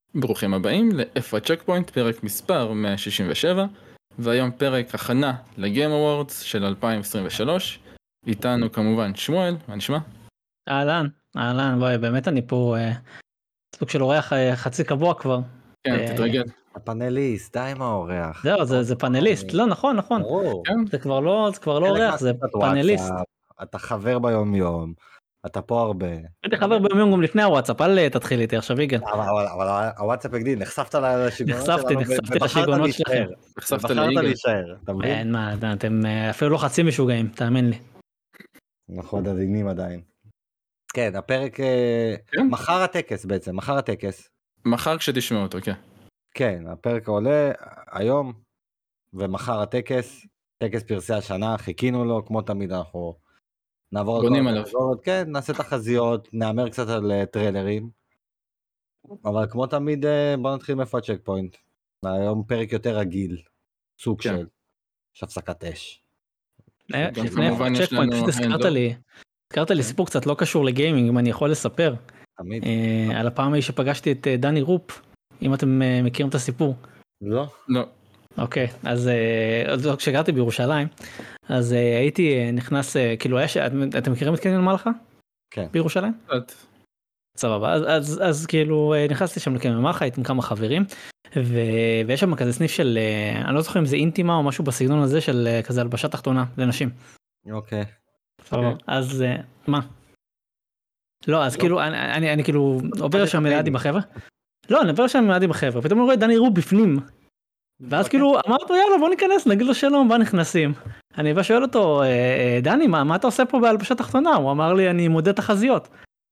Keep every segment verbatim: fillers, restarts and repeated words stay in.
ברוכים הבאים ל-איפה צ'ק פוינט, פרק מספר מאה שישים ושבע, והיום פרק הכנה לגיים אוורדס של אלפיים עשרים ושלוש. איתנו כמובן שמואל, מה נשמע? אהלן, אהלן, וואי, באמת אני פה אה, סוג של אורח אה, חצי קבוע כבר. כן, אה, תתרגל. הפאנליסט, די עם האורח. זהו, זה, זה פאנליסט, לא, נכון, נכון. ברור. כן, זה כבר לא, זה כבר לא חלק אורח, זה מהקבוצת פאנליסט. וואטסאפ, אתה חבר ביום יום, אתה פה הרבה. הייתי חבר ביום גם לפני הוואטסאפ, אל תתחיל איתי עכשיו, יגאל. אבל, אבל, אבל הוואטסאפ הגדיל, נחשפת לשיגעונות נחשפתי, שלנו, נחשפתי ובחרת לשיגעונות שלכם. להישאר. נחשפת ובחרת ליגאל. להישאר, אתה מבין? אין מה, אתם אה, אפילו לא חצי משוגעים, תאמין לי. אנחנו עוד עדינים עדיין. כן, הפרק, אה, כן. מחר הטקס בעצם, מחר הטקס. מחר כשתשמעו אותו, כן. כן, הפרק עולה היום, ומחר הטקס, טקס פרסי השנה, חיכינו לו, כמו תמיד אנחנו נעבור על בונים כל עליו. התחזיות, כן, נעשה תחזיות, נאמר קצת על אה, טריילרים, אבל כמו תמיד אה, בוא נתחיל מאיפה הצ'ק פוינט. היום פרק יותר רגיל, סוג כן. של, יש הפסקת אש. אה, גם לפני כמובן יש צ'ק פוינט, לנו פשוט הזכרת הנדו. לי, הזכרת לי כן. סיפור קצת לא קשור לגיימינג, אם אני יכול לספר, תמיד. אה, על הפעם ההיא שפגשתי את אה, דני רופ, אם אתם אה, מכירים את הסיפור. לא? לא. אוקיי, אז אה, אז כשגרתי בירושלים, אז אה, הייתי אה, נכנס, אה, כאילו, היה ש- אתם אתם מכירים את קניון מלחה? כן. בירושלים? קצת. סבבה, אז, אז, אז כאילו אה, נכנסתי שם לקניון מלחה, הייתי עם כמה חברים, ו... ויש שם כזה סניף של, אה, אני לא זוכר אם זה אינטימה או משהו בסגנון הזה של אה, כזה הלבשה תחתונה לנשים. אוקיי. סבבה, אז אה, מה? לא, אז לא. כאילו, אני, אני, אני כאילו עובר את שם ליד עם הפיימינג. החבר'ה, לא, אני עובר שם ליד עם החבר'ה, פתאום אני רואה דני רוב בפנים. ואז אוקיי. כאילו אמרנו יאללה בוא ניכנס נגיד לו שלום בוא נכנסים. אני בא שואל אותו "אה, אה, דני מה מה אתה עושה פה בהלבשה תחתונה?" הוא אמר לי אני מודד תחזיות.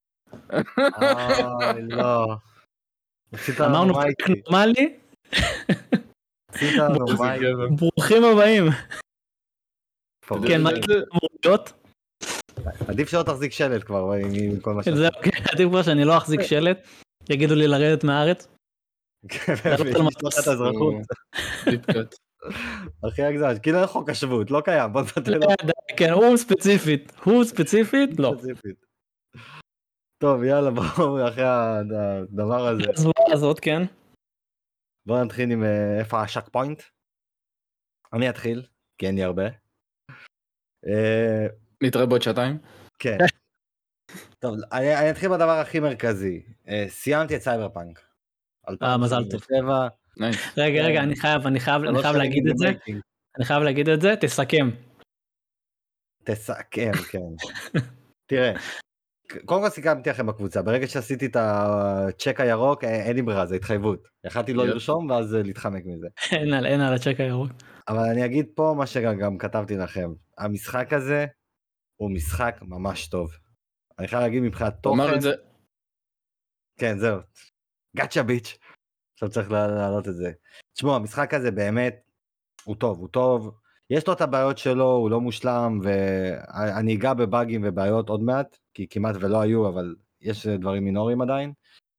אוי, לא. עשית לנו אמרנו מה פרק איתי. נורמלי, עשית לנו איזה מה איתי. גבר. ברוכים הבאים. אתה יודע כן, מה את זה? אמור להיות? עדיף שלא תחזיק שלט כבר, עם כל מה זה שעשית. אוקיי, עדיף כבר שאני לא אחזיק שלט, יגידו לי לרדת מהארץ. לעלות על וישלח מטוס. את האזרחות. דיפקט. הכי הגזש, כאילו אין חוק השבות, לא קיים, בוא נתן לו. לא יודע, כן, הוא ספציפית, הוא ספציפית, לא. ספציפית. טוב, יאללה, בואו אחרי הדבר הזה. הזוועה הזאת, כן. בואו נתחיל עם אה, איפה השק פוינט. אני אתחיל, כי אין לי הרבה. אה, נתראה בעוד שעתיים. כן. טוב, אני אני אתחיל בדבר הכי מרכזי. אה, סיימתי את סייבר פאנק. אה, מזל טוב. אלפיים עשרים ושבע. נייס. רגע, רגע, אני חייב, אני חייב, אני שלוש חייב שנים להגיד in את the זה. making. אני חייב להגיד את זה, תסכם. תסכם, כן. תראה, קודם כל סיכמתי לכם בקבוצה, ברגע שעשיתי את הצ'ק הירוק, אה, אין לי ברירה, זה התחייבות. יכלתי לא יופי. לרשום ואז אה, להתחמק מזה. אין על, אין על הצ'ק הירוק. אבל אני אגיד פה מה שגם כתבתי לכם. המשחק הזה הוא משחק ממש טוב. אני חייב להגיד מבחינת הוא אמר תוכן. את זה. כן, זהו. גאצ'ה ביץ'. עכשיו צריך להעלות את זה. תשמעו, המשחק הזה באמת, הוא טוב, הוא טוב. יש לו את הבעיות שלו, הוא לא מושלם, ואני אגע בבאגים ובעיות עוד מעט, כי כמעט ולא היו, אבל יש דברים מינוריים עדיין.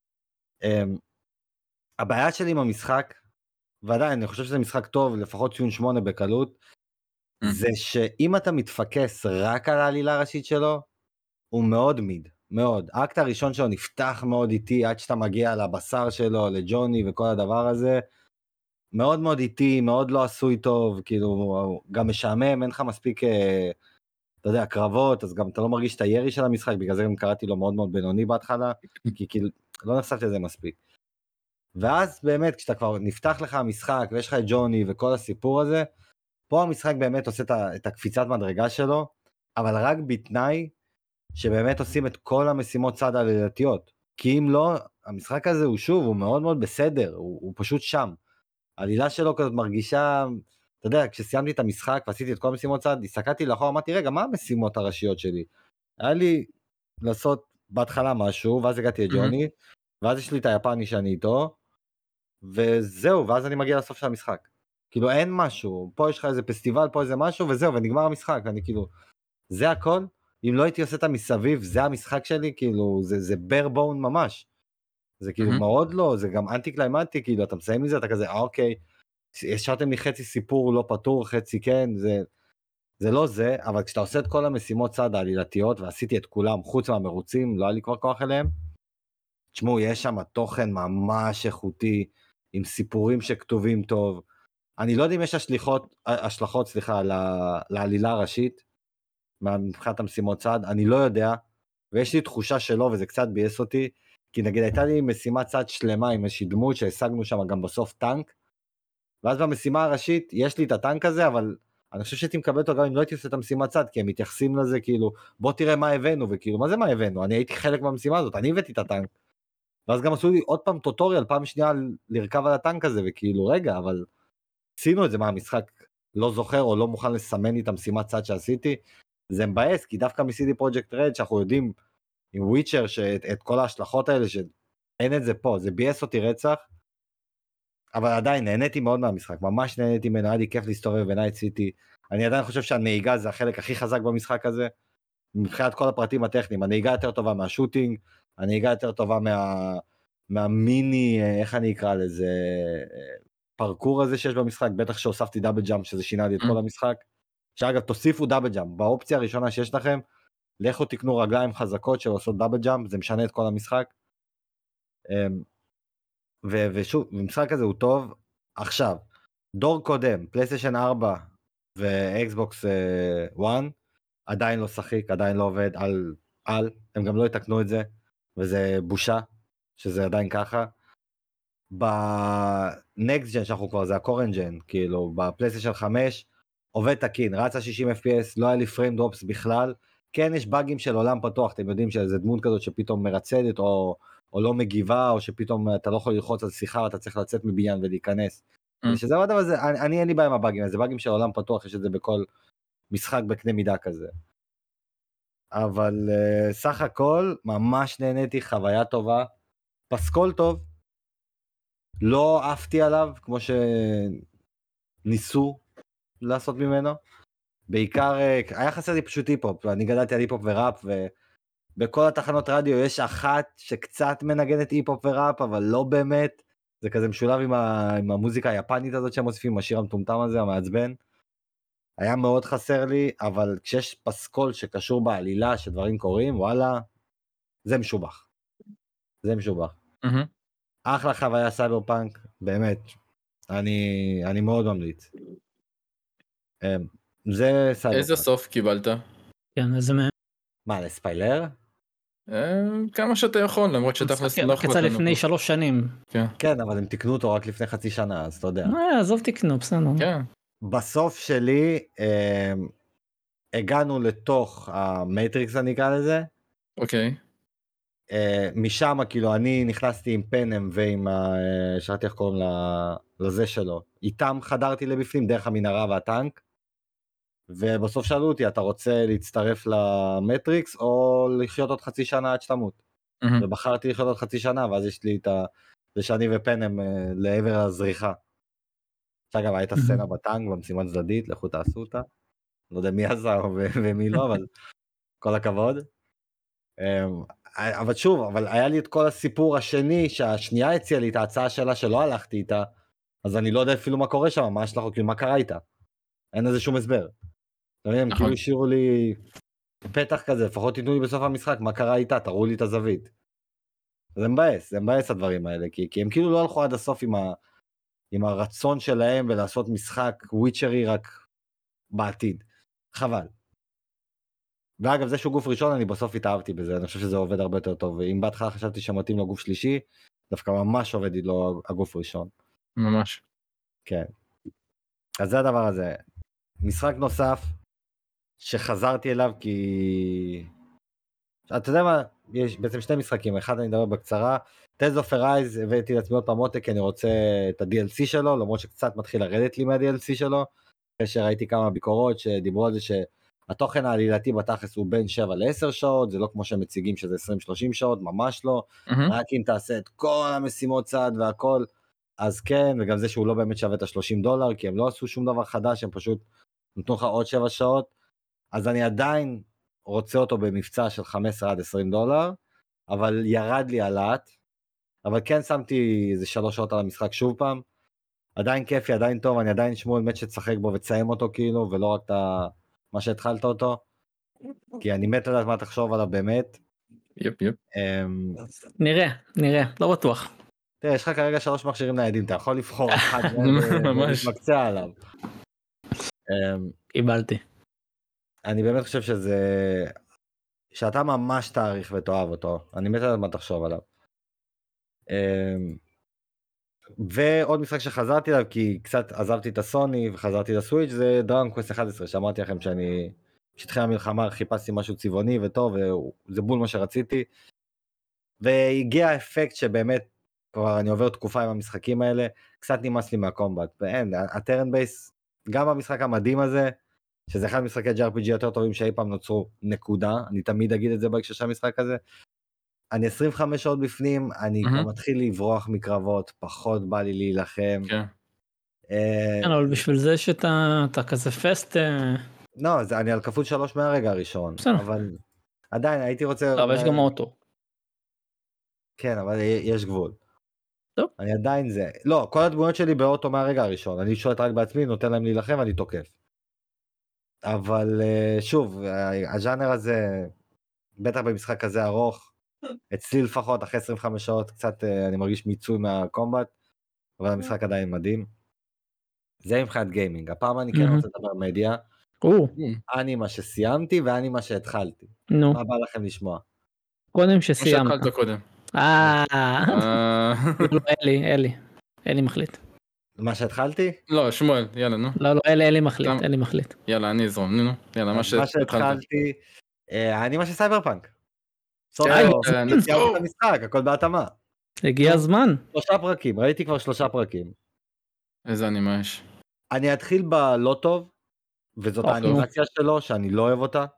הבעיה שלי עם המשחק, ועדיין אני חושב שזה משחק טוב, לפחות ציון שמונה בקלות, זה שאם אתה מתפקס רק על העלילה הראשית שלו, הוא מאוד מיד, מאוד. האקט הראשון שלו נפתח מאוד איטי, עד שאתה מגיע לבשר שלו, לג'וני וכל הדבר הזה, מאוד מאוד איטי, מאוד לא עשוי טוב, כאילו, גם משעמם, אין לך מספיק, אתה יודע, קרבות, אז גם אתה לא מרגיש את הירי של המשחק, בגלל זה גם קראתי לו מאוד מאוד בינוני בהתחלה, כי כאילו, לא נחשפתי לזה מספיק. ואז באמת, כשאתה כבר נפתח לך המשחק, ויש לך את ג'וני וכל הסיפור הזה, פה המשחק באמת עושה את הקפיצת מדרגה שלו, אבל רק בתנאי שבאמת עושים את כל המשימות צד העלילתיות. כי אם לא, המשחק הזה הוא שוב, הוא מאוד מאוד בסדר, הוא, הוא פשוט שם. העלילה שלו כזאת מרגישה, אתה יודע, כשסיימתי את המשחק ועשיתי את כל המשימות צד, הסתכלתי לאחור, אמרתי, רגע, מה המשימות הראשיות שלי? היה לי לעשות בהתחלה משהו, ואז הגעתי לג'וני, ואז יש לי את היפני שאני איתו, וזהו, ואז אני מגיע לסוף של המשחק. כאילו אין משהו, פה יש לך איזה פסטיבל, פה איזה משהו, וזהו, ונגמר המשחק, ואני כאילו, זה הכל? אם לא הייתי עושה את המסביב, זה המשחק שלי, כאילו, זה, זה bare bone ממש. זה כאילו Mm-hmm. מאוד לא, זה גם אנטי קליימטי, כאילו, אתה מסיים מזה, אתה כזה, אה, אוקיי, השארתם לי חצי סיפור לא פתור, חצי כן, זה, זה לא זה, אבל כשאתה עושה את כל המשימות צד העלילתיות, ועשיתי את כולם, חוץ מהמרוצים, לא היה לי כבר כוח אליהם, תשמעו, יש שם תוכן ממש איכותי, עם סיפורים שכתובים טוב. אני לא יודע אם יש השליחות, השלכות, סליחה, לעלילה הראשית, מבחינת המשימות צד, אני לא יודע, ויש לי תחושה שלא, וזה קצת בייס אותי, כי נגיד הייתה לי משימת צד שלמה עם איזושהי דמות שהשגנו שם גם בסוף טנק, ואז במשימה הראשית יש לי את הטנק הזה, אבל אני חושב שהייתי מקבל אותו גם אם לא הייתי עושה את המשימת צד, כי הם מתייחסים לזה כאילו, בוא תראה מה הבאנו, וכאילו, מה זה מה הבאנו? אני הייתי חלק במשימה הזאת, אני הבאתי את הטנק. ואז גם עשו לי עוד פעם טוטוריאל, פעם שנייה לרכב על הטנק הזה, וכאילו, רגע, אבל עשינו את זה, מה המשחק לא זוכר או לא מוכן לסמן לי את המשימת צד שעשיתי, זה מבאס, כי דווקא מ-סי די Projekt Red, שאנחנו יודעים עם וויצ'ר, שאת כל ההשלכות האלה, שאין את זה פה, זה בייס אותי רצח, אבל עדיין נהניתי מאוד מהמשחק, ממש נהניתי ממנו, היה לי כיף להסתובב בנייט סיטי, אני עדיין חושב שהנהיגה זה החלק הכי חזק במשחק הזה, מבחינת כל הפרטים הטכניים, הנהיגה יותר טובה מהשוטינג, הנהיגה יותר טובה מה, מהמיני, איך אני אקרא לזה, פרקור הזה שיש במשחק, בטח שהוספתי דאבל ג'אמפ, שזה שינה לי את כל המשחק, שאגב תוסיפו דאבל ג'אמפ, באופציה הראשונה שיש לכם, לכו תקנו רגליים חזקות שעושות דאבל ג'אמפ, זה משנה את כל המשחק, ו- ושוב, המשחק הזה הוא טוב. עכשיו, דור קודם, פלייסטיישן ארבע ואקסבוקס אחת, עדיין לא שחיק, עדיין לא עובד על, על, הם גם לא יתקנו את זה, וזה בושה שזה עדיין ככה. בנקסט ג'ן שאנחנו כבר, זה הקורנט ג'ן, כאילו בפלייסטיישן חמש, עובד תקין, רצה שישים אף פי אס, לא היה לי פריים דרופס בכלל, כן יש באגים של עולם פתוח, אתם יודעים שזה דמות כזאת שפתאום מרצדת, או, או לא מגיבה, או שפתאום אתה לא יכול ללחוץ על שיחה, ואתה צריך לצאת מבניין ולהיכנס. Mm. שזה עוד אבל זה, אני, אני אין לי בעיה עם הבאגים, זה באגים של עולם פתוח, יש את זה בכל משחק בקנה מידה כזה. אבל uh, סך הכל, ממש נהניתי, חוויה טובה, פסקול טוב, לא עפתי עליו, כמו שניסו לעשות ממנו, בעיקר, היה חסר לי פשוט היפ-הופ, אני גדלתי על היפ-הופ וראפ, ובכל התחנות רדיו יש אחת שקצת מנגנת היפ-הופ וראפ, אבל לא באמת, זה כזה משולב עם, ה... עם המוזיקה היפנית הזאת שהם מוסיפים, השיר המטומטם הזה, המעצבן, היה מאוד חסר לי, אבל כשיש פסקול שקשור בעלילה, שדברים קורים, וואלה, זה משובח, זה משובח. Mm-hmm. אחלה חוויה סייבר פאנק, באמת, אני, אני מאוד ממליץ. זה סייבר איזה פאנק. סוף קיבלת? כן, איזה מהם. מה, לספיילר? כמה שאתה יכול, למרות שתכלס לא אכפת יצא לנו. לפני שלוש שנים. כן. כן, אבל הם תקנו אותו רק לפני חצי שנה, אז אתה יודע. אה, עזוב תקנו, בסדר. כן. בסוף שלי, אה, הגענו לתוך המטריקס, אני אקרא לזה. אוקיי. אה, משם, כאילו, אני נכנסתי עם פנם ועם, אה, שרתי איך קוראים לזה שלו, איתם חדרתי לבפנים, דרך המנהרה והטנק, ובסוף שאלו אותי, אתה רוצה להצטרף למטריקס, או לחיות עוד חצי שנה עד שתמות? Mm-hmm. ובחרתי לחיות עוד חצי שנה, ואז יש לי את ה... זה שאני ופנם אה, לעבר הזריחה. שאגב, הייתה סצנה בטנק, במשימה צדדית, לכו תעשו אותה. לא יודע מי עשה ומי לא, אבל כל הכבוד. אבל שוב, אבל היה לי את כל הסיפור השני, שהשנייה הציעה לי את ההצעה שלה שלא הלכתי איתה, אז אני לא יודע אפילו מה קורה שם, מה שלך, כאילו מה קרה איתה. אין לזה שום הסבר. הם כאילו השאירו לי פתח כזה, לפחות תיתנו לי בסוף המשחק, מה קרה איתה, תראו לי את הזווית. זה מבאס, זה מבאס הדברים האלה, כי, כי הם כאילו לא הלכו עד הסוף עם, ה, עם הרצון שלהם ולעשות משחק וויצ'רי רק בעתיד. חבל. ואגב, זה שהוא גוף ראשון, אני בסוף התאהבתי בזה, אני חושב שזה עובד הרבה יותר טוב, ואם בהתחלה חשבתי שמתאים לו גוף שלישי, דווקא ממש עובד לו הגוף ראשון. ממש. כן. אז זה הדבר הזה. משחק נוסף, שחזרתי אליו כי... אתה יודע מה, יש בעצם שני משחקים, אחד אני מדבר בקצרה, Tales of Arise, הבאתי לעצמי עוד פעם עותק, כי אני רוצה את ה-די אל סי שלו, למרות שקצת מתחיל לרדת לי מה-די אל סי שלו, אחרי שראיתי כמה ביקורות שדיברו על זה שהתוכן העלילתי בתכלס הוא בין שבע לעשר שעות, זה לא כמו שהם מציגים שזה עשרים שלושים שעות, ממש לא, Mm-hmm. רק אם תעשה את כל המשימות צד והכל, אז כן, וגם זה שהוא לא באמת שווה את ה-שלושים דולר, כי הם לא עשו שום דבר חדש, הם פשוט נתנו לך עוד שבע שעות, אז אני עדיין רוצה אותו במבצע של חמש עשרה עד עשרים דולר, אבל ירד לי עלת, אבל כן שמתי איזה שלוש שעות על המשחק שוב פעם, עדיין כיפי, עדיין טוב, אני עדיין שמואל מת שתשחק בו ותסיים אותו כאילו, ולא רק את מה שהתחלת אותו, כי אני מת לדעת מה תחשוב עליו באמת. יפ יפ. אמ, נראה, נראה, לא בטוח. תראה, יש לך כרגע שלוש מכשירים ניידים, אתה יכול לבחור אחד ממש. ולהתמקצע עליו. אמ, קיבלתי. אני באמת חושב שזה, שאתה ממש תעריך ותאהב אותו, אני מת על מה תחשוב עליו. אמ, ועוד משחק שחזרתי אליו, כי קצת עזבתי את הסוני וחזרתי לסוויץ', זה דרגון קווסט אחת עשרה, שאמרתי לכם שאני, כשהתחילה המלחמה חיפשתי משהו צבעוני וטוב, וזה בול מה שרציתי, והגיע האפקט שבאמת, כבר אני עובר תקופה עם המשחקים האלה, קצת נמאס לי מהקומבט, ואין, הטרן בייס, גם במשחק המדהים הזה, שזה אחד משחקי ג'י אר פי ג'י יותר טובים שאי פעם נוצרו, נקודה, אני תמיד אגיד את זה בהקשר של המשחק הזה, אני עשרים וחמש שעות בפנים, אני כבר מתחיל לברוח מקרבות, פחות בא לי להילחם. כן. כן, אבל בשביל זה שאתה כזה פסט... לא, אני על כפול שלוש מהרגע הראשון, אבל עדיין הייתי רוצה... לא, אבל יש גם אוטו. כן, אבל יש גבול. טוב. אני עדיין זה... לא, כל הדמויות שלי באוטו מהרגע הראשון, אני שואט רק בעצמי, נותן להם להילחם ואני תוקף. אבל שוב, הז'אנר הזה, בטח במשחק כזה ארוך, אצלי לפחות אחרי עשרים וחמש שעות קצת אני מרגיש מיצוי מהקומבט, אבל המשחק עדיין מדהים. זה מבחינת גיימינג, הפעם אני כן רוצה לדבר מדיה, אני מה שסיימתי ואני מה שהתחלתי. מה בא לכם לשמוע? קודם שסיימת. מה שהתחלת קודם. אה, אלי, אלי, אלי מחליט. מה שהתחלתי? לא, שמואל, יאללה נו. לא, לא, אלי, אלי מחליט, אלי מחליט. יאללה, אני אזרום, נו, יאללה, מה שהתחלתי, אני מה שסייבר פאנק. סיימתי את המשחק, הכל בהתאמה. הגיע הזמן. שלושה פרקים, ראיתי כבר שלושה פרקים. איזה אנימה יש? אני אתחיל בלא טוב, וזאת האנימציה שלו, שאני לא אוהב אותה.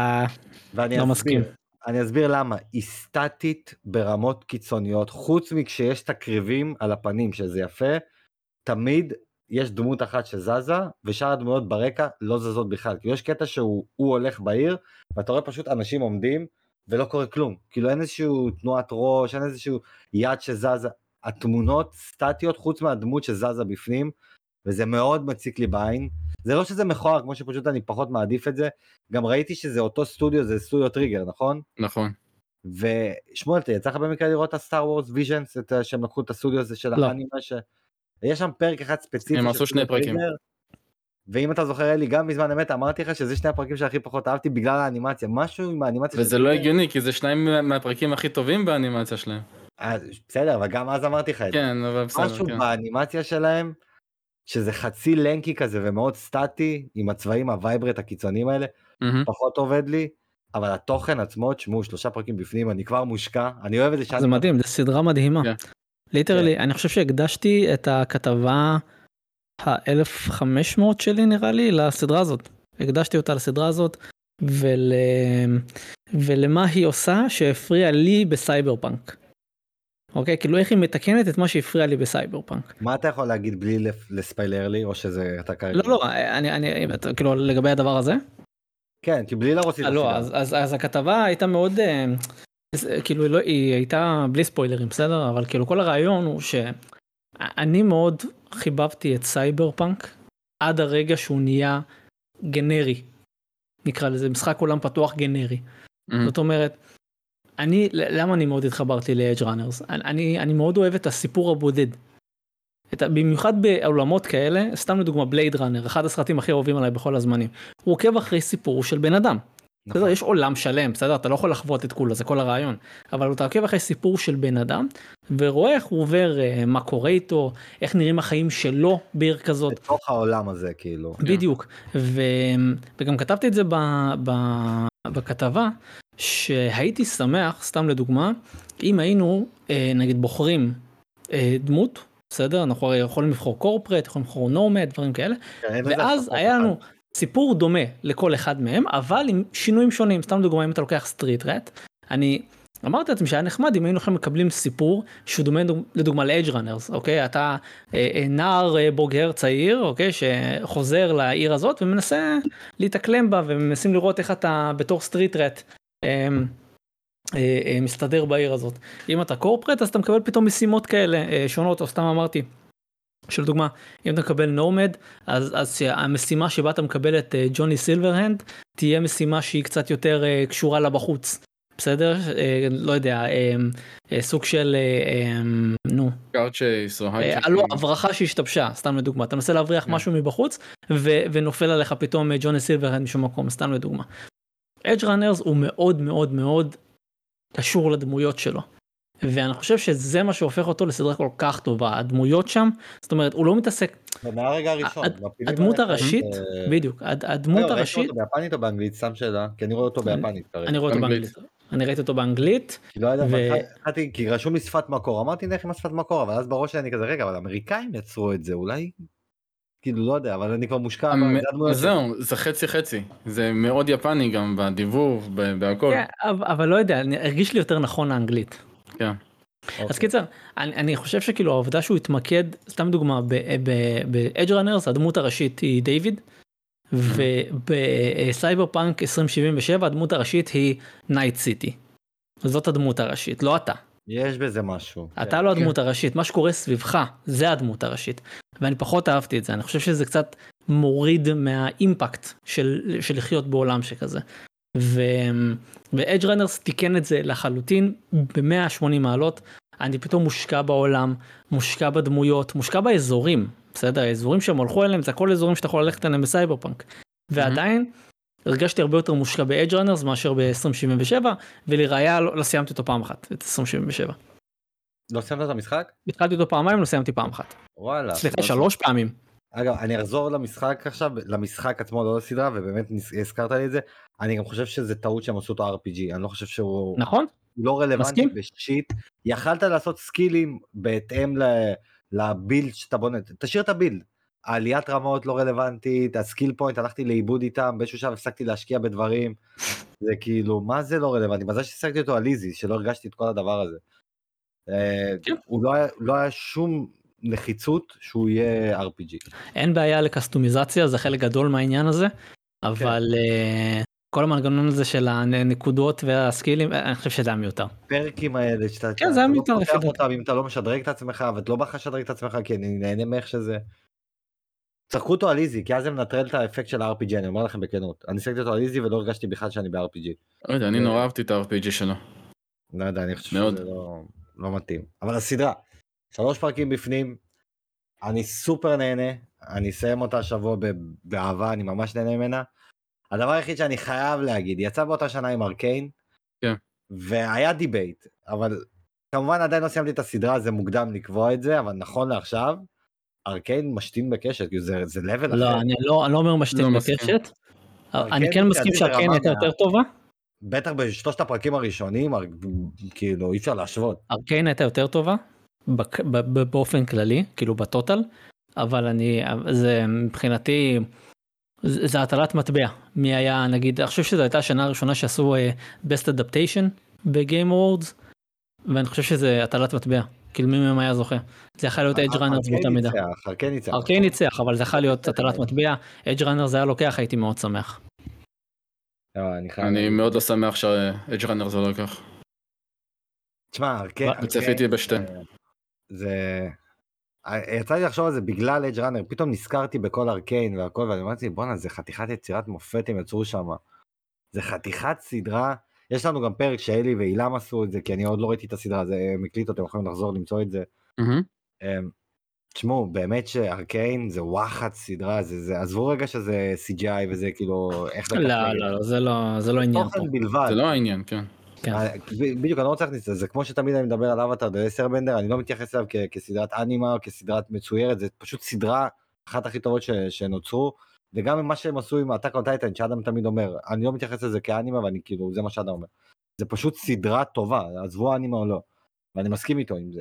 לא מסכים. אני אסביר למה, היא סטטית ברמות קיצוניות, חוץ מכשיש את הקריבים על הפנים, שזה יפה, תמיד יש דמות אחת שזזה, ושאר הדמויות ברקע לא זזות בכלל, כי יש קטע שהוא הולך בעיר, ואתה רואה פשוט אנשים עומדים, ולא קורה כלום, כאילו אין איזשהו תנועת ראש, אין איזשהו יד שזזה, התמונות סטטיות חוץ מהדמות שזזה בפנים, וזה מאוד מציק לי בעין, זה לא שזה מכוער, כמו שפשוט אני פחות מעדיף את זה, גם ראיתי שזה אותו סטודיו, זה סטודיו טריגר, נכון? נכון. ושמואל, יצא לך במקרה לראות את הסטאר וורס ויז'נס, שהם לקחו את הסטודיו הזה של האנימה, ש... יש שם פרק אחד ספציפי, הם עשו שני פרקים. ואם אתה זוכר אלי, גם בזמן אמת אמרתי לך שזה שני הפרקים שהכי פחות אהבתי בגלל האנימציה, משהו עם האנימציה. וזה לא הגיוני, כי זה שניים מהפרקים הכי טובים באנימציה שלהם. בסדר, אבל גם אז אמרתי לך את זה. כן, אבל בסדר. משהו באנימציה שלהם, שזה חצי לנקי כזה ומאוד סטטי, עם הצבעים הווייברט הקיצוניים האלה, פחות עובד לי, אבל התוכן עצמו, תשמעו, שלושה פרקים בפנים, אני כבר מושקע, אני אוהב את זה. זה מדהים, זה סדרה מדהימה. ליטרלי, אני חושב שהקדשתי את הכתבה ה-אלף וחמש מאות שלי נראה לי לסדרה הזאת. הקדשתי אותה לסדרה הזאת, ול... ולמה היא עושה שהפריע לי בסייבר פאנק. אוקיי, כאילו איך היא מתקנת את מה שהפריע לי בסייבר פאנק. מה אתה יכול להגיד בלי לספיילר לי, או שזה אתה כרגע? לא, לא, אני, אני, כאילו לגבי הדבר הזה? כן, כי בלי להרוס לי את הסדרה. לא, אז, אז, אז הכתבה הייתה מאוד, כאילו לא, היא הייתה בלי ספוילרים, בסדר? אבל כאילו כל הרעיון הוא שאני מאוד חיבבתי את סייבר פאנק, עד הרגע שהוא נהיה גנרי, נקרא לזה, משחק עולם פתוח גנרי. Mm-hmm. זאת אומרת, אני, למה אני מאוד התחברתי ל-Edge Runners? אני, אני מאוד אוהב את הסיפור הבודד. את, במיוחד בעולמות כאלה, סתם לדוגמה בלייד ראנר, אחד הסרטים הכי אוהבים עליי בכל הזמנים. הוא עוקב אחרי סיפור של בן אדם. נכון. בסדר, יש עולם שלם, בסדר? אתה לא יכול לחוות את כולו, זה כל הרעיון. אבל אתה עוקב אחרי סיפור של בן אדם, ורואה איך הוא עובר, מה קורה איתו, איך נראים החיים שלו בעיר כזאת. בתוך העולם הזה, כאילו. בדיוק. ו... וגם כתבתי את זה ב... ב... בכתבה, שהייתי שמח, סתם לדוגמה, אם היינו, נגיד, בוחרים דמות, בסדר? אנחנו יכולים לבחור קורפרט, יכולים לבחור נומד, דברים כאלה, ואז היה לנו סיפור דומה לכל אחד מהם, אבל עם שינויים שונים. סתם דוגמה, אם אתה לוקח סטריט רט, אני אמרתי לעצמי שהיה נחמד אם היינו מקבלים סיפור שהוא דומה לדוגמה ל-Edge Runners, אוקיי? אתה נער בוגר צעיר, אוקיי? שחוזר לעיר הזאת ומנסה להתאקלם בה, ומנסים לראות איך אתה בתור סטריט רט מסתדר בעיר הזאת. אם אתה קורפרט, אז אתה מקבל פתאום משימות כאלה שונות, או סתם אמרתי, של דוגמה, אם אתה מקבל נומד, אז, אז המשימה שבה אתה מקבל את ג'וני סילברהנד, תהיה משימה שהיא קצת יותר קשורה לה בחוץ. בסדר? אה, לא יודע, אה, אה, סוג של, אה, אה, נו, קארד צ'ייס או אה, הייג'קינג. לא, הברחה שהשתבשה, סתם לדוגמה, אתה מנסה להבריח כן. משהו מבחוץ, ו- ונופל עליך פתאום אה, ג'וני סילברהנד משום מקום, סתם לדוגמה. אדג' ראנרס הוא מאוד מאוד מאוד קשור לדמויות שלו. ואני חושב שזה מה שהופך אותו לסדרה כל כך טובה, הדמויות שם, זאת אומרת, הוא לא מתעסק, מהרגע הראשון. הד- מפילים הדמות עליך, הראשית, אה, בדיוק, הד- הדמות אגב, ראית הראשית, אותו ביפנית או באנגלית? סתם שאלה, כי אני רואה אותו אני- ביפנית כרגע. אני רואה אותו באנגלית. באנגלית, אני ראיתי אותו באנגלית, כי לא יודע, ו- בהתחלה התחלתי, כי רשום לי שפת מקור, אמרתי נלך עם השפת מקור, אבל אז בראש שלי אני כזה, רגע, אבל האמריקאים יצרו את זה, אולי, כאילו, לא יודע, אבל אני כבר מושקע, המ- זה הדמויות שלי. זהו, זה חצי חצי. זה מאוד יפני גם בדיבוב, ב- בהכל. כן, אבל אבל לא יודע, אני- הרגיש לי יותר נכון האנגלית. כן. אז אוקיי. קיצר, אני, אני חושב שכאילו העובדה שהוא התמקד, סתם דוגמה, ב-Edge Runners הדמות הראשית היא דיוויד, ובסייבר פאנק עשרים שבעים ושבע הדמות הראשית היא נייט סיטי. זאת הדמות הראשית, לא אתה. יש בזה משהו. אתה כן. לא הדמות הראשית, מה שקורה סביבך זה הדמות הראשית. ואני פחות אהבתי את זה, אני חושב שזה קצת מוריד מהאימפקט של, של לחיות בעולם שכזה. ו-Edge Runners תיקן את זה לחלוטין ב-מאה ושמונים מעלות. אני פתאום מושקע בעולם, מושקע בדמויות, מושקע באזורים, בסדר? האזורים שהם הולכו אליהם, זה הכל אזורים שאתה יכול ללכת אליהם בסייבר פאנק. ועדיין הרגשתי הרבה יותר מושקע ב-Edge Runners מאשר ב-עשרים שבעים ושבע, ולראיה לא, לא סיימתי אותו פעם אחת, את עשרים שבעים ושבע. לא סיימת את המשחק? התחלתי אותו פעמיים, לא סיימתי פעם אחת. וואלה. סליחה, לא שלוש פעמים. אגב, אני אחזור למשחק עכשיו, למשחק עצמו, לא לסדרה, ובאמת הזכרת לי את זה, אני גם חושב שזה טעות שהם עשו אותו אר פי ג'י, אני לא חושב שהוא נכון? לא רלוונטי מסכים? בשיט, יכלת לעשות סקילים בהתאם ל- לבילד שאתה בונה, תשאיר את הבילד, העליית רמות לא רלוונטית, הסקיל פוינט, הלכתי לאיבוד איתם, באיזשהו שלב הפסקתי להשקיע בדברים, זה כאילו, מה זה לא רלוונטי, מזל שהשחקתי אותו על איזי, שלא הרגשתי את כל הדבר הזה. אה, כן. הוא לא היה, לא היה שום נחיצות שהוא יהיה אר פי ג'י. אין בעיה לקסטומיזציה, זה חלק גדול מהעניין הזה, אבל אה, כל המנגנון הזה של הנקודות והסקילים, אני חושב שזה היה מיותר. פרקים האלה שאתה כן, זה היה אתה לא מיותר לפי פותח דעתי. אותם אם אתה לא משדרג את עצמך ואת לא בא לך לשדרג את עצמך כי אני נהנה מאיך שזה. צחקו אותו על איזי כי אז זה מנטרל את האפקט של ה-אר פי ג'י, אני אומר לכם בכנות, אני שיחקתי אותו על איזי ולא הרגשתי בכלל שאני ב-אר פי ג'י. לא יודע, אני נורא אהבתי את ה-אר פי ג'י שלו. לא יודע, אני חושב מאוד. שזה לא, לא מתאים, אבל הסדרה, שלוש פרקים בפנים, אני סופר נהנה, אני אסיים אותה השבוע ב- באהבה, אני ממש נהנה ממנה. הדבר היחיד שאני חייב להגיד, יצא באותה שנה עם ארקיין, כן. והיה דיבייט, אבל כמובן עדיין לא סיימתי את הסדרה, זה מוקדם לקבוע את זה, אבל נכון לעכשיו, ארקיין משתין בקשת, כאילו זה, זה level לא, אחר. אני לא, אני לא אומר משתין לא מסכים. בקשת, אני ארקיין כן מסכים מבחינתי שהרקיין ברמה הייתה מה- יותר טובה, בטח בשלושת הפרקים הראשונים, הר- כאילו אי אפשר להשוות. ארקיין הייתה יותר טובה, בק- ב- ב- באופן כללי, כאילו בטוטל, אבל אני, זה מבחינתי, זה זה הטלת מטבע, מי היה נגיד, אני חושב שזו הייתה השנה הראשונה שעשו uh, Best Adaptation בגיים אורדס, ואני חושב שזה הטלת מטבע, כאילו מי מהם היה זוכה, זה יכול להיות Edge Runners באותה מידה. ניצח, ארקיין ניצח. ארקיין ניצח, אבל זה יכול להיות הטלת מטבע, Edge Runners היה לוקח, הייתי מאוד שמח. לא, אני חייב אני להגיד. מאוד לא שמח ש-Edge Runner זה לא כך. תשמע, ארקיין, אבל צפיתי בשתיהן. זה... יצא לי לחשוב על זה בגלל אדג' ראנר, פתאום נזכרתי בכל ארקיין והכל, ואני אמרתי, בואנה, זה חתיכת יצירת מופת הם יצרו שם. זה חתיכת סדרה, יש לנו גם פרק שאלי ואילם עשו את זה, כי אני עוד לא ראיתי את הסדרה, זה מקליט אותם, יכולים לחזור למצוא את זה. מהמם. אמ, תשמעו, באמת שארקיין זה וואחד סדרה, זה, זה, עזבו רגע שזה סי ג'י איי וזה כאילו, איך לא, לא, לא, זה לא, זה לא עניין פה. תוכן בלבד. זה לא העניין, כן. כן. אה, ב- בדיוק, אני לא רוצה להכניס את זה, זה כמו שתמיד אני מדבר על אבטר דה אסר בנדר, אני לא מתייחס אליו כ- כסדרת אנימה או כסדרת מצוירת, זה פשוט סדרה אחת הכי טובות ש- שנוצרו, וגם מה שהם עשו עם הטאק און טייטן, שאדם תמיד אומר, אני לא מתייחס לזה כאנימה, ואני כאילו, זה מה שאדם אומר, זה פשוט סדרה טובה, עזבו אנימה או לא, ואני מסכים איתו עם זה.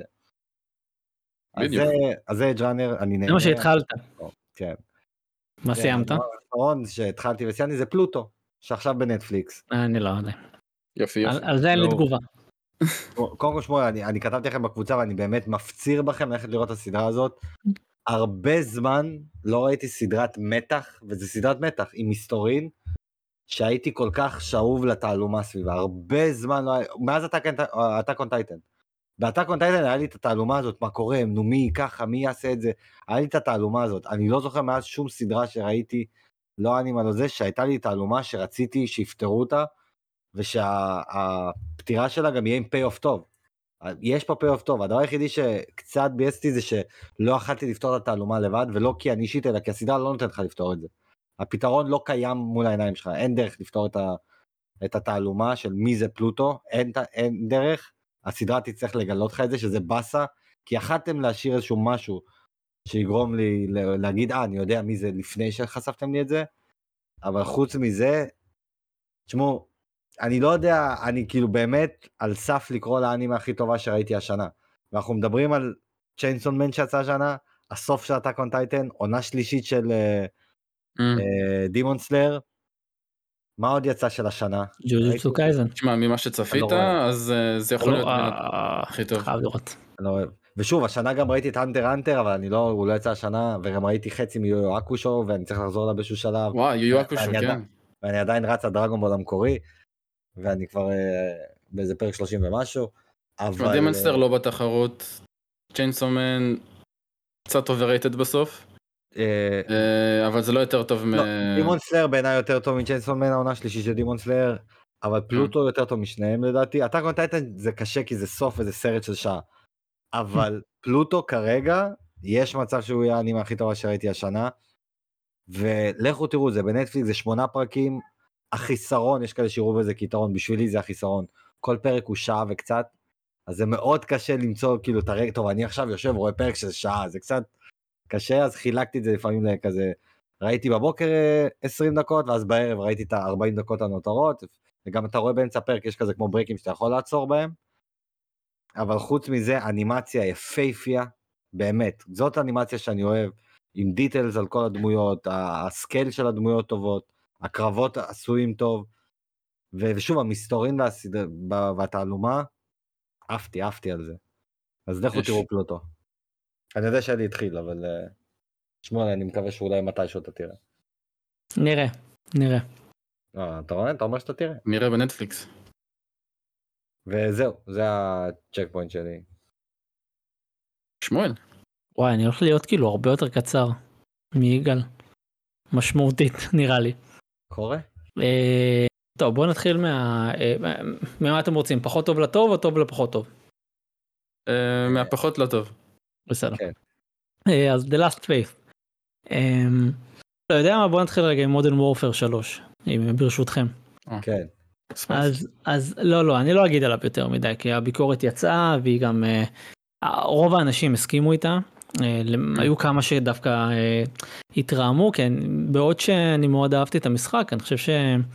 אז בדיוק. זה- אז זה ג'ראנר, אני נהנה. זה מה שהתחלת, כן. מה סיימת? הדבר האחרון שהתחלתי וסיימתי זה פלוטו, שעכשיו בנטפליקס. אני לא יודע, יופי יופי. על על זה אין לי לא. תגובה. קודם כל שמואל, אני, אני כתבתי לכם בקבוצה ואני באמת מפציר בכם ללכת לראות את הסדרה הזאת. הרבה זמן לא ראיתי סדרת מתח, וזה סדרת מתח עם מסתורין, שהייתי כל כך שאוב לתעלומה סביבה. הרבה זמן לא היה, מאז הטאק און טייטן. בהטאק און טייטן היה לי את התעלומה הזאת, מה קורה, נו מי ככה, מי יעשה את זה, היה לי את התעלומה הזאת. אני לא זוכר מאז שום סדרה שראיתי, לא אנימה לא זה, שהייתה לי תעלומה שרציתי שיפתרו אותה, ושהפטירה שלה גם יהיה עם פי-אוף טוב. יש פה פי-אוף טוב, הדבר היחידי שקצת בייסתי זה שלא יכלתי לפתור את התעלומה לבד, ולא כי אני אישית, אלא כי הסדרה לא נותנת לך לפתור את זה. הפתרון לא קיים מול העיניים שלך, אין דרך לפתור את, ה, את התעלומה של מי זה פלוטו, אין, אין דרך, הסדרה תצטרך לגלות לך את זה, שזה בסה, כי יכלתם להשאיר איזשהו משהו, שיגרום לי להגיד, אה, אני יודע מי זה לפני שחשפתם לי את זה, אבל חוץ מזה, תשמעו, אני לא יודע, אני כאילו באמת על סף לקרוא לאנימה הכי טובה שראיתי השנה, ואנחנו מדברים על צ'יינסון מן שיצא השנה, הסוף של אטאק און טייטן, עונה שלישית של דימון סלאר, מה עוד יצא של השנה? ג'וג'וטסו קייזן. תשמע, ממה שצפית, אז זה יכול להיות הכי טוב. חייב לראות. אני לא אוהב. ושוב, השנה גם ראיתי את הנטר הנטר, אבל אני לא, הוא לא יצא השנה, וגם ראיתי חצי מיו אקושו, ואני צריך לחזור לה באיזשהו שלב. וואי, יו אקושו, כן. ואני עדיין רץ על דרגון בול המקורי, ואני כבר באיזה פרק שלושים ומשהו. אבל דימון סלאר לא בתחרות, צ'יינסו מן קצת אובררייטד בסוף, אבל זה לא יותר טוב מ... דימון סלאר בעיניי יותר טוב מצ'יינסו מן, העונה השלישית של דימון סלאר, אבל פלוטו יותר טוב משניהם לדעתי. אטאק און טייטן זה קשה כי זה סוף וזה סרט של שעה. אבל פלוטו כרגע, יש מצב שהוא יהיה האנימה הכי טובה שראיתי השנה, ולכו תראו, זה בנטפליקס, זה שמונה פרקים, החיסרון, יש כאלה שיראו בזה כיתרון, בשבילי זה החיסרון, כל פרק הוא שעה וקצת, אז זה מאוד קשה למצוא כאילו את הרגע, טוב, אני עכשיו יושב ורואה פרק של שעה, זה קצת קשה, אז חילקתי את זה לפעמים לכזה, ראיתי בבוקר עשרים דקות, ואז בערב ראיתי את ה-ארבעים דקות הנותרות, וגם אתה רואה באמצע פרק, יש כזה כמו ברייקים שאתה יכול לעצור בהם, אבל חוץ מזה, אנימציה יפהפייה, באמת, זאת אנימציה שאני אוהב, עם דיטלס על כל הדמויות, הסקייל של הדמויות טובות, הקרבות עשויים טוב, ושוב, המסתורין והתעלומה, אהבתי, אהבתי על זה. אז לכו תראו פלוטו. אני יודע שאני התחיל, אבל שמונה, אני מקווה שאולי מתישהו אתה תראה. נראה, נראה. אתה רואה? אתה אומר שאתה תראה. נראה בנטפליקס. וזהו, זה הצ'ק פוינט שלי. שמואל. וואי, אני הולך להיות כאילו הרבה יותר קצר מיגאל. משמעותית, נראה לי. קורה? טוב, בואו נתחיל מה... ממה אתם רוצים? פחות טוב לטוב או טוב לפחות טוב? מהפחות לטוב. בסדר. אז The Last Faith. אתה יודע מה? בואו נתחיל רגע עם Modern Warfare שלוש, ברשותכם. כן. אז, אז לא, לא, אני לא אגיד עליו יותר מדי, כי הביקורת יצאה, והיא גם, רוב האנשים הסכימו איתה, היו כמה שדווקא התרעמו, כן, בעוד שאני מאוד אהבתי את המשחק, אני חושב ש...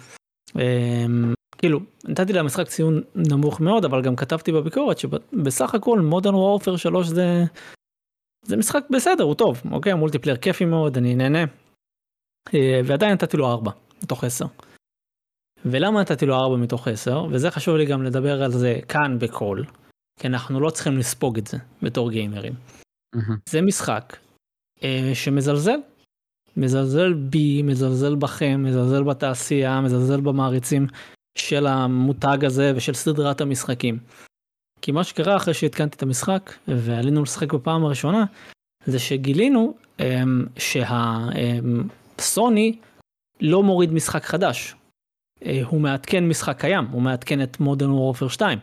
כאילו, נתתי למשחק ציון נמוך מאוד, אבל גם כתבתי בביקורת שבסך הכל Modern Warfare שלוש זה, זה משחק בסדר, הוא טוב, אוקיי, מולטיפלייר כיפי מאוד, אני נהנה, ועדיין נתתי לו ארבע מתוך עשר. ולמה נתתי לו ארבע מתוך עשר? וזה חשוב לי גם לדבר על זה כאן בקול, כי אנחנו לא צריכים לספוג את זה בתור גיימרים. Mm-hmm. זה משחק אה, שמזלזל, מזלזל בי, מזלזל בכם, מזלזל בתעשייה, מזלזל במעריצים של המותג הזה ושל סדרת המשחקים. כי מה שקרה אחרי שהתקנתי את המשחק ועלינו לשחק בפעם הראשונה, זה שגילינו אה, שהסוני אה, לא מוריד משחק חדש. הוא מעדכן משחק קיים, הוא מעדכן את Modern Warfare שתיים.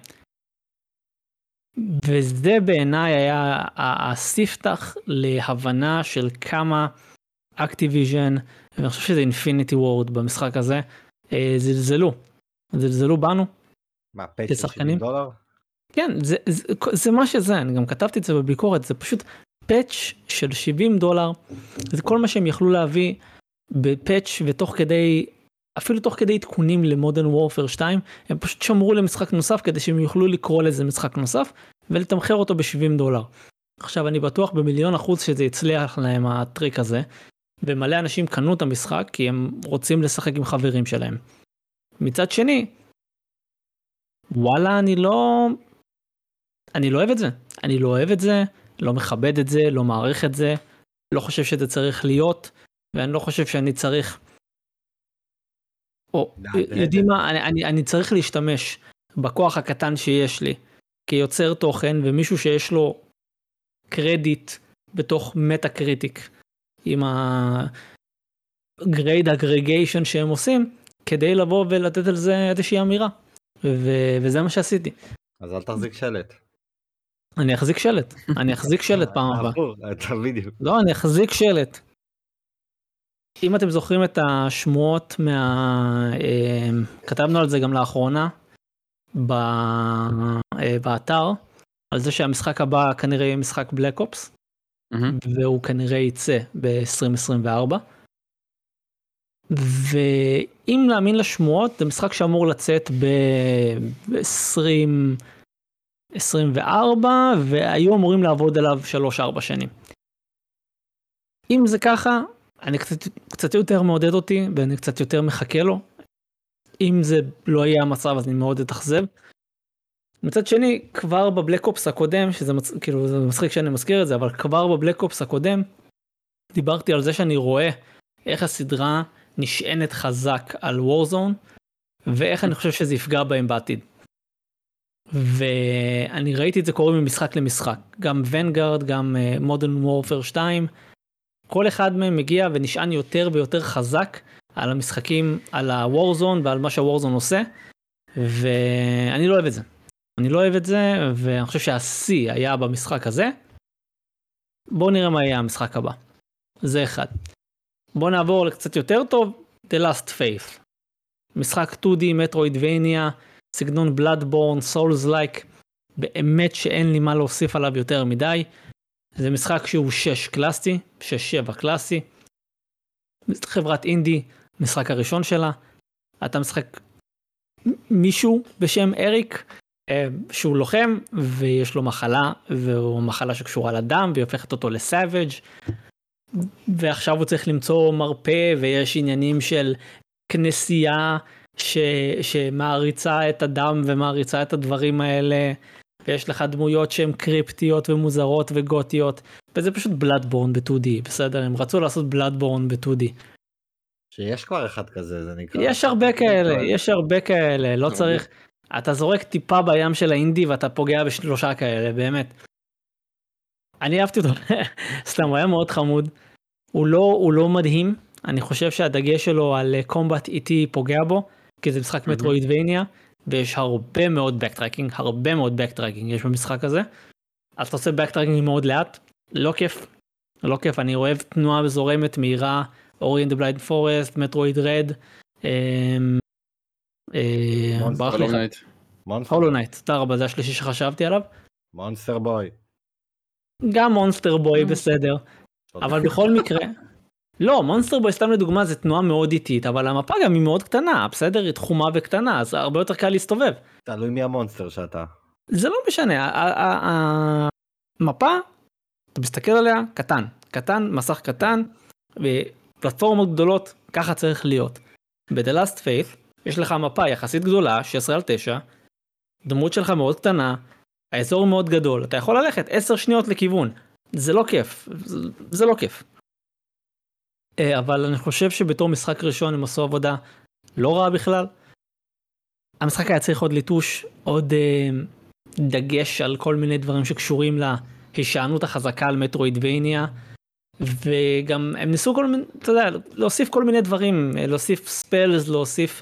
וזה בעיניי היה הספתח להבנה של כמה Activision, ואני חושב שזה Infinity Ward במשחק הזה, זלזלו. זלזלו בנו. מה, פאץ' של שבעים דולר? כן, זה, זה, זה מה שזה, אני גם כתבתי את זה בביקורת, זה פשוט פאץ' של שבעים דולר, זה כל מה שהם יכלו להביא בפאץ' ותוך כדי... אפילו תוך כדי עדכונים למודרן וורפר שתיים, הם פשוט שמרו למשחק נוסף כדי שהם יוכלו לקרוא לזה משחק נוסף, ולתמחר אותו ב-שבעים דולר. עכשיו אני בטוח במיליון אחוז שזה יצליח להם הטריק הזה, ומלא אנשים קנו את המשחק כי הם רוצים לשחק עם חברים שלהם. מצד שני, וואלה אני לא... אני לא אוהב את זה. אני לא אוהב את זה, לא מכבד את זה, לא מעריך את זה, לא חושב שזה צריך להיות, ואני לא חושב שאני צריך... או, יודעים מה, אני, אני, אני צריך להשתמש בכוח הקטן שיש לי כיוצר תוכן ומישהו שיש לו קרדיט בתוך מטה קריטיק עם ה-grade aggregation שהם עושים כדי לבוא ולתת על זה איזושהי אמירה. ו- וזה מה שעשיתי. אז אל תחזיק שלט. אני אחזיק שלט, אני אחזיק שלט פעם הבאה. הפוך, אתה בדיוק. לא, אני אחזיק שלט. אם אתם זוכרים את השמועות מה... אה, כתבנו על זה גם לאחרונה, ב... אה, באתר, על זה שהמשחק הבא כנראה יהיה משחק בלק אופס, מהמם. והוא כנראה יצא ב-עשרים עשרים וארבע. ואם להאמין לשמועות, זה משחק שאמור לצאת ב-עשרים עשרים וארבע, והיו אמורים לעבוד עליו שלוש ארבע שנים. אם זה ככה, אני קצת, קצת יותר מעודד אותי, ואני קצת יותר מחכה לו. אם זה לא יהיה המצב, אז אני מאוד אתאכזב. מצד שני, כבר בבלק אופס הקודם, שזה מצ... כאילו, זה מצחיק שאני מזכיר את זה, אבל כבר בבלק אופס הקודם, דיברתי על זה שאני רואה איך הסדרה נשענת חזק על וורזון, ואיך אני חושב שזה יפגע בהם בעתיד. ואני ראיתי את זה קורה ממשחק למשחק. גם ונגארד, גם מודרן וורפר שתיים, כל אחד מהם מגיע ונשען יותר ויותר חזק על המשחקים, על הוורזון ועל מה שהוורזון עושה, ואני לא אוהב את זה. אני לא אוהב את זה, ואני חושב שהשיא היה במשחק הזה. בואו נראה מה יהיה המשחק הבא. זה אחד. בואו נעבור לקצת יותר טוב, The Last Faith. משחק טו די, מטרואידבניה, סגנון בלאדבורן, סולס-לייק, באמת שאין לי מה להוסיף עליו יותר מדי. זה משחק שהוא שש קלאסי, שש שבע קלאסי. חברת אינדי, משחק הראשון שלה. אתה משחק מישהו בשם אריק, שהוא לוחם, ויש לו מחלה, והוא מחלה שקשורה לדם, והיא הופכת אותו לסאביג', ועכשיו הוא צריך למצוא מרפא, ויש עניינים של כנסייה, ש... שמעריצה את הדם, ומעריצה את הדברים האלה, ויש לך דמויות שהן קריפטיות, ומוזרות, וגותיות, וזה פשוט בלאדבורן ב-טו די, בסדר? הם רצו לעשות בלאדבורן ב-טו די. שיש כבר אחד כזה, זה נקרא. יש הרבה כאלה, יש הרבה כאלה, לא צריך, אתה זורק טיפה בים של האינדי ואתה פוגע בשלושה כאלה, באמת. אני אהבתי אותו, סתם, הוא היה מאוד חמוד, הוא לא, הוא לא מדהים, אני חושב שהדגש שלו על קומבט איטי פוגע בו, כי זה משחק מטרואידבניה, ויש הרבה מאוד בקטרקינג, הרבה מאוד בקטרקינג יש במשחק הזה, אז אתה עושה בקטרקינג מאוד לאט, לא כיף, לא כיף, אני אוהב תנועה זורמת מהירה, אורי אנד בלייד פורסט, מטרואיד רד, הולו נייט, תודה רבה, זה השלישי שחשבתי עליו. מונסטר בוי. גם מונסטר בוי בסדר, אבל בכל מקרה, לא, מונסטר בוי סתם לדוגמה זה תנועה מאוד איטית, אבל המפה גם היא מאוד קטנה, בסדר, היא תחומה וקטנה, אז הרבה יותר קל להסתובב. תלוי מי המונסטר שאתה. זה לא משנה, המפה, אתה מסתכל עליה, קטן, קטן, מסך קטן, ופלטפורמות גדולות, ככה צריך להיות. ב-The Last Faith, יש לך מפה יחסית גדולה, שש עשרה על תשע, דמות שלך מאוד קטנה, האזור מאוד גדול, אתה יכול ללכת עשר שניות לכיוון, זה לא כיף, זה, זה לא כיף. אבל אני חושב שבתור משחק ראשון הם עשו עבודה לא רעה בכלל. המשחק היה צריך עוד ליטוש, עוד אה, דגש על כל מיני דברים שקשורים להישענות החזקה על מטרואידבניה, וגם הם ניסו כל מיני, אתה יודע, להוסיף כל מיני דברים, להוסיף ספלס, להוסיף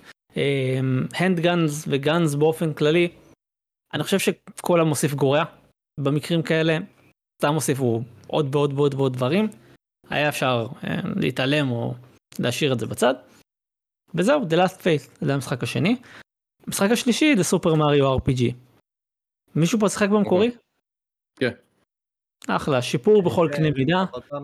הנדגאנס וגאנס באופן כללי. אני חושב שכל המוסיף גורע, במקרים כאלה, סתם הוסיפו עוד ועוד ועוד ועוד דברים, היה אפשר אה, להתעלם או להשאיר את זה בצד, וזהו, The Last Faith, זה המשחק השני. המשחק השלישי זה סופר מריו אר פי ג'י. מישהו פה שחק במקורי? כן. אחלה, שיפור בכל קנה מידה.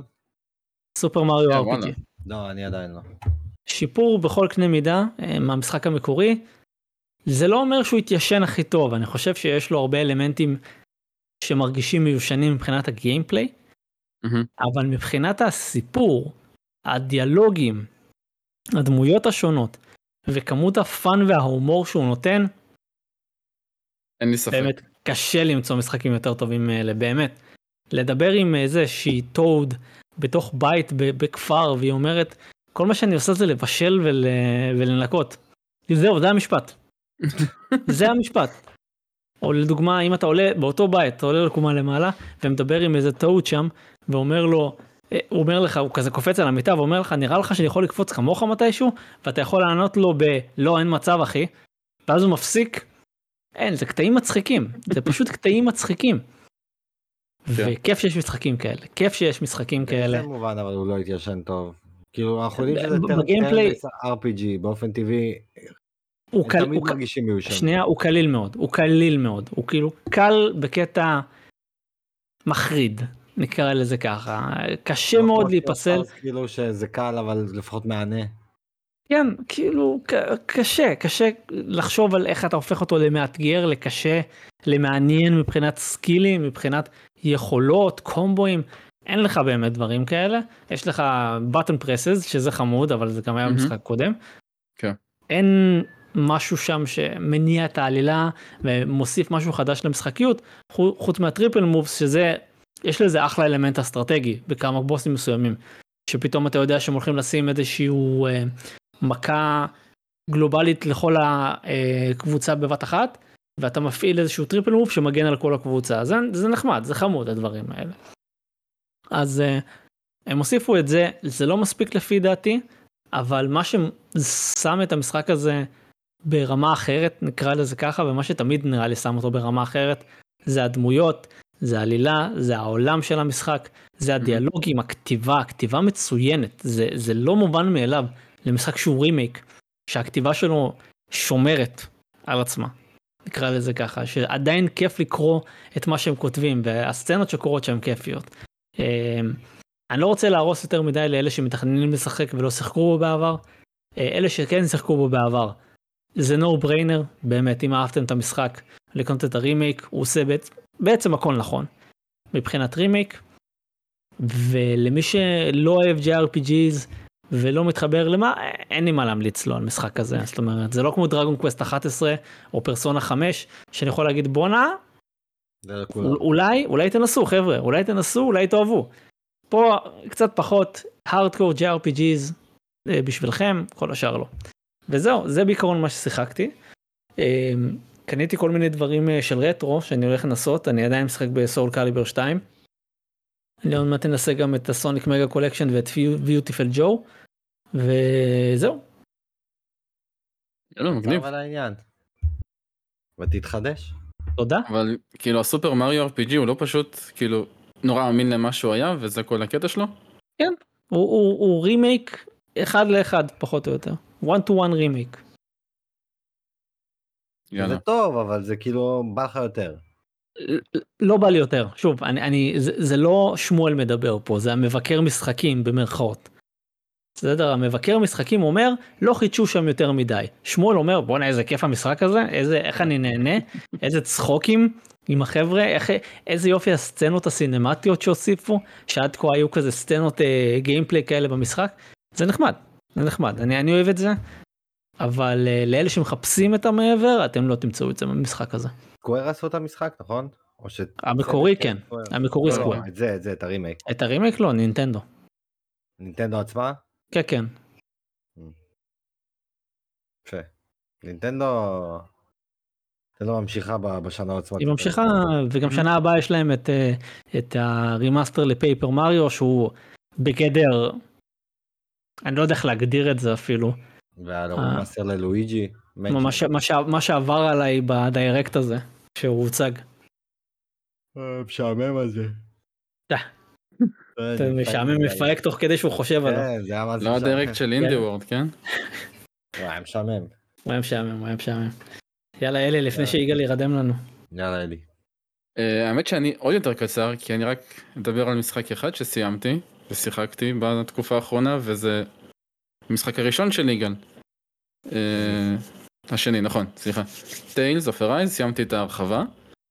סופר מריו אר פי ג'י. לא, אני עדיין לא. שיפור בכל קנה מידה מהמשחק המקורי. זה לא אומר שהוא יתיישן הכי טוב, אני חושב שיש לו הרבה אלמנטים שמרגישים מיושנים מבחינת הגיימפליי, אבל מבחינת הסיפור, הדיאלוגים, הדמויות השונות, וכמות הפאן וההומור שהוא נותן, אין לי ספק. באמת קשה למצוא משחקים יותר טובים מאלה, באמת. לדבר עם איזה שהיא טוד בתוך בית בכפר, והיא אומרת, כל מה שאני עושה זה לבשל ול, ולנקות. זהו, זה המשפט. זה המשפט. או לדוגמה, אם אתה עולה באותו בית, אתה עולה לקומה למעלה, ומדבר עם איזה טעות שם, ואומר לו, הוא אומר לך, הוא כזה קופץ על המיטה, ואומר לך, נראה לך שאני יכול לקפוץ כמוך מתישהו, ואתה יכול לענות לו ב, לא, אין מצב אחי, ואז הוא מפסיק, אין, זה קטעים מצחיקים, זה פשוט קטעים מצחיקים. וכיף שיש משחקים כאלה, כיף שיש משחקים כאלה. באיזה מובן אבל הוא לא התיישן טוב. כאילו אנחנו יודעים שזה בגיימפליי אר פי ג'י באופן טבעי, הוא הם קל, תמיד הוא, מרגישים מיושן. שנייה, הוא קליל מאוד, הוא קליל מאוד, הוא כאילו קל בקטע מחריד, נקרא לזה ככה, קשה לא מאוד כמו להיפסל. סטארס, כאילו שזה קל אבל לפחות מענה. כן, כאילו ק- קשה, קשה לחשוב על איך אתה הופך אותו למאתגר, לקשה, למעניין מבחינת סקילים, מבחינת יכולות, קומבואים, אין לך באמת דברים כאלה, יש לך button presses שזה חמוד, אבל זה גם היה מהמם. במשחק קודם. כן. אין משהו שם שמניע את העלילה ומוסיף משהו חדש למשחקיות, חו- חוץ מהטריפל מובס שזה, יש לזה אחלה אלמנט אסטרטגי בכמה בוסים מסוימים, שפתאום אתה יודע שהם הולכים לשים איזשהו אה, מכה גלובלית לכל הקבוצה בבת אחת, ואתה מפעיל איזשהו טריפל מוב שמגן על כל הקבוצה, זה, זה נחמד, זה חמוד הדברים האלה. אז אה, הם הוסיפו את זה, זה לא מספיק לפי דעתי, אבל מה ששם את המשחק הזה ברמה אחרת, נקרא לזה ככה, ומה שתמיד נראה לי שם אותו ברמה אחרת, זה הדמויות, זה העלילה, זה העולם של המשחק, זה הדיאלוגים, הכתיבה, הכתיבה מצוינת, זה, זה לא מובן מאליו למשחק שהוא רימייק, שהכתיבה שלו שומרת על עצמה, נקרא לזה ככה, שעדיין כיף לקרוא את מה שהם כותבים, והסצנות שקורות שהן כיפיות. אני לא רוצה להרוס יותר מדי לאלה שמתכננים לשחק ולא שיחקו בו בעבר, אלה שכן שיחקו בו בעבר, זה no brainer, באמת, אם אהבתם את המשחק, לקנות את הרימייק, הוא עושה בעצם, בעצם הכל נכון, מבחינת רימייק, ולמי שלא אוהב ג'יי אר פי ג'יז, ולא מתחבר למה, אין לי מה להמליץ לו על משחק כזה, זאת אומרת, זה לא כמו דרגון קווסט אחת עשרה, או פרסונה חמש, שאני יכול להגיד בונה, אולי, אולי תנסו חבר'ה, אולי תנסו, אולי תאהבו. פה קצת פחות הארדקור ג'יי אר פי ג'יז בשבילכם, כל השאר לא. וזהו, זה בעיקרון מה ששיחקתי. קניתי כל מיני דברים של רטרו שאני הולך לנסות, אני עדיין משחק בסול קליבר שתיים. אני עוד מעט אנסה גם את הסוניק מגה קולקשן ואת ביוטיפל ג'ו, וזהו. יאללה, מגניב. אבל העניין. ותתחדש. תודה. אבל כאילו הסופר מריו אר פי ג'י הוא לא פשוט כאילו נורא אמין למה שהוא היה וזה כל הקטע שלו? כן, הוא, הוא, הוא רימייק אחד לאחד פחות או יותר. one to one רימייק. יאללה. זה טוב אבל זה כאילו בא לך יותר. לא בא לי יותר, שוב, אני, אני, זה, זה לא שמואל מדבר פה, זה המבקר משחקים במרכאות. בסדר, המבקר משחקים אומר, לא חידשו שם יותר מדי. שמואל אומר, בוא'נה איזה כיף המשחק הזה, איזה, איך אני נהנה, איזה צחוקים עם החבר'ה, איך, איזה יופי הסצנות הסינמטיות שהוסיפו, שעד כה היו כזה סצנות אה, גיימפליי כאלה במשחק, זה נחמד, זה נחמד, אני, אני אוהב את זה, אבל אה, לאלה שמחפשים את המעבר, אתם לא תמצאו את זה במשחק הזה. סקוואר עשו את המשחק, נכון? או ש... המקורי כן, המקורי לא, סקוואר. לא, את זה, את זה, את הרימייק. את הרימייק לא, נינטנדו. נינטנדו עצמה? כן, כן. יפה. נינטנדו... זה לא ממשיכה בשנה עצמה. היא ממשיכה, וגם שנה הבאה יש להם את, את הרימאסטר לפייפר מריו, שהוא בגדר, אני לא יודע איך להגדיר את זה אפילו. והרימאסטר ללואיג'י. מה, מה, מה שעבר עליי בדיירקט הזה, שהוא הוצג. משעמם על זה. אתה משעמם מפהק תוך כדי שהוא חושב עליו. כן, זה היה מה זה לא הדירקט של אינדי וורד, כן? הוא היה משעמם. הוא היה משעמם, הוא היה משעמם. יאללה אלי, לפני שיגאל ירדם לנו. יאללה אלי. האמת שאני עוד יותר קצר, כי אני רק אדבר על משחק אחד שסיימתי, ושיחקתי בתקופה האחרונה, וזה המשחק הראשון של יגאל. השני, נכון, סליחה. Tales of Arise, סיימתי את ההרחבה.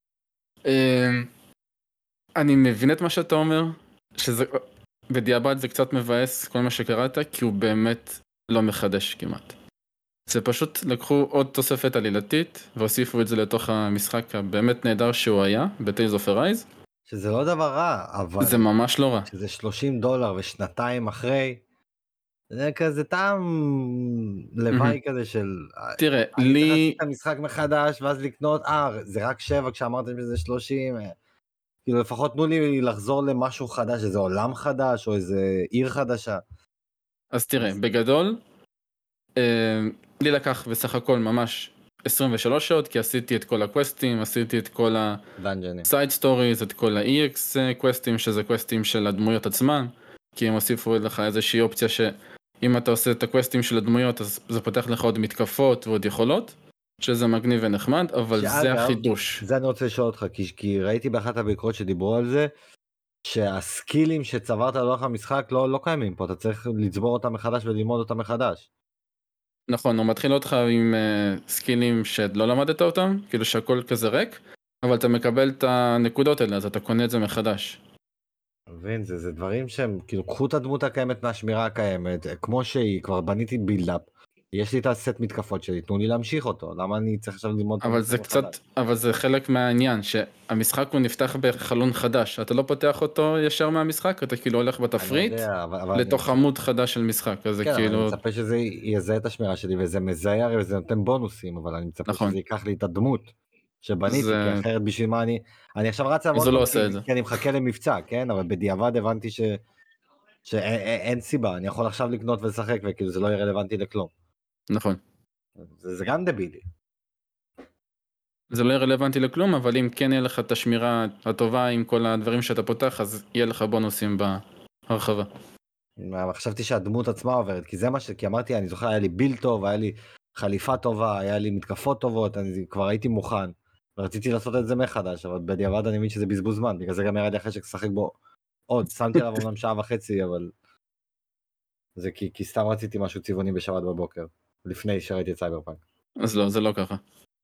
אני מבין את מה שאתה אומר, שזה בדיעבד זה קצת מבאס כל מה שקראת, כי הוא באמת לא מחדש כמעט. זה פשוט לקחו עוד תוספת עלילתית, והוסיפו את זה לתוך המשחק הבאמת נהדר שהוא היה, ב-Tales of Arise. שזה לא דבר רע, אבל... זה ממש לא רע. שזה שלושים דולר ושנתיים אחרי, זה כזה טעם לוואי כזה של... תראה, אני לי... צריך לעשות את המשחק מחדש, ואז לקנות, אה, זה רק שבע כשאמרתם שזה שלושים, כאילו לפחות תנו לי לחזור למשהו חדש, איזה עולם חדש, או איזה עיר חדשה. אז תראה, בגדול, אה, לי לקח בסך הכל ממש עשרים ושלוש שעות, כי עשיתי את כל הקווסטים, עשיתי את כל דאנג'נים. ה-side stories, את כל ה-אי אקס קווסטים, שזה קווסטים של הדמויות עצמן, כי הם הוסיפו לך איזושהי אופציה שאם אתה עושה את הקווסטים של הדמויות, אז זה פותח לך עוד מתקפות ועוד יכולות, שזה מגניב ונחמד, אבל שאגב, זה החידוש. זה אני רוצה לשאול אותך, כי, כי ראיתי באחת הביקורות שדיברו על זה, שהסקילים שצברת לאורך המשחק לא, לא קיימים פה, אתה צריך לצבור אותם מחדש וללמוד אותם מחדש. נכון, הוא מתחיל אותך עם uh, סקילים שלא למדת אותם, כאילו שהכל כזה ריק, אבל אתה מקבל את הנקודות האלה, אז אתה קונה את זה מחדש. מבין, זה, זה דברים שהם, כאילו, קחו את הדמות הקיימת מהשמירה הקיימת, כמו שהיא, כבר בניתי בילדאפ, יש לי את הסט מתקפות שלי, תנו לי להמשיך אותו, למה אני צריך עכשיו ללמוד את אבל המשחק זה קצת, מחדש? אבל זה חלק מהעניין, שהמשחק הוא נפתח בחלון חדש, אתה לא פותח אותו ישר מהמשחק, אתה כאילו הולך בתפריט, אני יודע, אבל, אבל לתוך אני... עמוד חדש של משחק, אז זה כן, כאילו... אבל אני מצפה שזה יזהה את השמירה שלי, וזה מזהה הרי וזה נותן בונוסים, אבל אני מצפה נכון. שזה ייקח לי את הדמות שבניתי, זה... כי אחרת בשביל מה אני... אני עכשיו רץ לעבוד, אז הוא לא כי, עושה את זה. כי אני מחכה למבצע, כן? אבל בדיעבד הבנתי ש... שאין אין סיבה, אני יכול עכשיו לקנות ולשחק, וכאילו זה לא יהיה רלוונטי לכלום. נכון. זה, זה גם דבילי. זה לא יהיה רלוונטי לכלום, אבל אם כן יהיה לך את השמירה הטובה עם כל הדברים שאתה פותח, אז יהיה לך בונוסים בהרחבה. חשבתי שהדמות עצמה עוברת, כי זה מה ש... כי אמרתי, אני זוכר, היה לי ביל טוב, היה לי חליפה טובה, היה לי מתקפות טובות, אני כבר הייתי מוכן, ורציתי לעשות את זה מחדש, אבל בדיעבד אני מבין שזה בזבוז זמן, בגלל זה גם ירד לי אחרי ששחק בו עוד, שמתי עליו אומנם שעה וחצי, אבל זה כי, כי סתם רציתי משהו צבעוני בשבת בבוקר, לפני שראיתי את סייברפאנק. אז לא, זה לא ככה.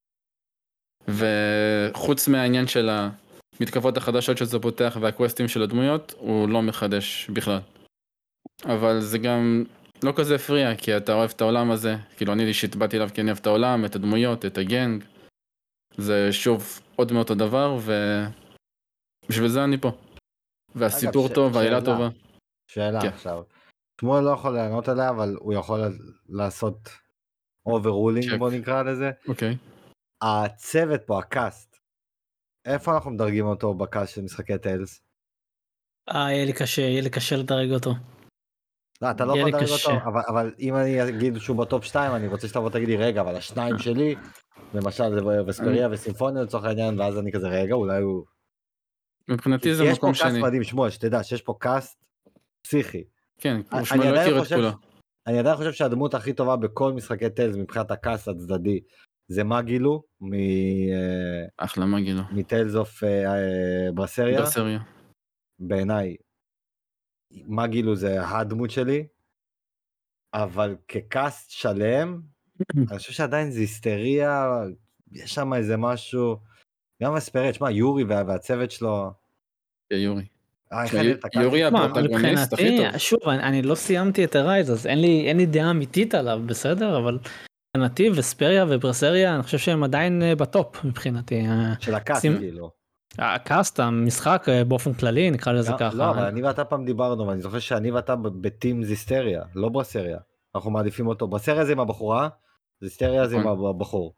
וחוץ מהעניין של המתקפות החדשות שזה פותח והקווסטים של הדמויות, הוא לא מחדש בכלל. אבל זה גם לא כזה הפריע, כי אתה אוהב את העולם הזה, כאילו אני אישית באתי אליו כי אני אוהב את העולם, את הדמויות, את הגנג. זה שוב עוד מאותו דבר, ובשביל זה אני פה. והסיפור אגב, ש... טוב, והעילה שאלה, טובה. שאלה כן. עכשיו, שמואל לא יכול לענות עליה, אבל הוא יכול לעשות אוברולינג, בוא נקרא לזה. אוקיי. הצוות פה, הקאסט, איפה אנחנו מדרגים אותו בקאסט של משחקי טיילס? אה, יהיה לי קשה, יהיה לי קשה לדרג אותו. לא, אתה לא יהיה יכול לי לדרג קשה. אותו, אבל, אבל אם אני אגיד שהוא בטופ שתיים, אני רוצה שתבוא תגידי, רגע, אבל השניים שלי, למשל וספריה וסימפוניה לצורך העניין, ואז אני כזה, רגע, אולי הוא... מבחינתי זה יש פה מקום קאסט שני. מדהים, שמואל, שתדע שיש פה קאסט פסיכי. כן, אני שמואל לא עדיין הכיר את חושב- כולו. אני עדיין חושב שהדמות הכי טובה בכל משחקי טיילס מבחינת הקאסט הצדדי, זה מגילו, מ... אה, אחלה, מה גילו? מטיילס אוף ברסריה. ברסריה. בעיניי, מגילו זה הדמות שלי, אבל כקאסט שלם, אני חושב שעדיין זה היסטריה, יש שם איזה משהו, גם אספרט, שמע, יורי וה- והצוות שלו, יורי. אה, איך תשמע, אני אוהב את הקאסט יורי שלו. מה, הפרוטגוניסט הכי מבחינתי, טוב. שוב, אני, אני לא סיימתי את הרייז, אז אין לי, אין לי דעה אמיתית עליו, בסדר, אבל מבחינתי וספריה וברסריה, אני חושב שהם עדיין אה, בטופ מבחינתי. אה, של הקאסט, שים- כאילו. הקאסט, המשחק אה, באופן כללי, נקרא לזה גם- ככה. לא, אבל אני ואתה פעם דיברנו, ואני זוכר שאני ואתה ב- בטים זיסטריה, לא ברסריה. אנחנו מעדיפים אותו. ברסריה זה עם הבחורה, זיסטריה זה עם נכון. הבחור.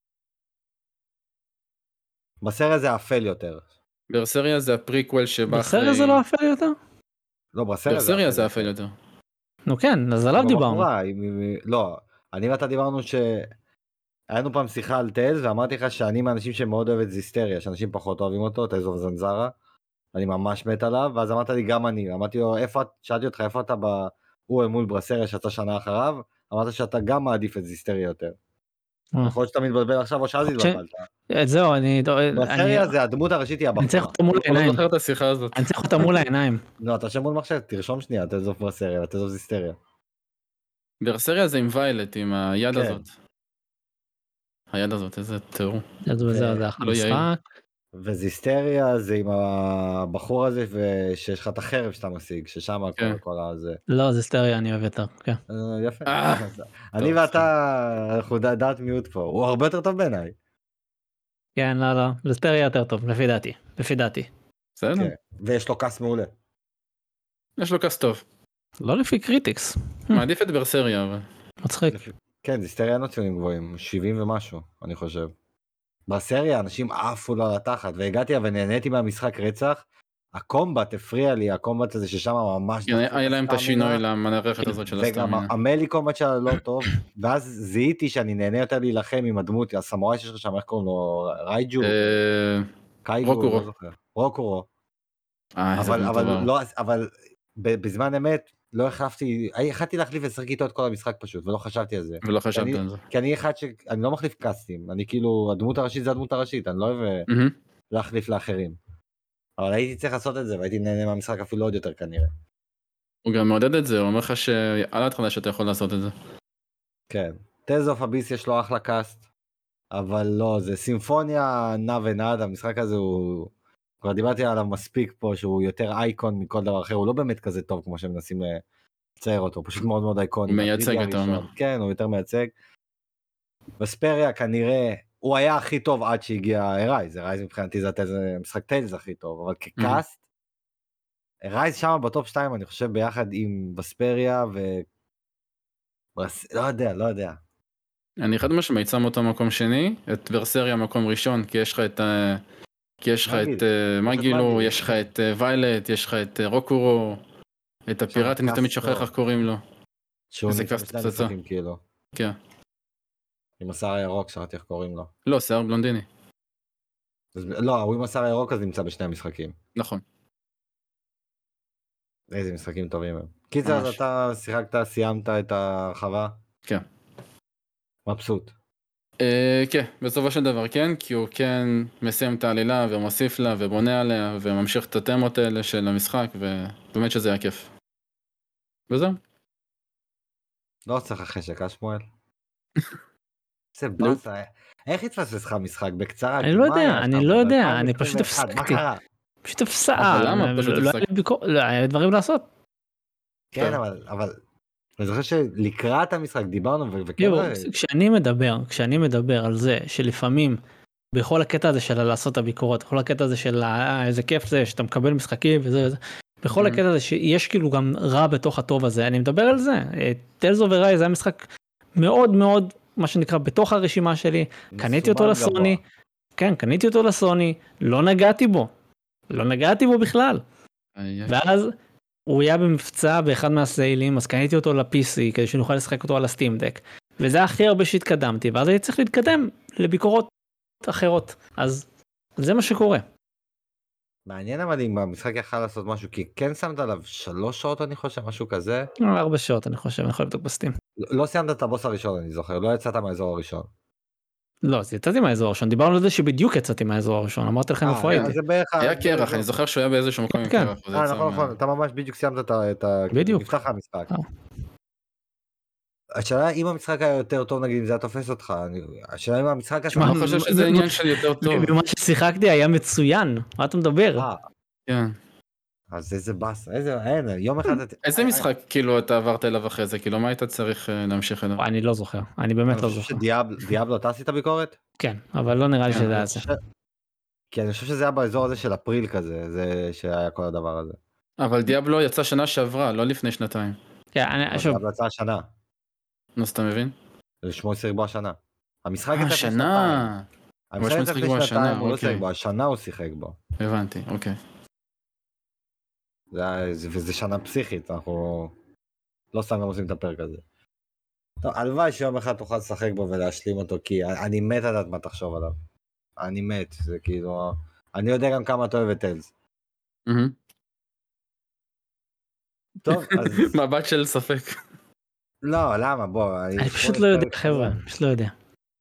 ברסריה זה אפל יותר. ברסריה זה הפריקוול שבא אחרי... ברסריה זה לא אפל יותר? לא, ברסריה ברסריה זה אפל יותר. נו כן, אז עליו עם דיברנו. הבחורה, עם- עם- לא, אני ואתה דיברנו ש... היינו פעם שיחה על טיילס, ואמרתי לך שאני מהאנשים שמאוד אוהב את זיסטריה, שאנשים פחות אוהבים אותו, טיילס אוף זנזרה, אני ממש מת עליו, ואז אמרת לי גם אני, אמרתי לו, איפה, שאלתי אותך איפה אתה ב... הוא מול ברסריה שיצא שנה אחריו, אמרת שאתה גם מעדיף את זיסטריה יותר. אה. יכול להיות שאתה מתבלבל עכשיו או שאז ש- התבלבלת. אה, זהו, אני... ברסריה אני- זה הדמות הראשית היא אני צריך הבחורה. אותו מול הוא לא העיניים. זוכר את השיחה הזאת. אני צריך אותו מול העיניים. לא, אתה שם מול מחשב, תרשום שנייה, טיילס אוף ברסריה וטיילס אוף זיסטריה. ברסריה זה עם ויילט, עם היד כן. הזאת. היד הזאת, איזה תיאור. אז ו- זה זה אחלה לא יעיל. משחק. וזיסטריה זה עם הבחור הזה, ושיש לך את החרב שאתה משיג, ששם כן. כל- כל הזה. לא, זה היסטריה, אני אוהב יותר. כן. אה, יפה. אה, אני טוב, ואתה, אנחנו ד- דעת מיעוט פה, הוא הרבה יותר טוב בעיניי. כן, לא, לא. זה היסטריה יותר טוב, לפי דעתי. לפי דעתי. בסדר. כן. ויש לו כס מעולה. יש לו כס טוב. לא לפי קריטיקס. מעדיף את ברסריה, אבל... מצחיק. כן, זה היסטריה אין לו ציונים גבוהים, שבעים ומשהו, אני חושב. בסריה אנשים עפו לו על התחת, והגעתי ונהניתי מהמשחק רצח, הקומבט הפריע לי, הקומבט הזה ששם ממש... היה להם את השינוי למערכת הזאת של הסטמינה. וגם המלי קומבט שלה לא טוב, ואז זיהיתי שאני נהנה יותר להילחם עם הדמות, הסמוראי שיש לך שם, איך קוראים לו? רייג'ו? קייגו, לא זוכר. רוקורו. אבל בזמן אמת לא החלפתי, יכלתי להחליף לשחק איתו את כל המשחק פשוט, ולא חשבתי על זה. ולא חשבתי על זה. כי אני אחד ש... אני לא מחליף קאסטים, אני כאילו, הדמות הראשית זה הדמות הראשית, אני לא אוהב להחליף לאחרים. אבל הייתי צריך לעשות את זה, והייתי נהנה מהמשחק אפילו עוד יותר כנראה. הוא גם מעודד את זה, הוא אומר לך שעל ההתחלה שאתה יכול לעשות את זה. כן. Tales of Abyss יש לו אחלה קאסט, אבל לא, זה סימפוניה נע ונד, המשחק הזה הוא... כבר דיברתי עליו מספיק פה, שהוא יותר אייקון מכל דבר אחר, הוא לא באמת כזה טוב כמו שהם מנסים לצייר אותו, הוא פשוט מאוד מאוד אייקוני. הוא מייצג, אתה אומר. כן, הוא יותר מייצג. בספריה כנראה, הוא היה הכי טוב עד שהגיע ארייז, ארייז מבחינתי זה משחק טיילס הכי טוב, אבל כקאסט, ארייז שם בטופ שתיים אני חושב ביחד עם בספריה ו... לא יודע, לא יודע. אני אחד משמעית שם אותו מקום שני, את ורסריה מקום ראשון, כי יש לך את... כי יש לך את מגילו, יש לך את ויילט, יש לך את רוקורו, את הפיראט, אני תמיד שוכח איך קוראים לו. איזה קאסט פצצה. כן. עם השיער הירוק, שרתי איך קוראים לו. לא, שיער בלונדיני. לא, הוא עם השיער הירוק אז נמצא בשני המשחקים. נכון. איזה משחקים טובים הם. קיצר, אז אתה שיחקת, סיימת את הרחבה? כן. מבסוט. כן, בסופו של דבר כן, כי הוא כן מסיים את העלילה ומוסיף לה ובונה עליה וממשיך את התמות האלה של המשחק, ובאמת שזה היה כיף. וזהו. לא צריך חשק, אה שמואל? זה באסה, איך התפסס לך משחק בקצרה? אני לא יודע, אני לא יודע, אני פשוט הפסקתי. פשוט הפסעה. אבל למה פשוט הפסקתי? לא, היה דברים לעשות. כן, אבל... אני זוכר שלקראת המשחק דיברנו וכן... כשאני מדבר, כשאני מדבר על זה שלפעמים בכל הקטע הזה של לעשות את הביקורות, בכל הקטע הזה של איזה כיף זה שאתה מקבל משחקים וזה וזה, בכל הקטע הזה שיש כאילו גם רע בתוך הטוב הזה, אני מדבר על זה. Tales of Arise זה היה משחק מאוד מאוד, מה שנקרא, בתוך הרשימה שלי, קניתי אותו לסוני, כן, קניתי אותו לסוני, לא נגעתי בו, לא נגעתי בו בכלל. ואז הוא היה במבצע באחד מהסיילים, אז קניתי אותו ל-פי סי כדי שנוכל לשחק אותו על הסטים דק, וזה הכי הרבה שהתקדמתי, ואז אני צריך להתקדם לביקורות אחרות, אז זה מה שקורה. מעניין אבל אם המשחק יכל לעשות משהו, כי כן שמת עליו שלוש שעות אני חושב, משהו כזה? ארבע שעות אני חושב, אני יכול לבדוק בסטים. לא, לא סיימת את הבוס הראשון אני זוכר, לא יצאת מהאזור הראשון. לא, אז יצאתי מהאזור הראשון, דיברנו על זה שבדיוק יצאתי מהאזור הראשון, אמרתי לכם איפה הייתי. היה קרח, אני זוכר שהוא היה באיזשהו מקום עם קרח. נכון, נכון, אתה ממש בדיוק סיימת את ה... בדיוק. נפתח המשחק. השאלה אם המשחק היה יותר טוב, נגיד אם זה היה תופס אותך, השאלה אם המשחק... אני חושב שזה עניין של יותר טוב. מה ששיחקתי היה מצוין, מה אתה מדבר? כן. אז איזה באס, איזה, אין, יום אחד... איזה משחק כאילו אתה עברת אליו אחרי זה, כאילו מה היית צריך להמשיך אליו? אני לא זוכר, אני באמת לא זוכר. דיאבלו, אתה עשית ביקורת? כן, אבל לא נראה לי שזה היה זה. כי אני חושב שזה היה באזור הזה של אפריל כזה, זה שהיה כל הדבר הזה. אבל דיאבלו יצא שנה שעברה, לא לפני שנתיים. כן, אני... דיאבלו יצא השנה. נו, אתה מבין? לשמו שיחק בו השנה. המשחק יצא לפני שנתיים. המשחק יצא לפני שנתיים, הוא לא שיחק בו, השנה הוא שיחק בו. הבנתי, אוקיי. וזה שנה פסיכית, אנחנו לא סתם גם עושים את הפרק הזה. טוב, הלוואי שיום אחד תוכל לשחק בו ולהשלים אותו, כי אני מת לדעת מה תחשוב עליו. אני מת, זה כאילו... אני יודע גם כמה אתה אוהב את טיילס. טוב, אז... מבט של ספק. לא, למה? בוא... אני פשוט לא יודע, חבר'ה, פשוט לא יודע.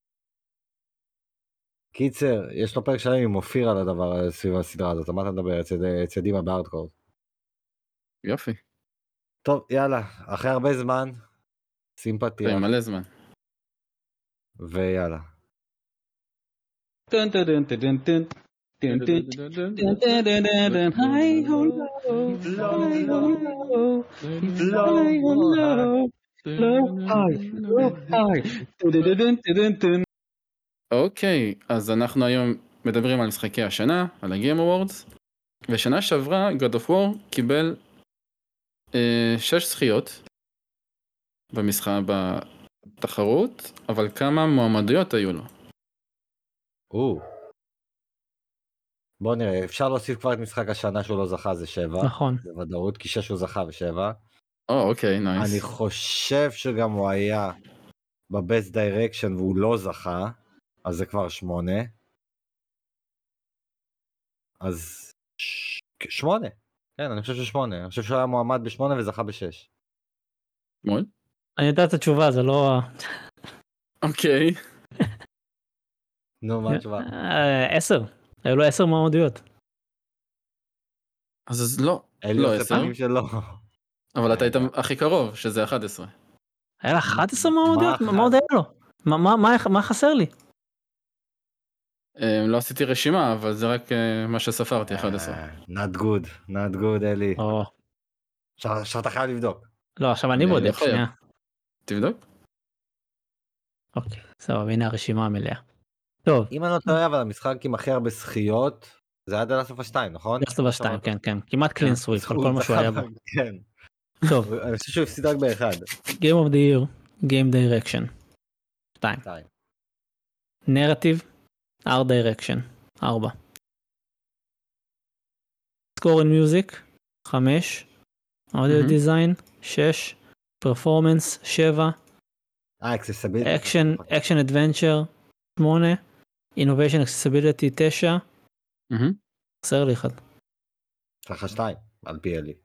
קיצר, יש לו פרק שלם עם אופיר על הדבר סביב הסדרה הזאת, מה אתה מדבר? אצל דימה בארדקורד. יופי. טוב, יאללה, אחרי הרבה זמן, סימפתיה. מלא זמן. ויאללה. טן טן טן טן טן טן טן טן טן היי הולו היי הולו היי הולו לא היי לא היי טן טן טן. אוקיי, אז אנחנו היום מדברים על משחקי השנה, על ה-Game Awards, ושנה שעברה God of War קיבל אה, שש זכיות במשחק, בתחרות, אבל כמה מועמדויות היו לו? או. בוא נראה, אפשר להוסיף כבר את משחק השנה שהוא לא זכה, זה שבע. נכון. בוודאות, כי שש הוא זכה ושבע. או, אוקיי, אני נייס. חושב שגם הוא היה בבסט דיירקשן והוא לא זכה, אז זה כבר שמונה. אז ש... שמונה. כן, אני חושב ששמונה. אני חושב שהוא היה מועמד בשמונה וזכה בשש. מאוד. אני יודע את התשובה, זה לא... אוקיי. נו, מה התשובה? אה, עשר. היו לו עשר מועמדויות. אז אז לא. אלי לא עושה עשר, פנים שלא. אבל אתה היית רגע. הכי קרוב, שזה אחת עשרה. היה לה אחת עשרה מה מועמדויות? אחת? מה עוד היה לו? מה- מה- מה- מה חסר לי? אה, לא עשיתי רשימה, אבל זה רק אה, מה שספרתי, אחת עשרה. אה, not good, not good, אלי. או, עכשיו עכשיו אתה חייב לבדוק. לא, עכשיו אני אני לא בודק, חייב. שנייה. תבדוק. אוקיי, סבבה, הנה הרשימה המלאה. טוב, אם אני לא טועה, אבל המשחק עם הכי הרבה זכיות, זה היה דלס אוף שתיים, נכון? דסט אוף שתיים, כן, כן, כמעט קלין סוויפ על הוא כל מה שהוא זכה היה בו. ב- כן. טוב, אני חושב שהוא הפסיד רק באחד. Game of the Year, Game Direction, שתיים. שתיים. Narrative, Art Direction, ארבע. Score and Music, חמש. Audio Mhm. Design, שש. Performance, שבע. אה, אקססיביליטי. Action, Action Adventure, שמונה. Innovation Accessibility, תשע. מהמם. חסר לי אחד. יש לך שתיים, על פי אלי.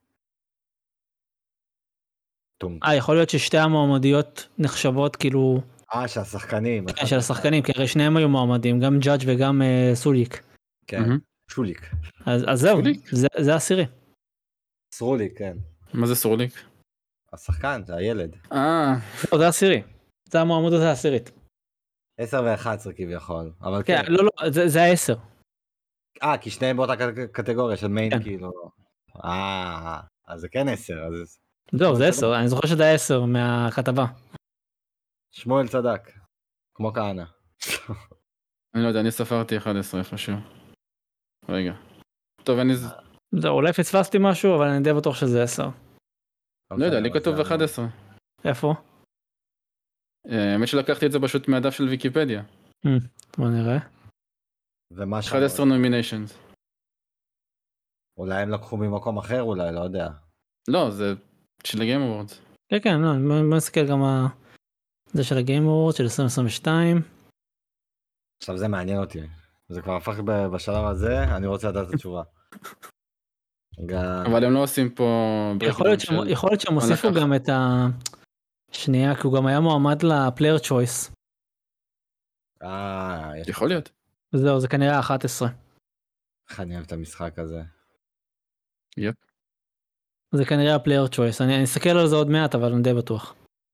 טום. אה, יכול להיות ששתי המועמדיות נחשבות כאילו, אה, שהשחקנים. כן, של השחקנים, כי הרי שניהם היו מועמדים, גם ג'אדג' וגם אה, סוליק. כן, מהמם. שוליק. אז אז זהו, סוליק? זה- זה עשירי. סרוליק, כן. מה זה סורליק? השחקן, זה הילד. אה, לא, זה עשירי. זה המועמדות העשירית. עשר ואחת עשרה כביכול, אבל כן, כן. לא, לא, זה- זה העשר. אה, כי שניהם באותה קט- קטגוריה של מיין כן. כאילו. אה, אז זה כן עשר, אז זהו, זה שמואל עשר, אני זוכר שזה עשר מהכתבה. שמואל צדק. כמו כהנא. אני לא יודע, אני ספרתי אחת עשרה איפשהו. רגע. טוב, אני... זהו, אולי פספסתי משהו, אבל אני די בטוח שזה עשר. לא יודע, לי כתוב אחת עשרה. איפה? אה, האמת שלקחתי את זה פשוט מהדף של ויקיפדיה. בוא נראה. ומה שם? אחת עשרה נומיניישנס. אולי הם לקחו ממקום אחר, אולי, לא יודע. לא, זה של הגיים אוורדס. כן, כן, לא, בוא נסתכל גם על זה של הגיים אוורדס של עשרים עשרים ושתיים. עכשיו זה מעניין אותי. זה כבר הפך ב- בשלב הזה, אני רוצה לדעת את התשובה. גם... אבל הם לא עושים פה... יכול להיות breakdown שהם- של- יכול להיות שהם מה הוסיפו לקח. גם את ה... שנייה, כי הוא גם היה מועמד לפלייר צ'ויס. אה, יש... יכול להיות. וזהו, זה כנראה אחת עשרה. איך אני אוהב את המשחק הזה. יפ. זה כנראה הפלייר צ'ויס. אני אני אסתכל על זה עוד מעט, אבל אני די בטוח.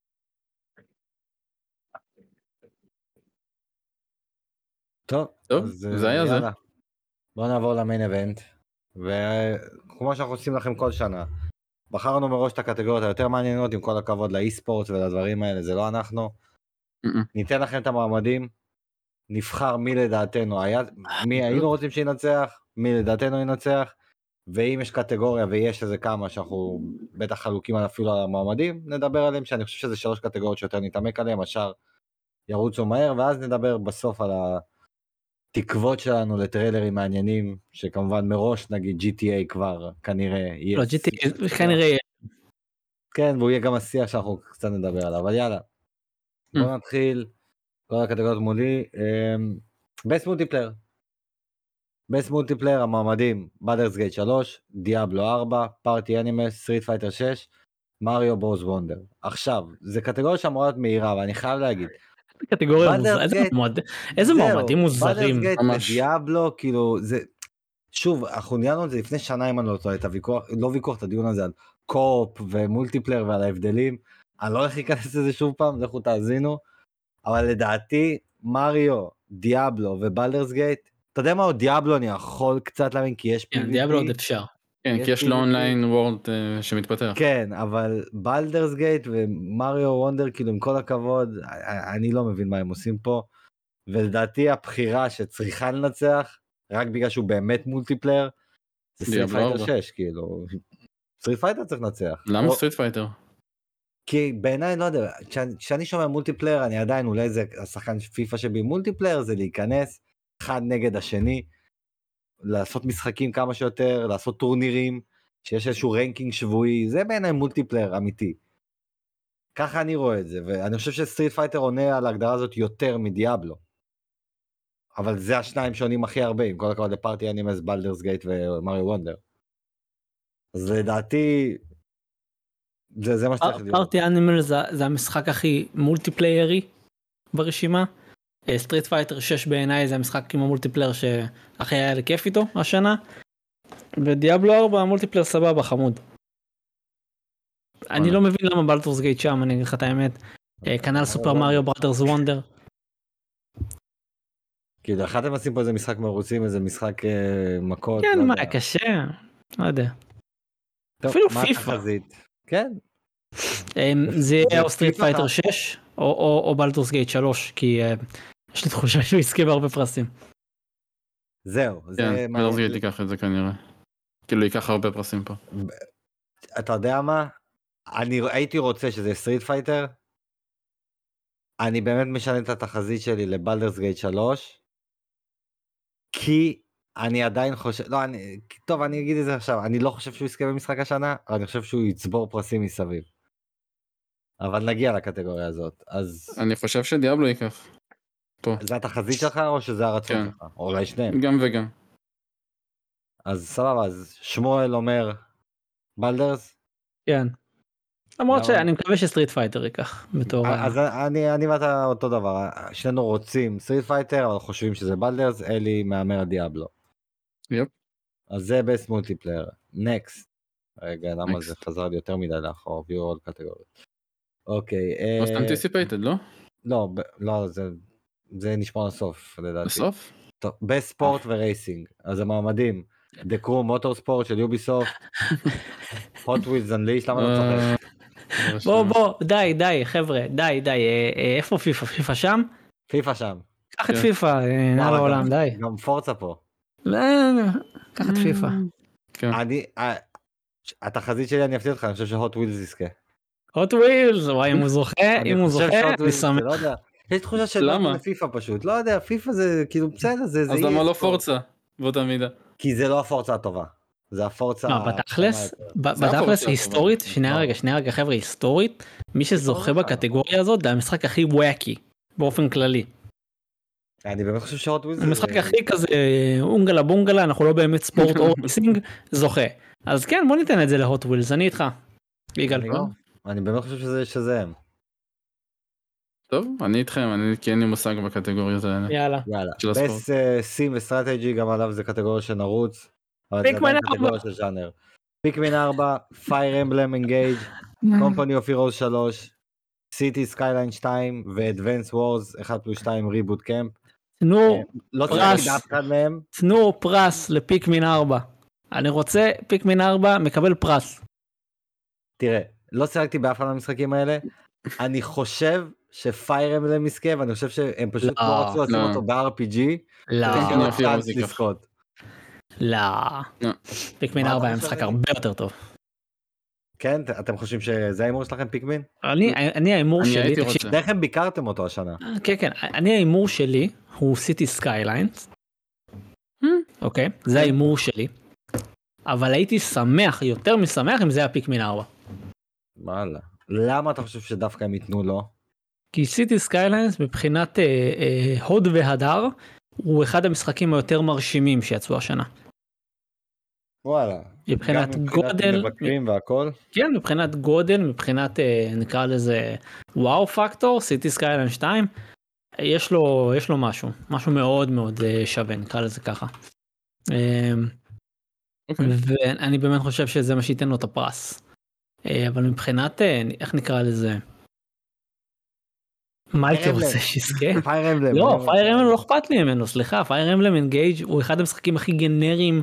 טוב, טוב, אז, זה היה זה. יאללה. בואו נעבור למיין אבנט. וכמו שאנחנו עושים לכם כל שנה, בחרנו מראש את הקטגוריות היותר מעניינות, עם כל הכבוד לאי ספורט ולדברים האלה, זה לא אנחנו. Mm-mm. ניתן לכם את המועמדים, נבחר מי לדעתנו היה, מי היינו רוצים שינצח, מי לדעתנו ינצח, ואם יש קטגוריה ויש איזה כמה שאנחנו בטח חלוקים אפילו על המועמדים, נדבר עליהם, שאני חושב שזה שלוש קטגוריות שיותר נתעמק עליהם, השאר ירוצו מהר, ואז נדבר בסוף על התקוות שלנו לטריילרים מעניינים, שכמובן מראש נגיד ג'י טי איי כבר כנראה יהיה... לא, ג'י טי איי כנראה יהיה. כן, והוא יהיה גם השיח שאנחנו קצת נדבר עליו, אבל יאללה. בואו נתחיל, כל הקטגוריות מולי, בסט מולטיפלייר. בסט מולטיפלייר, המועמדים, בלדרס גייט שלוש, דיאבלו ארבע, פארטי אנימלס, סטריט פייטר שש, מריו ברוס וונדר. עכשיו, זה קטגוריה שאמורה להיות מהירה, ואני חייב להגיד, קטגוריה Baldur's מוזרה, איזה Gate- מועמד- איזה זהו, מועמדים מוזרים. בלדרס גייט ממש. ודיאבלו, כאילו, זה... שוב, אנחנו ניהלנו את זה לפני שנה אם אני לא טועה, את הוויכוח, לא ויכוח, את הדיון הזה על קופ ומולטיפלייר ועל ההבדלים. אני לא הולך להיכנס לזה שוב פעם, לכו תאזינו, אבל לדעתי, מריו, דיאבלו ובלדרס גייט, אתה יודע מה, עוד דיאבלו אני יכול קצת להבין, כי יש פי וי כן, פי. דיאבלו עוד אפשר. כן, יש כי יש פי וי לו פי. אונליין וורד אה, שמתפתח. כן, אבל בלדרס גייט ומריו וונדר, כאילו עם כל הכבוד, אני לא מבין מה הם עושים פה, ולדעתי הבחירה שצריכה לנצח, רק בגלל שהוא באמת מולטיפלייר, זה סטריט דיאבלו פייטר ארבע. שש, כאילו, סטריט פייטר צריך לנצח. למה או- סטריט פייטר? כי בעיניי, לא יודע, כשאני- כשאני שומע מולטיפלייר, אני עדיין, אולי זה השחקן פיפה שבי מולטיפלייר, זה להיכנס אחד נגד השני, לעשות משחקים כמה שיותר, לעשות טורנירים, שיש איזשהו רנקינג שבועי, זה בעיניי מולטיפלייר אמיתי. ככה אני רואה את זה, ואני חושב שסטריט פייטר עונה על ההגדרה הזאת יותר מדיאבלו. אבל זה השניים שעונים הכי הרבה, עם כל הכבוד לפארטי אנימלס, בלדרס גייט ומריו וונדר. אז לדעתי, זה, זה מה שצריך להיות. פארטי אנימלס זה, זה המשחק הכי מולטיפליירי ברשימה. סטריט פייטר שש בעיניי זה המשחק עם המולטיפלייר שהכי היה לי כיף איתו השנה. ודיאבלו ארבע המולטיפלייר סבבה חמוד. אני לא מבין למה בלדרס גייט שם, אני אגיד לך את האמת. כנ"ל סופר מריו בראדרס וונדר. כאילו, אחת הם עושים פה איזה משחק מרוצים, איזה משחק מכות. כן, מה, קשה? לא יודע. אפילו פיפה. כן. זה יהיה או סטריט פייטר שש, או בלדרס גייט שלוש, כי יש לי תחושה שהוא יזכה בהרבה פרסים. זהו. כן, בלדרס גייט ייקח את זה כנראה. כאילו, ייקח הרבה פרסים פה. אתה יודע מה? אני הייתי רוצה שזה סטריט פייטר. אני באמת משנה את התחזית שלי לבלדרס גייט שלוש. כי אני עדיין חושב, לא, אני, טוב, אני אגיד את זה עכשיו, אני לא חושב שהוא יזכה במשחק השנה, אבל אני חושב שהוא יצבור פרסים מסביב. אבל נגיע לקטגוריה הזאת, אז... אני חושב שדיאבלו ייקח. פה. זה התחזית שלך או שזה הרצון כן. שלך? או אולי שניהם. גם וגם. אז סבבה, אז שמואל אומר בלדרס? כן. למרות שאני מקווה שסטריט פייטר ייקח בתור... אז אני, אני ואתה אותו דבר, שנינו רוצים סטריט פייטר, אבל חושבים שזה בלדרס, אלי מהמר דיאבלו. יפ. אז זה בסט מולטיפלייר. נקסט. רגע, למה זה חזר לי יותר מדי לאחור, view all categories. אוקיי. Most anticipated, לא? לא, לא, זה, זה נשמע לסוף, לדעתי. לסוף? טוב, בספורט ורייסינג. אז המעמדים, The Crew Motorsport של יוביסופט, Hot Wheels Unleashed, למה לא צוחק? בוא בוא, די, די, חבר'ה, די, די, איפה פיפה? פיפה שם? פיפה שם. קח את פיפה, נעל העולם, די. גם פורצה פה. לא, קח את פיפה. אני, התחזית שלי, אני אפתיע אותך, אני חושב שהוט ווילס יזכה. הוט ווילס, וואי, אם הוא זוכה, אם הוא זוכה, אני שמח. יש תחושה שלא לפיפה פשוט, לא יודע, פיפה זה כאילו בסדר, זה... אז למה לא פורצה? באותה מידה. כי זה לא הפורצה הטובה. זה הפורצה... מה, בתכלס? בתכלס היסטורית, שנייה רגע, שנייה רגע חבר'ה, היסטורית, מי שזוכה בקטגוריה הזאת, זה המשחק הכי וואקי, באופן כללי. אני באמת חושב שהוט ווילס... המשחק הכי כזה, אונגלה בונגלה, אנחנו לא באמת ספורט או ריסינג, זוכה. אז כן, בוא ניתן את זה להוט ווילס, אני איתך. יגאל. אני באמת חושב שזה הם. טוב, אני איתכם, אני כי אין לי מושג בקטגוריות האלה. יאללה. יאללה. בס סים וסטרטג'י, גם עליו זה קטגוריה שנרוץ. פיקמן ארבע. פיקמן ארבע, פייר אמבלם אנגייג', קומפני אוף הירוס שלוש, סיטי סקייליין שתיים ואדוונס וורס אחת פלוס שתיים ריבוט קמפ. תנו פרס, תנו פרס לפיקמן ארבע. אני רוצה פיקמן ארבע מקבל פרס. תראה, לא שיחקתי באף אחד מהמשחקים האלה, אני חושב שפייר אמבלם יזכה, ואני חושב שהם פשוט לא רצו לשים אותו ב-אר פי ג'י, לא, לא, פיקמן ארבע היה משחק הרבה יותר טוב. כן, אתם חושבים שזה ההימור שלכם פיקמן? אני ההימור שלי, איך הם ביקרתם אותו השנה? כן כן, אני ההימור שלי הוא סיטי סקייליינס, אוקיי, זה ההימור שלי, אבל הייתי שמח, יותר משמח אם זה היה פיקמן ארבע. וואלה, למה אתה חושב שדווקא הם ייתנו לו? כי סיטי סקייליינס מבחינת אה, אה, הוד והדר הוא אחד המשחקים היותר מרשימים שיצאו השנה. וואלה. מבחינת גם גודל. מבקרים והכל? כן, מבחינת גודל, מבחינת אה, נקרא לזה וואו פקטור, סיטי סקייליינס שתיים, יש לו, יש לו משהו, משהו מאוד מאוד אה, שווה, נקרא לזה ככה. אה, okay. ואני באמת חושב שזה מה שייתן לו את הפרס. אה, אבל מבחינת, אה, איך נקרא לזה? מה הייתי רוצה שיזכה? פייר אמבלם. לא, פייר אמבלם לא אכפת לי ממנו, סליחה, פייר אמבלם אנגייג' הוא אחד המשחקים הכי גנריים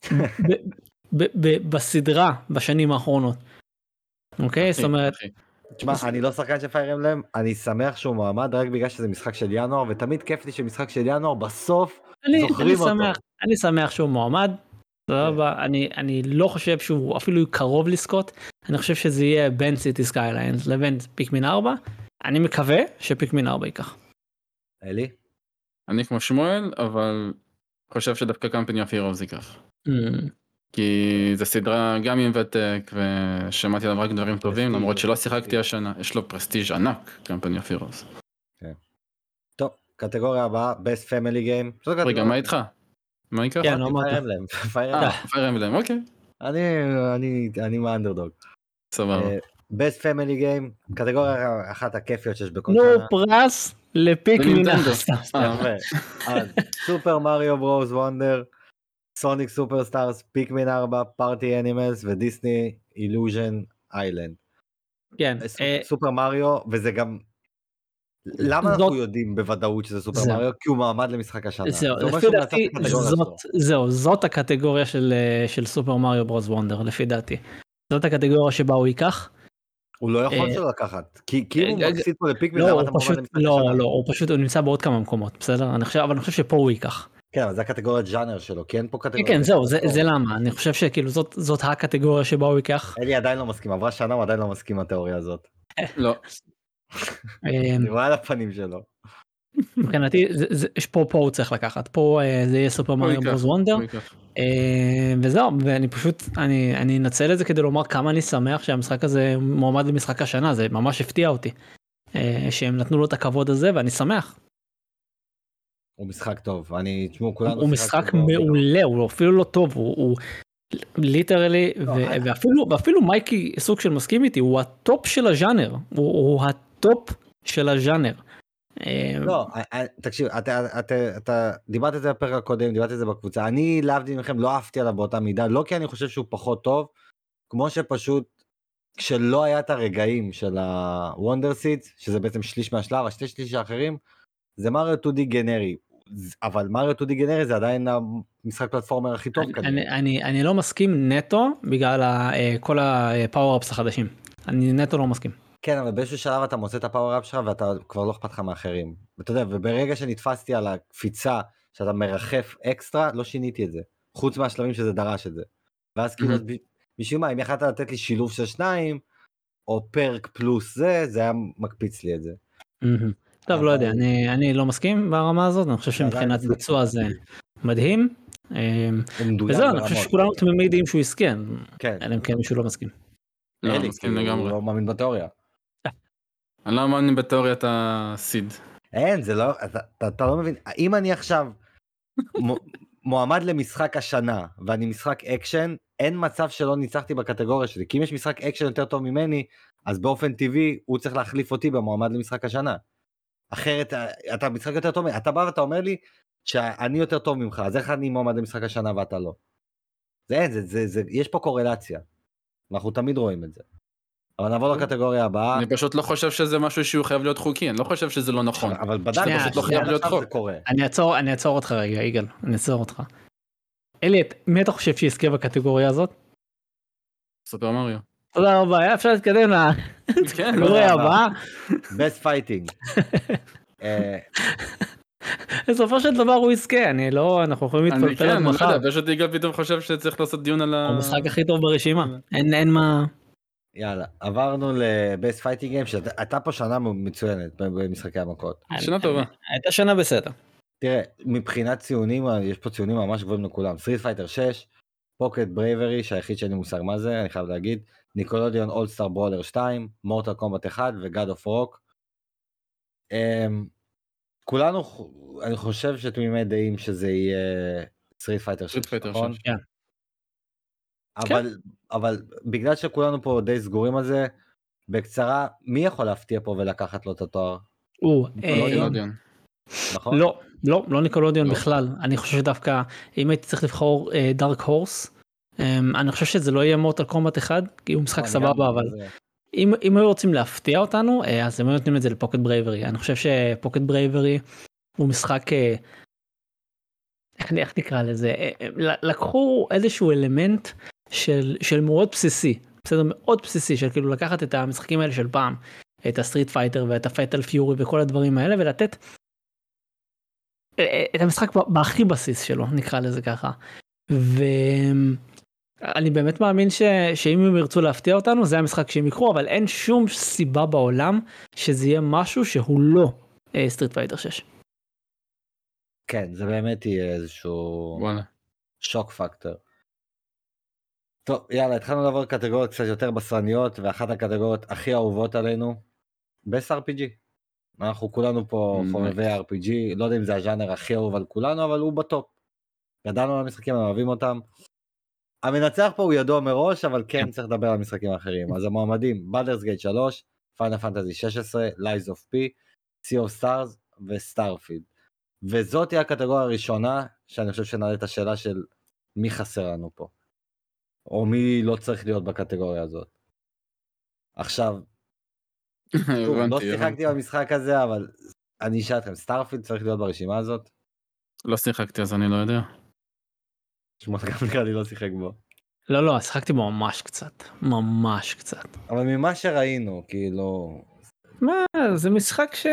בסדרה בשנים האחרונות. אוקיי, זאת אומרת... תשמע, אני לא שחקן של פייר אמבלם, אני שמח שהוא מועמד רק בגלל שזה משחק של ינואר, ותמיד כיף לי שמשחק של ינואר בסוף זוכרים אותו. אני שמח שהוא מועמד, אני לא חושב שהוא אפילו קרוב לזכות, אני חושב שזה יהיה בין סיטי סקייליינס לבין פיקמן ארבע, אני מקווה שפיקמן ארבע ייקח. אלי? אני כמו שמואל, אבל חושב שדווקא Company of Heroes ייקח. Mm. כי זו סדרה גם עם ותק, ושמעתי עליו רק דברים טובים, פרסטיג', למרות שלא זה שיחקתי פרסטיג'. השנה, יש לו פרסטיג' ענק, Company of Heroes. טוב, קטגוריה הבאה, Best Family Game. שזו רגע, קטגוריה- מה איתך? מה ייקח? כן, לא אמרת. פייר אמבלם, פייר אה, אמבלם. פייר אמבלם, אוקיי, אני, אני, אני מהאנדרדוג. סבבה. אה, Best Family Game, קטגוריה אחת הכיפיות שיש בכל נו שנה. פרס לפיקמין. לנינטנדו. סתם, סתם. אה, יפה. אז סופר מריו ברוז וונדר, סוניק סופרסטארס, פיקמין ארבע, פארטי אנימלס ודיסני אילוז'ן איילנד. כן. אה, סופר מריו, וזה גם... למה זאת- אנחנו יודעים בוודאות שזה סופר זהו. מריו? כי הוא מועמד למשחק השנה. זהו, זה אומר לפי שהוא מנצח דעתי, את הקטגוריה זאת, שלו. זהו, זאת הקטגוריה של, אה, של סופר מריו ברוס וונדר, לפי דעתי. זאת הקטגוריה שבה הוא ייקח. הוא לא יכול אה, שלא לקחת. כי כי אם הוא אה, מפסיד פה לפיקמין, לא, למה הוא אתה מועמד פשוט, למשחק לא, השנה? לא, הוא פשוט, הוא נמצא בעוד כמה מקומות, בסדר? אני חושב, אבל אני חושב שפה הוא ייקח. כן, אבל זה הקטגוריית ז'אנר שלו, כי אין פה כן, קטגוריה. כן, זהו, זה, זה למה. אני חושב שכאילו זאת, זאת הקטגוריה שבה הוא ייקח. אלי עדיין לא מסכים, עברה שנה, הוא עדיין לא מסכים עם התיאוריה הזאת. לא, אה, אני רואה על הפנים שלו. מבחינתי, זה- זה- יש פה, פה הוא צריך לקחת. פה אה, זה יהיה סופר הוא מריו ייקח, ברוס וונדר. הוא ייקח. אה, וזהו, ואני פשוט, אני, אני אנצל את זה כדי לומר כמה אני שמח שהמשחק הזה מועמד למשחק השנה, זה ממש הפתיע אותי. אה, שהם נתנו לו את הכבוד הזה, ואני שמח. הוא משחק טוב, אני, תשמעו, כולנו הוא שיחקנו משחק בו. מעולה, הוא אפילו לא טוב, הוא, הוא ליטרלי, ו- אני- ואפילו, ואפילו מייקי סוג של מסכים איתי, הוא הטופ של הז'אנר, הוא, הוא הטופ של הז'אנר. אה, לא, אה, אה, תקשיב, אתה, אתה, אתה דיברת את זה בפרק הקודם, דיברת את זה בקבוצה, אני להבדיל מכם לא אהבתי עליו באותה מידה, לא כי אני חושב שהוא פחות טוב, כמו שפשוט, כשלא היה את הרגעים של הוונדר סידס, שזה בעצם שליש מהשלב, השתי שליש האחרים, זה מריו טו די גנרי, אבל מריו טו די גנרי זה עדיין המשחק פלטפורמר הכי טוב אני, כנראה. אני, אני, אני לא מסכים נטו בגלל ה- אה, כל הפאוור-אפס החדשים. אני נטו לא מסכים. כן, אבל באיזשהו שלב אתה מוצא את הפאוור-אפ שלך ואתה כבר לא אכפת לך מאחרים. ואתה יודע, וברגע שנתפסתי על הקפיצה שאתה מרחף אקסטרה, לא שיניתי את זה. חוץ מהשלבים שזה דרש את זה. ואז כאילו, Mhm. אז ב- בשביל מה, אם יכלת לתת לי שילוב של שניים, או פרק פלוס זה, זה היה מקפיץ לי את זה. מהמם. טוב, לא אבל- יודע, אני, אני לא מסכים ברמה הזאת, אני חושב זה עדיין שמבחינת משחק ביצוע זה פנטסטי. מדהים. אה, הוא מדויק וזהו, אני ברמות. חושב שכולנו תמימי יודעים שהוא יזכה, כן. אלא אם כן מישהו לא מסכים. לא, אלי, מסכים כאילו, לגמרי. הוא לא מאמין בתיאוריה. אני לא מאמין בתיאוריית הסיד. אין, זה לא, אתה, אתה, אתה לא מבין, אם אני עכשיו מו- מועמד למשחק השנה, ואני משחק אקשן, אין מצב שלא ניצחתי בקטגוריה שלי, כי אם יש משחק אקשן יותר טוב ממני, אז באופן טבעי הוא צריך להחליף אותי במועמד למשחק השנה. אחרת, אתה משחק יותר טוב, אתה בא ואתה אומר לי, שאני יותר טוב ממך, אז איך אני מועמד למשחק השנה ואתה לא? זה אין, זה, זה, זה, יש פה קורלציה, ואנחנו תמיד רואים את זה. אבל נעבור לקטגוריה הבאה. אני פשוט לא חושב שזה משהו שהוא חייב להיות חוקי, אני לא חושב שזה לא נכון. אבל בדק, שנייה, פשוט לא שנייה, חייב להיות עכשיו חוק. זה קורה. אני אעצור, אני אעצור אותך רגע, יגאל, אני אעצור אותך. אליאט, מי אתה חושב שיזכה בקטגוריה הזאת? סופר מריו. תודה רבה, היה אפשר להתקדם כן, לקטגוריה הבאה. best fighting. אה, בסופו של דבר הוא יזכה, אני לא, אנחנו יכולים אני להתפלפל כן, עד אני לא מחר. יודע, פשוט יגאל פתאום חושב שצריך לעשות דיון על ה... הוא המשחק הכי טוב ברשימה, אין אין מה. יאללה, עברנו ל-best fighting game, שהייתה פה שנה מצוינת במשחקי המכות. שנה טובה. הייתה שנה בסדר. תראה, מבחינת ציונים, יש פה ציונים ממש גבוהים לכולם. סטריט פייטר שש, פוקט ברייברי, שהיחיד שאין לי מושג מה זה, אני חייב להגיד, ניקולודיון אולסטאר ברולר שתיים, מורטל קומבט אחד וגאד אוף רוק. כולנו, אני חושב שתמימי דעים שזה יהיה סטריט פייטר שש, Street Fighter נכון? שש. כן. אבל, אבל בגלל שכולנו פה די סגורים על זה, בקצרה, מי יכול להפתיע פה ולקחת לו את התואר? הוא, ניקולודיון. נכון? לא, לא, לא ניקולודיון לא? בכלל. אני חושב שדווקא, אם הייתי צריך לבחור דארק הורס, אני חושב שזה לא יהיה מורטל קומבט אחד, כי הוא משחק אני סבבה, גם- אבל זה- אם אם היו רוצים להפתיע אותנו, אה, אז הם היו נותנים את זה לפוקט ברייברי. אני חושב שפוקט ברייברי הוא משחק, אה, איך איך נקרא לזה, אה, אה, ל- לקחו איזשהו אלמנט של של מאוד בסיסי, בסדר, מאוד בסיסי, של כאילו לקחת את המשחקים האלה של פעם, את הסטריט פייטר ואת הפייטל פיורי וכל הדברים האלה, ולתת אה, אה, את המשחק ב- בהכי בסיס שלו, נקרא לזה ככה. ואני באמת מאמין ש... שאם הם ירצו להפתיע אותנו, זה המשחק שהם יקחו, אבל אין שום סיבה בעולם שזה יהיה משהו שהוא לא סטריט פייטר שש. כן, זה באמת יהיה איזשהו וואלה. שוק פקטור. טוב, יאללה, התחלנו לעבור קטגוריות קצת יותר בשרניות, ואחת הקטגוריות הכי אהובות עלינו, Best אר פי ג'י. אנחנו כולנו פה Nice. חובבי אר פי ג'י, לא יודע אם זה הז'אנר הכי אהוב על כולנו, אבל הוא בטופ. גדלנו על המשחקים, אנחנו אוהבים אותם. המנצח פה הוא ידוע מראש, אבל כן צריך לדבר על משחקים אחרים. אז המועמדים, Baldur's Gate שלוש, Final Fantasy שש עשרה, Lies of P, Sea of Stars וסטארפילד. וזאת היא הקטגוריה הראשונה, שאני חושב שנעלה את השאלה של מי חסר לנו פה. או מי לא צריך להיות בקטגוריה הזאת. עכשיו, שוב, לא שיחקתי במשחק הזה, אבל אני אשאל אתכם, סטארפילד צריך להיות ברשימה הזאת? לא שיחקתי אז אני לא יודע. שמות גם נראה לי לא שיחק בו. לא, לא, שיחקתי בו ממש קצת, ממש קצת. אבל ממה שראינו, כאילו... מה, זה משחק ש...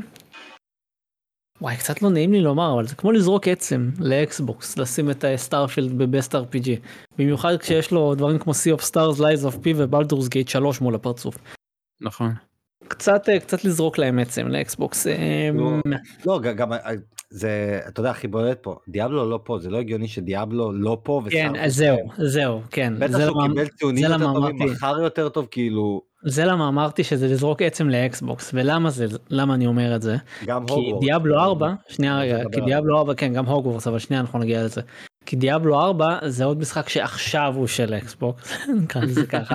וואי, קצת לא נעים לי לומר, אבל זה כמו לזרוק עצם לאקסבוקס, לשים את סטארפילד בבסט אר פי ג'י. במיוחד כשיש לו דברים כמו Sea of Stars, Lies of P ובלדורס גייט שלוש מול הפרצוף. נכון. קצת, קצת לזרוק להם עצם לאקסבוקס. לא, גם, זה, אתה יודע, הכי בולט פה, דיאבלו לא פה, זה לא הגיוני שדיאבלו לא פה כן, זהו, זהו, כן. בטח שהוא קיבל ציונים יותר טובים, מחר יותר טוב, כאילו... זה למה אמרתי שזה לזרוק עצם לאקסבוקס, ולמה זה, למה אני אומר את זה? גם כי הוגוורטס. דיאבלו ארבע, שנייה רגע, כי דיאבלו ארבע, כן, גם הוגוורטס, אבל שנייה אנחנו נגיע לזה. כי דיאבלו ארבע זה עוד משחק שעכשיו הוא של אקסבוקס, נקרא לזה ככה.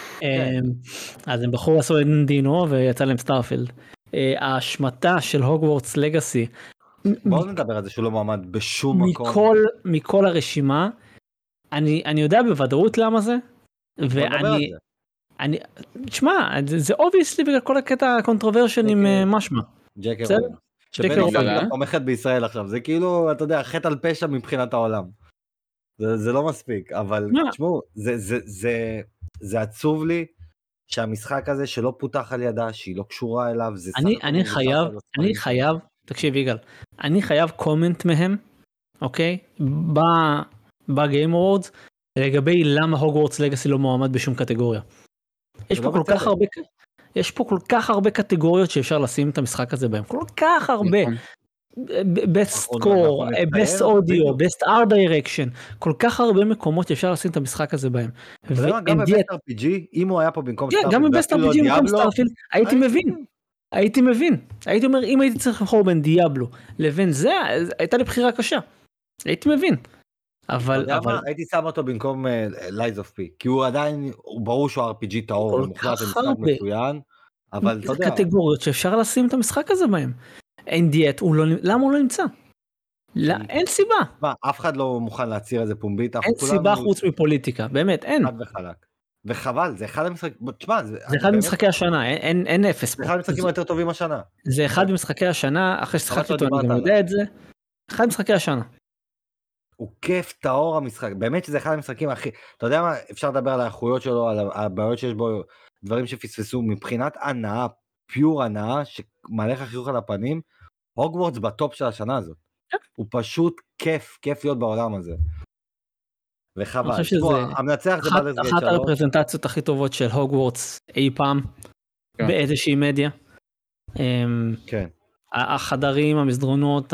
אז הם בחרו לעשות את דינו ויצא להם סטארפילד. ההשמטה של הוגוורטס לגאסי, בואו נדבר על זה שהוא לא מועמד בשום מקום. מכל, מכל הרשימה, אני, אני יודע בוודאות למה זה, ואני, אני, תשמע, זה, זה obviously בגלל כל הקטע הקונטרוברשן עם משמע. ג'קר רולינג. שבן אופן תומכת בישראל עכשיו, זה כאילו, אתה יודע, חטא על פשע מבחינת העולם. זה, זה לא מספיק, אבל תשמעו, זה, זה, זה, זה עצוב לי, שהמשחק הזה שלא פותח על ידה, שהיא לא קשורה אליו, זה אני, אני חייב, אני חייב, תקשיב יגאל, אני חייב קומנט מהם, אוקיי, בגיים אוורדס, לגבי למה הוגוורטס לגאסי לא מועמד בשום קטגוריה. יש פה כל כך הרבה, יש פה כל כך הרבה קטגוריות שאפשר לשים את המשחק הזה בהם, כל כך הרבה. best score, best audio, best art direction, כל כך הרבה מקומות שאפשר לשים את המשחק הזה בהם. גם ב-Best אר פי ג'י, אם הוא היה פה במקום סטארפילד, גם ב-Best אר פי ג'י במקום סטארפילד, הייתי מבין, הייתי מבין, הייתי אומר, אם הייתי צריך לבחור בין דיאבלו לבין זה, הייתה לי בחירה קשה, הייתי מבין. אבל הייתי שם אותו במקום Lies of P, כי הוא עדיין, הוא ברור שהוא אר פי ג'י טהור, הוא מוחלט למשחק מצוין, אבל אתה יודע. קטגוריות שאפשר לשים את המשחק הזה בהם. אין דיאט, למה הוא לא נמצא? אין סיבה. אף אחד לא מוכן להצהיר איזה פומבית. אין סיבה חוץ מפוליטיקה, באמת, אין. חד וחלק. וחבל, זה אחד המשחקים, תשמע, זה אחד משחקי השנה, אין אפס פה. זה אחד המשחקים היותר טובים השנה. זה אחד משחקי השנה, אחרי ששחקתי אותו אני גם יודע את זה, אחד משחקי השנה. הוא כיף טהור המשחק, באמת שזה אחד המשחקים הכי, אתה יודע מה, אפשר לדבר על האיכויות שלו, על הבעיות שיש בו, דברים שפספסו, מבחינת הנאה, פיור הנאה, שמעלה לך חיוך על הפנים, הוגוורטס בטופ של השנה הזאת. הוא פשוט כיף, כיף להיות בעולם הזה. וחבל. המנצח זה בלדורס גייט שלוש. אחת הרפרזנטציות הכי טובות של הוגוורטס אי פעם, באיזושהי מדיה. כן. החדרים, המסדרונות,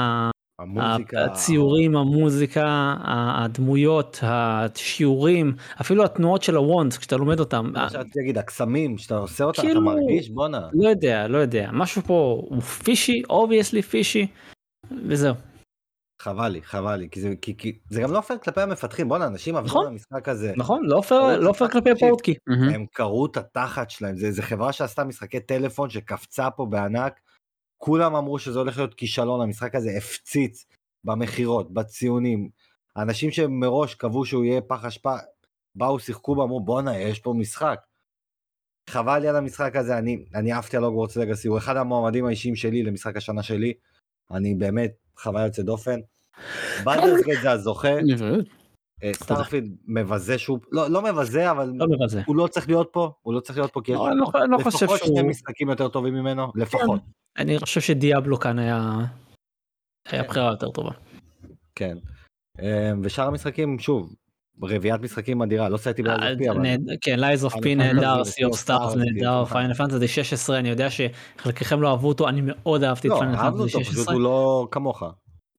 הציורים, המוזיקה, הדמויות, השיעורים, אפילו התנועות של הוונדס, כשאתה לומד אותם. מה שאתה תגיד, הקסמים, כשאתה עושה אותם, אתה מרגיש, בונה. לא יודע, לא יודע. משהו פה הוא פישי, obviously פישי, וזהו. חבל לי, חבל לי, כי זה, כי, כי, זה גם לא פייר כלפי המפתחים, בוא'נה, אנשים עברו למשחק הזה. נכון, לא פייר, לא פייר כלפי פורטקי. הם קראו את התחת שלהם, זה, זה חברה שעשתה משחקי טלפון שקפצה פה בענק, כולם אמרו שזה הולך להיות כישלון, המשחק הזה הפציץ במחירות, בציונים, האנשים שמראש קבעו שהוא יהיה פח אשפה, באו, שיחקו ואמרו, בוא'נה, יש פה משחק. חבל לי על המשחק הזה, אני, אני אהבתי על הוגוורטס לגאסי, הוא אחד המועמדים האישיים שלי למשחק השנה שלי, אני באמת חוויה יוצא דופן. בלדורס גייט זה הזוכה. סטארפילד מבזה שהוא, לא, לא מבזה, אבל הוא לא צריך להיות פה, הוא לא צריך להיות פה, כי יש לפחות שני משחקים יותר טובים ממנו, לפחות. אני חושב שדיאבלו כאן היה בחירה יותר טובה. כן. ושאר המשחקים, שוב, רביעיית משחקים אדירה, לא סייתי ב-Lies of P, אבל... כן, Lies of P נהדר, Sea of Stars נהדר, Final Fantasy שש עשרה, אני יודע שחלקכם לא אהבו אותו, אני מאוד אהבתי את Final Fantasy שש עשרה. לא, אהבנו אותו, פשוט הוא לא כמוך.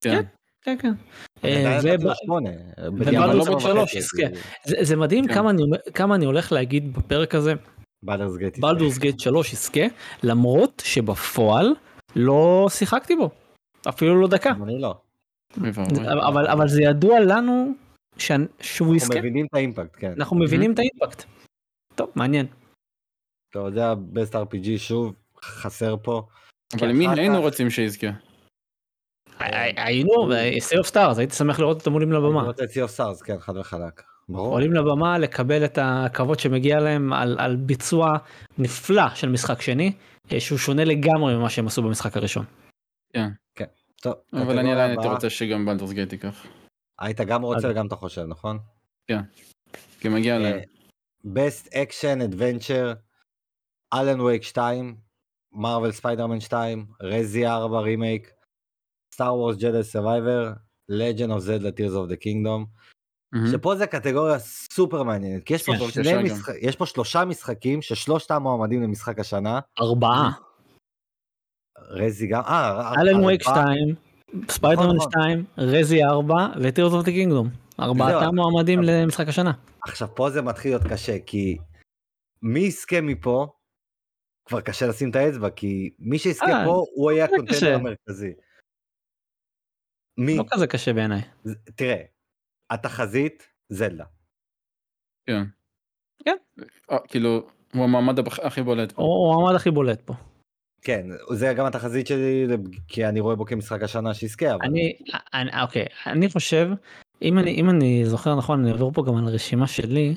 כן. כן, כן. אני אה, עדיין וב- נתתי לו שמונה. בדיעבד ובלדורס שבע גייט שלוש וחצי, יזכה. כאילו. זה זה מדהים כן. כמה אני אומר- כמה אני הולך להגיד בפרק הזה, בלדורס גייט. בלדורס גייט שלוש יזכה, למרות שבפועל לא שיחקתי בו, אפילו לא דקה. גם אני לא. אוי ואבוי. אבל אבל זה ידוע לנו ש- שהוא אנחנו יזכה, מבינים את האימפקט, כן. אנחנו מבינים את האימפקט. טוב, מעניין. טוב, זה ה-Best אר פי ג'י שוב, חסר פה. אבל מי אחר היינו כך- רוצים שיזכה? היינו, סי אוף סטארס, הייתי שמח לראות אותם עולים אני לבמה. רוצה את Sea of Stars, כן, חד וחלק. ברור. עולים לבמה לקבל את הכבוד שמגיע להם על, על ביצוע נפלא של משחק שני, אה, שהוא שונה לגמרי ממה שהם עשו במשחק הראשון. כן. טוב, אבל אני קטגוריה עדיין הייתי הבאה. רוצה שגם בלדורס גייט ייקח. היית גם רוצה אז- וגם אתה חושב, נכון? כי מגיע להם. אה, Best Action Adventure, אלן וייק שתיים, מרוול ספיידרמן שתיים, רזי ארבע רימייק, סטאר וורס ג'די סרווייבר, לג'נד אוף זלדה טירס אוף דה קינגדום, מהמם. שפה זה קטגוריה סופר מעניינת, כי יש פה, כן, שני קשה גם. משחק, יש פה שלושה משחקים ששלושתם מועמדים למשחק השנה, ארבעה. רזי גם, אה, אלן ארבע- וייק שתיים, ספיידרמן נכון. שתיים, רזי ארבע וטירס אוף דה קינגדום. ארבעתם זהו. מועמדים למשחק השנה. עכשיו פה זה מתחיל להיות קשה, כי מי יזכה מפה, כבר קשה לשים את האצבע, כי מי שיזכה אה, פה, הוא יהיה זה הקונטנדר קשה. המרכזי. מי? לא כזה קשה בעיניי. זה- תראה, התחזית, זלדה. כן. כן. אה, כאילו, הוא המעמד הבח- הכי בולט פה. הוא המעמד הכי בולט פה. כן, זה גם התחזית שלי, כי אני רואה בו כמשחק השנה שיזכה, אבל... אני, אני, אוקיי, אני חושב, אם אני, אם אני זוכר נכון, אני עובר פה גם על הרשימה שלי.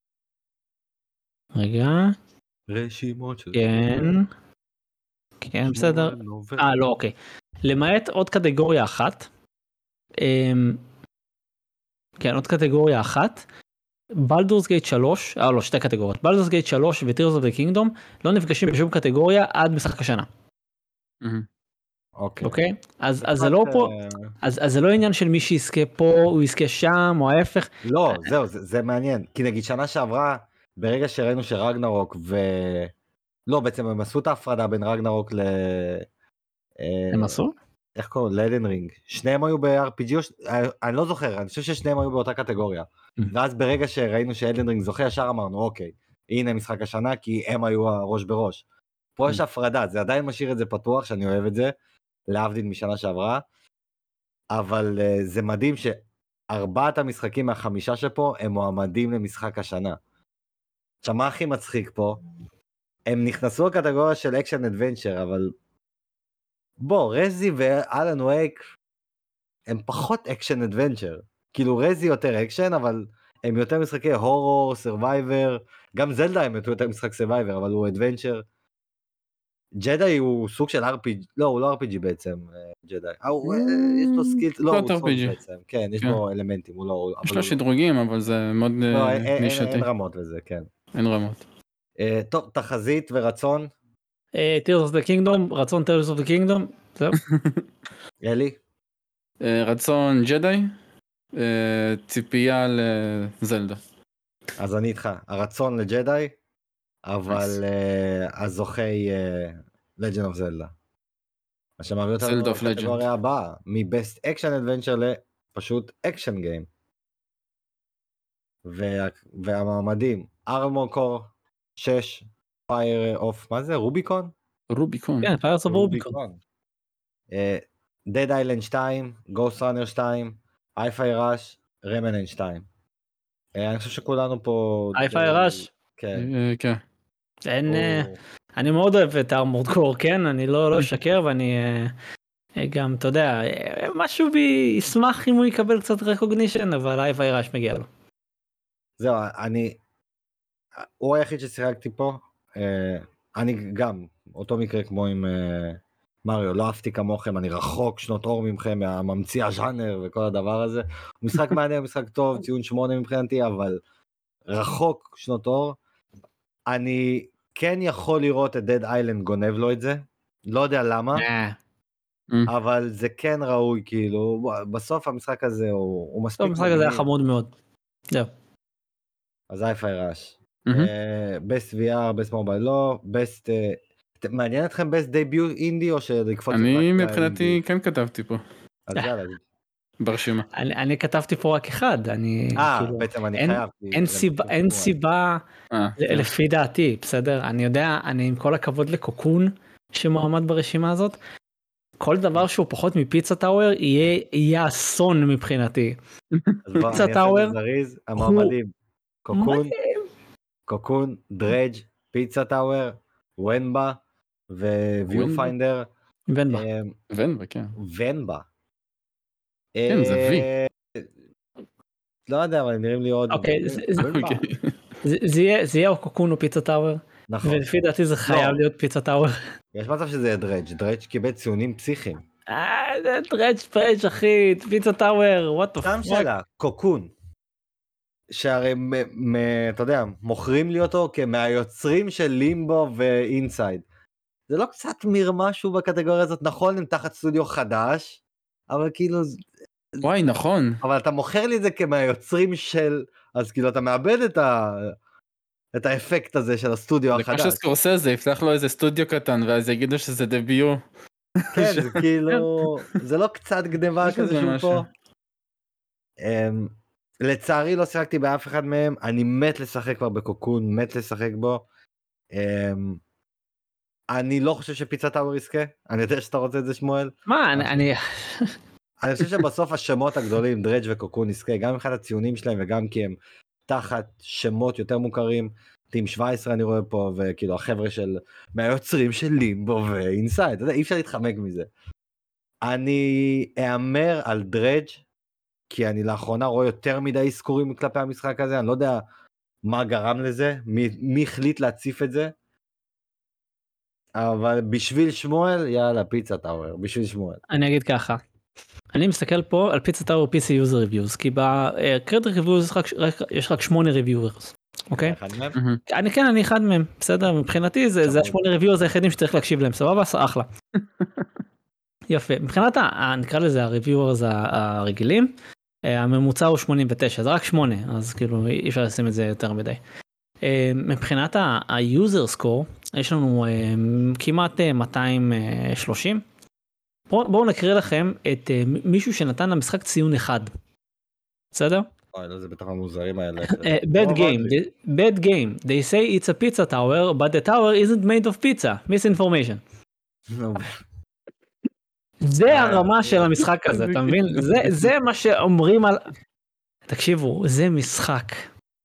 רגע, רשימות של... כן, כן, בסדר. אה, לא, אוקיי. למעט עוד קטגוריה אחת, אמ, כן, עוד קטגוריה אחת, בלדורס גייט שלוש, אה, לא, שתי קטגוריות, בלדורס גייט שלוש וטירס אוף דה קינגדום לא נפגשים בשום קטגוריה עד משחק השנה, מהמם. אוקיי. אוקיי? אז אז זה לא פה, אז אז זה לא עניין של מי שיזכה פה, הוא יזכה שם, או ההפך. לא, זהו, זה, זה מעניין. כי נגיד שנה שעברה, ברגע שראינו שרגנרוק ו... לא, בעצם הם עשו את ההפרדה בין רגנרוק ל... אה, הם עשו? איך קוראים? לאדן רינג. שניהם היו ב-אר פי ג'י, או ש... אני לא זוכר, אני חושב ששניהם היו באותה קטגוריה. Mm. ואז ברגע שראינו שאלדן רינג זוכה, ישר אמרנו, אוקיי, הנה משחק השנה, כי הם היו הראש בראש. פה יש הפרדה, זה עדיין משאיר את זה פתוח, שאני אוהב את זה, להבדיל משנה שעברה, אבל uh, זה מדהים שארבעת המשחקים מהחמישה שפה, הם מועמדים למשחק השנה. עכשיו, מה הכי מצחיק פה? הם נכנסו לקטגוריה של אקשן אדוונצ'ר, אבל בוא, רזי ואלן וייק, הם פחות אקשן אדוונצ'ר. כאילו רזי יותר אקשן, אבל הם יותר משחקי הורור, סרווייבר, גם זלדה הם יותר משחק סרווייבר, אבל הוא אדוונצ'ר. ג'די הוא סוג של אר פי ג'י, לא, הוא לא אר פי ג'י בעצם, ג'די. יש לו סקילס, לא, הוא סוג בעצם, כן, יש לו אלמנטים, הוא לא... יש לו שדרוגים, אבל זה מאוד נישתי. אין רמות לזה, כן. אין רמות. טוב, תחזית ורצון. Tears of the Kingdom, רצון Tears of the Kingdom, זהו. אלי? רצון ג'די, ציפייה לזלדה. אז אני איתך, הרצון לג'די, אבל הזוכי Legend of Zelda. מה שמביא אותנו לקטגוריה הבאה, מ-Best Action Adventure לפשוט Action Game. והמעמדים, Armored Core שש, Fire of, מה זה? רוביקון? רוביקון. כן, Fire of רוביקון. Dead Island שתיים, Ghost Runner שתיים, Hi-Fi Rush, Remnant שתיים. אני חושב שכולנו פה... Hi-Fi Rush? כן. כן. אין... אני מאוד אוהב את Armored Core, כן? אני לא אשקר, ואני גם, אתה יודע, משהו בי ישמח אם הוא יקבל קצת recognition, אבל Hi-Fi Rush מגיע לו. זהו, אני... הוא היחיד ששיחקתי פה, אני גם, אותו מקרה כמו עם מריו, לא אהבתי כמוכם, אני רחוק שנות אור ממכם, מהממציא הז'אנר וכל הדבר הזה. הוא משחק מעניין, הוא משחק טוב, ציון שמונה מבחינתי, אבל רחוק שנות אור. אני כן יכול לראות את Dead Island גונב לו את זה, לא יודע למה, אבל זה כן ראוי, כאילו, בסוף המשחק הזה הוא מספיק... המשחק הזה היה חמוד מאוד. זהו. אז Hi-Fi Rush. Best וי אר, Best Mobile לא, Best... מעניין אתכם Best Debut אינדי או שלקפוץ... אני מבחינתי כן כתבתי פה. אז יאללה. ברשימה. אני, אני כתבתי פה רק אחד, אני אה, כאילו, בעצם אני אין, חייב. אין סיבה, אין סיבה, אה, כן. לפי דעתי, בסדר? אני יודע, אני עם כל הכבוד לקוקון שמועמד ברשימה הזאת, כל דבר שהוא פחות מפיצה טאוור יהיה, יהיה אסון מבחינתי. אז בוא, פיצה אני אעשה טאוור, את זה זריז, המועמדים, קוקון, קוקון, דרג', פיצה טאוור, ונבה, וויופיינדר, ונבה. ונבה, כן. ונבה. כן, זה וי. לא יודע, אבל נראים לי עוד... אוקיי, זה- זה- ונבה. זה זה יהיה, זה יהיה או קוקון או פיצה טאוור, נכון. ולפי דעתי זה חייב לא. להיות פיצה טאוור. יש מצב שזה יהיה דרג', דרג' קיבל ציונים פסיכיים. אה, זה דרג' פרג' אחי, פיצה טאוור, וואט דה סתם פאק. שאלה, קוקון, שהרי מ- מ- אתה יודע, מוכרים לי אותו כמהיוצרים של לימבו ואינסייד. זה לא קצת מרמשהו בקטגוריה הזאת? נכון, הם תחת סטודיו חדש, אבל כאילו, וואי, נכון. אבל אתה מוכר לי את זה כמהיוצרים של, אז כאילו אתה מאבד את ה... את האפקט הזה של הסטודיו זה כמו החדש. שסקורסזה יפתח לו איזה סטודיו קטן ואז יגידו שזה דביוט. כן, זה כאילו, זה לא קצת גניבה יש לזה כזה שהוא משהו. פה. אמ, לצערי לא שיחקתי באף אחד מהם, אני מת לשחק כבר בקוקון, מת לשחק בו. אמ, אני לא חושב שפיצה טאוור יזכה, אני יודע שאתה רוצה את זה שמואל. מה, אני, אני, אני חושב שבסוף השמות הגדולים, דרג' וקוקון יזכה, גם מבחינת הציונים שלהם וגם כי הם תחת שמות יותר מוכרים. טים שבע עשרה אני רואה פה, וכאילו החבר'ה של, מהיוצרים של לימבו ואינסייד, אתה יודע, אי אפשר להתחמק מזה. אני אאמר על דרג' כי אני לאחרונה רואה יותר מדי אזכורים כלפי המשחק הזה, אני לא יודע מה גרם לזה, מי, מי החליט להציף את זה, אבל בשביל שמואל, יאללה, פיצה טאוור, בשביל שמואל. אני אגיד ככה, אני מסתכל פה על פיצה טאוור פי סי יוזר ריוויוז, כי בקרדיט ריוויוז יש רק שמונה ריוויורס, אוקיי? אחד מהם? מהמם. אני כן, אני אחד מהם, בסדר, מבחינתי זה זה השמונה ריוויורס היחידים שצריך להקשיב להם, סבבה, אחלה. יפה, מבחינת ה- ה- נקרא לזה הריוויורס הרגילים, אה, הממוצע הוא שמונים ותשע, זה רק שמונה, אז כאילו אי אפשר לשים את זה יותר מדי. אה, מבחינת היוזר סקור, יש לנו אה, כמעט אה, מאתיים ושלושים. בואו בואו נקריא לכם את אה, מישהו שנתן למשחק ציון אחד. בסדר? אוי, לא, זה בטח המוזרים האלה. אה, bad game, they- bad game. They say it's a pizza tower, but the tower isn't made of pizza. Misinformation. נו, זה אה, הרמה של המשחק הזה, אתה מבין? זה- זה מה שאומרים על... תקשיבו, זה משחק.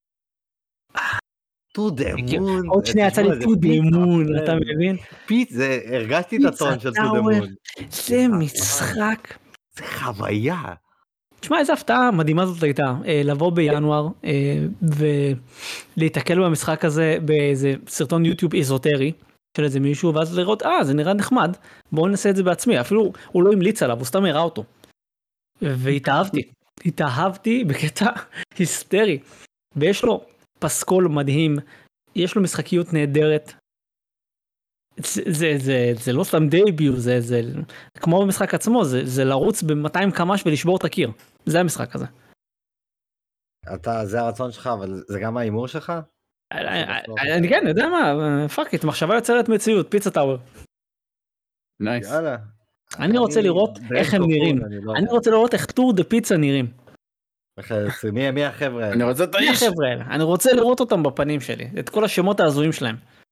to the כאילו, moon. עוד שנייה יצא לי תשמעו, זה to the פיצה, moon, זה- אתה מבין? פיצה, זה- הרגשתי את הטון של to the טאוור. moon. זה משחק. זה חוויה. תשמע, איזה הפתעה מדהימה זאת הייתה, אה, לבוא בינואר אה, ולהיתקל במשחק הזה באיזה סרטון יוטיוב איזוטרי של איזה מישהו, ואז לראות, אה, זה נראה נחמד, בואו נעשה את זה בעצמי, אפילו הוא לא המליץ עליו, הוא סתם הראה אותו. והתאהבתי, התאהבתי בקטע היסטרי, ויש לו פסקול מדהים, יש לו משחקיות נהדרת, זה, זה, זה, זה לא סתם דייביו, זה, זה, כמו במשחק עצמו, זה, זה לרוץ ב-מאתיים קמ"ש ולשבור את הקיר, זה המשחק הזה. אתה, זה הרצון שלך, אבל זה גם ההימור שלך? אני כן, יודע מה, פאק איט, מחשבה יוצרת מציאות, פיצה טאוור. נייס. יאללה. אני רוצה לראות איך הם נראים, אני רוצה לראות איך טור דה פיצה נראים. מי מי החבר'ה אני האלה? רוצה את מי האיש. החבר'ה האלה? אני רוצה לראות אותם בפנים שלי, את כל השמות ההזויים שלהם.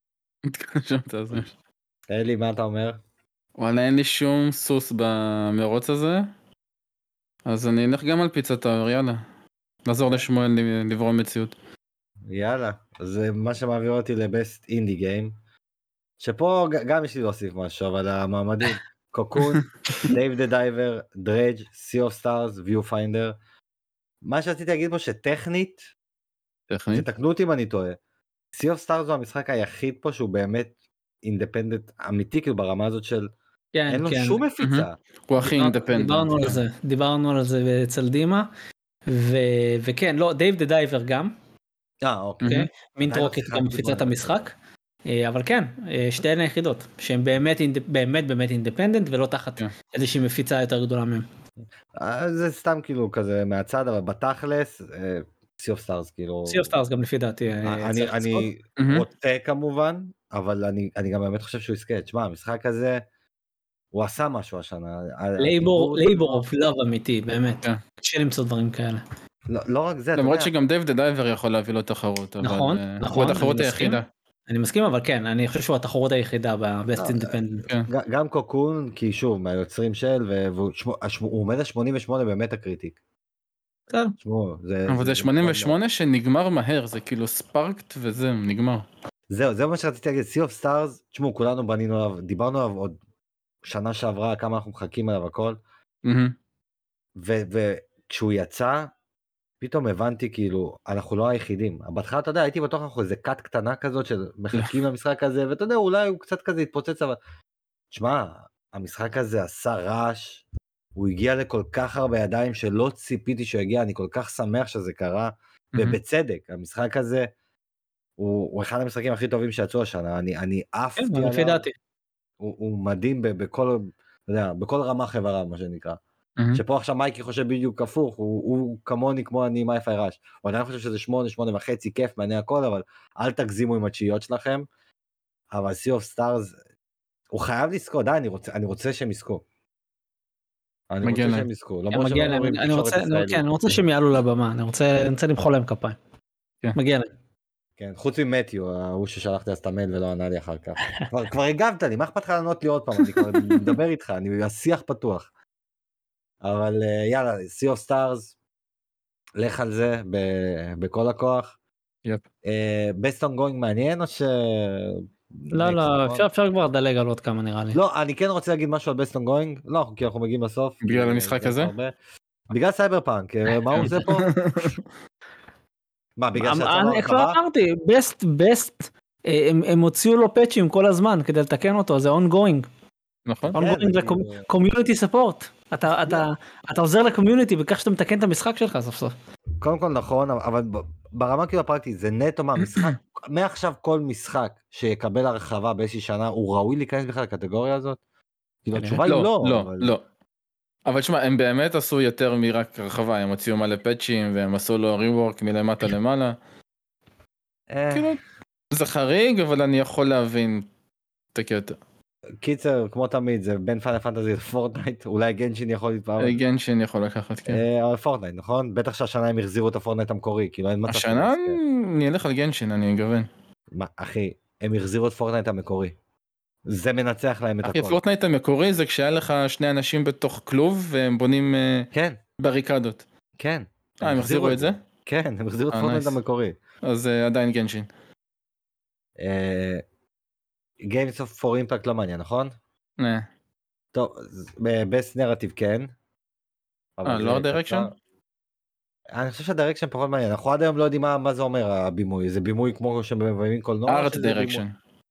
אלי, מה אתה אומר? וואלה, אין לי שום סוס במרוץ הזה, אז אני אלך גם על פיצה טאוור, יאללה. לעזור לשמואל לברום מציאות. יאללה, זה מה שמעביר אותי לבסט אינדי גיים, שפה ג- גם יש לי להוסיף משהו, אבל המעמדים, קוקון, דייב דה דייבר, דרג', סי אוף סטארס, ויו פיינדר. מה שרציתי להגיד פה שטכנית, טכנית. תתקנו אותי אם אני טועה, סי אוף סטארס הוא המשחק היחיד פה שהוא באמת אינדפנדנט אמיתי, כאילו ברמה הזאת של כן, אין לו כן. שום מפיצה. הוא הכי אינדפנדנט. דיברנו על זה, דיברנו על זה אצל דימה, ו- וכן, לא, דייב דה דייבר גם, אה, אוקיי. אוקיי? מינט עדיין לא רוקט שיחקתי גם בו, מפיצת אני המשחק, אה, אבל כן, אה, שתיהן היחידות, שהן באמת אינד- באמת באמת אינדפנדנט ולא תחת כן. איזושהי מפיצה יותר גדולה מהם. אה, זה סתם כאילו כזה מהצד, אבל בתכלס, סי אוף סטארס כאילו... סי אוף סטארס גם לפי דעתי. אה, אני, צריך לזכות. אני מהמם. רוצה כמובן, אבל אני, אני גם באמת חושב שהוא יזכה. תשמע, המשחק הזה הוא עשה משהו השנה. לייבור אוף לאב אמיתי, באמת. קשה למצוא דברים כאלה. לא רק זה, למרות שגם דייב דה דייבר יכול להביא לו תחרות, אבל נכון, נכון, הוא התחרות היחידה. אני מסכים, אבל כן, אני חושב שהוא התחרות היחידה ב-Best Independent. גם קוקון, כי שוב, מהיוצרים של, והוא עומד ל-שמונים ושמונה באמת הקריטיק. אבל זה שמונים ושמונה שנגמר מהר, זה כאילו ספארקט וזה נגמר. זהו, זה מה שרציתי להגיד, Sea of Stars, תשמעו, כולנו בנינו עליו, דיברנו עליו עוד שנה שעברה, כמה אנחנו מחכים עליו הכל, וכשהוא יצא, פתאום הבנתי כאילו, אנחנו לא היחידים. בהתחלה, אתה יודע, הייתי בטוח אנחנו איזה קאט קטנה כזאת, שמחכים למשחק הזה, ואתה יודע, אולי הוא קצת כזה התפוצץ, אבל... תשמע, המשחק הזה עשה רעש, הוא הגיע לכל כך הרבה ידיים שלא ציפיתי שהוא הגיע, אני כל כך שמח שזה קרה, ובצדק, המשחק הזה, הוא, הוא אחד המשחקים הכי טובים שיצאו השנה, אני, אני עפתי עליו, לפי דעתי. הוא, הוא מדהים ב, בכל, אתה יודע, בכל רמה חברה, מה שנקרא. Mm-hmm. שפה עכשיו מייקי חושב בדיוק הפוך, הוא, הוא כמוני כמו אני מייפיי ראש, הוא עדיין חושב שזה שמונה, שמונה וחצי, כיף, מענה הכל, אבל אל תגזימו עם התשיעיות שלכם, אבל Sea of Stars, הוא חייב לזכור, די, אני רוצה, אני רוצה שהם יזכו. אני רוצה שהם יזכו, למרות שהם אומרים תקשורת ישראלית. אני רוצה שהם יעלו לבמה, אני רוצה למחוא להם כפיים. מגיע להם. כן, חוץ ממתיו, הוא ששלחתי אז את המייל ולא ענה לי אחר כך. כבר הגבת לי, מה אכפת לך לענות לי עוד פעם, אני כבר מדבר איתך, אני השיח פתוח. אבל יאללה, Sea of Stars, לך על זה בכל הכוח. Best Ongoing מעניין או ש... לא, לא, אפשר כבר לדלג על עוד כמה נראה לי. לא, אני כן רוצה להגיד משהו על Best Ongoing, לא, כי אנחנו מגיעים לסוף. בגלל המשחק הזה? בגלל סייבר פאנק, מה הוא עושה פה? מה, בגלל שיצא לו הרחבה? כבר אמרתי, best, best, הם הוציאו לו פאצ'ים כל הזמן כדי לתקן אותו, זה ongoing. נכון. ongoing זה community support. אתה עוזר לקומיוניטי בכך שאתה מתקן את המשחק שלך סוף סוף. קודם כל נכון, אבל ברמה כאילו הפרקטית זה נטו מהמשחק, מעכשיו כל משחק שיקבל הרחבה באיזושהי שנה, הוא ראוי להיכנס בכלל לקטגוריה הזאת? כאילו התשובה היא לא. לא, לא. אבל שמה, הם באמת עשו יותר מרק הרחבה, הם הוציאו מלא פאצ'ים והם עשו לו ריוורק מלמטה למעלה. כאילו, זה חריג, אבל אני יכול להבין את הקטע. קיצר, כמו תמיד, זה בין פיינל פנטזי לפורטנייט, אולי גנשין יכול להתפעם. גנשין יכול לקחת, כן. אבל פורטנייט, נכון? בטח שהשנה הם החזירו את הפורטנייט המקורי, כאילו אין מצב. השנה אני אלך על גנשין, אני אגוון. מה, אחי, הם החזירו את פורטנייט המקורי. זה מנצח להם את הכל. אחי, פורטנייט המקורי זה כשהיה לך שני אנשים בתוך כלוב, והם בונים בריקדות. כן. אה, הם החזירו את זה? כן, הם החזירו את פורטנייט המקורי. אז עדיין גנשין. Games of for Impact לא מעניין, נכון? נה. טוב, ב-Best Narrative כן. אה, לא הדירקשן? אני חושב שהדירקשן פחות מעניין, אנחנו עד היום לא יודעים מה זה אומר הבימוי, זה בימוי כמו שמביימים קולנוע? ארט דירקשן.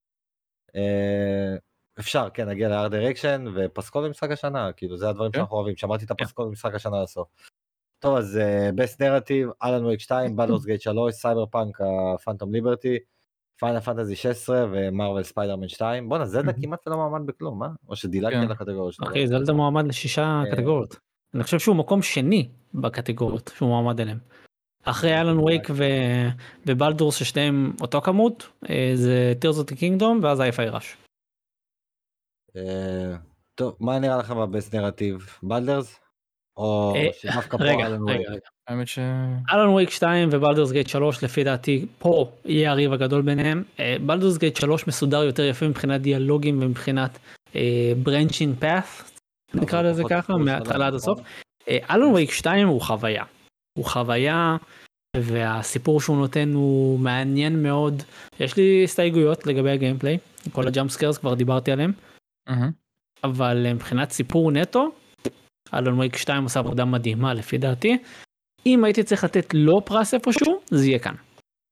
אפשר, כן, נגיע לארט דירקשן ופסקול במשחק השנה, כאילו זה הדברים שאנחנו אוהבים, שמעתי את הפסקול במשחק השנה לסוף. טוב, אז Best Narrative, אלן וייק שתיים, בלדורס גייט שלוש, סייבר פאנק, פנטום ליברטי, פיינל פנטזי שש עשרה ומרוול ספיידרמן שתיים. בוא'נה, זלדה כמעט ולא מועמד בכלום, מה? או שדילגתי על הקטגוריה שלו. אחי, זלדה מועמד לשישה קטגוריות. אני חושב שהוא מקום שני בקטגוריות שהוא מועמד אליהם. אחרי אלן וייק ובלדורס ששתיהם אותו כמות, זה Tears of the Kingdom ואז מייפיי ראש. טוב, מה נראה לך בבסט נרטיב? בלדרס? או שדווקא פה אלן וייק? האמת ש... אלן וייק שתיים ובלדורס גייט שלוש לפי דעתי פה יהיה הריב הגדול ביניהם. בלדורס גייט שלוש מסודר יותר יפה מבחינת דיאלוגים ומבחינת ברנצ'ינג פאת' נקרא לזה ככה מההתחלה עד הסוף. אלן וייק שתיים הוא חוויה. הוא חוויה והסיפור שהוא נותן הוא מעניין מאוד. יש לי הסתייגויות לגבי הגיימפליי, כל הג'אמפ סקיירס כבר דיברתי עליהם. אבל מבחינת סיפור נטו אלן וייק שתיים עושה עבודה מדהימה לפי דעתי. אם הייתי צריך לתת לו פרס איפשהו, זה יהיה כאן.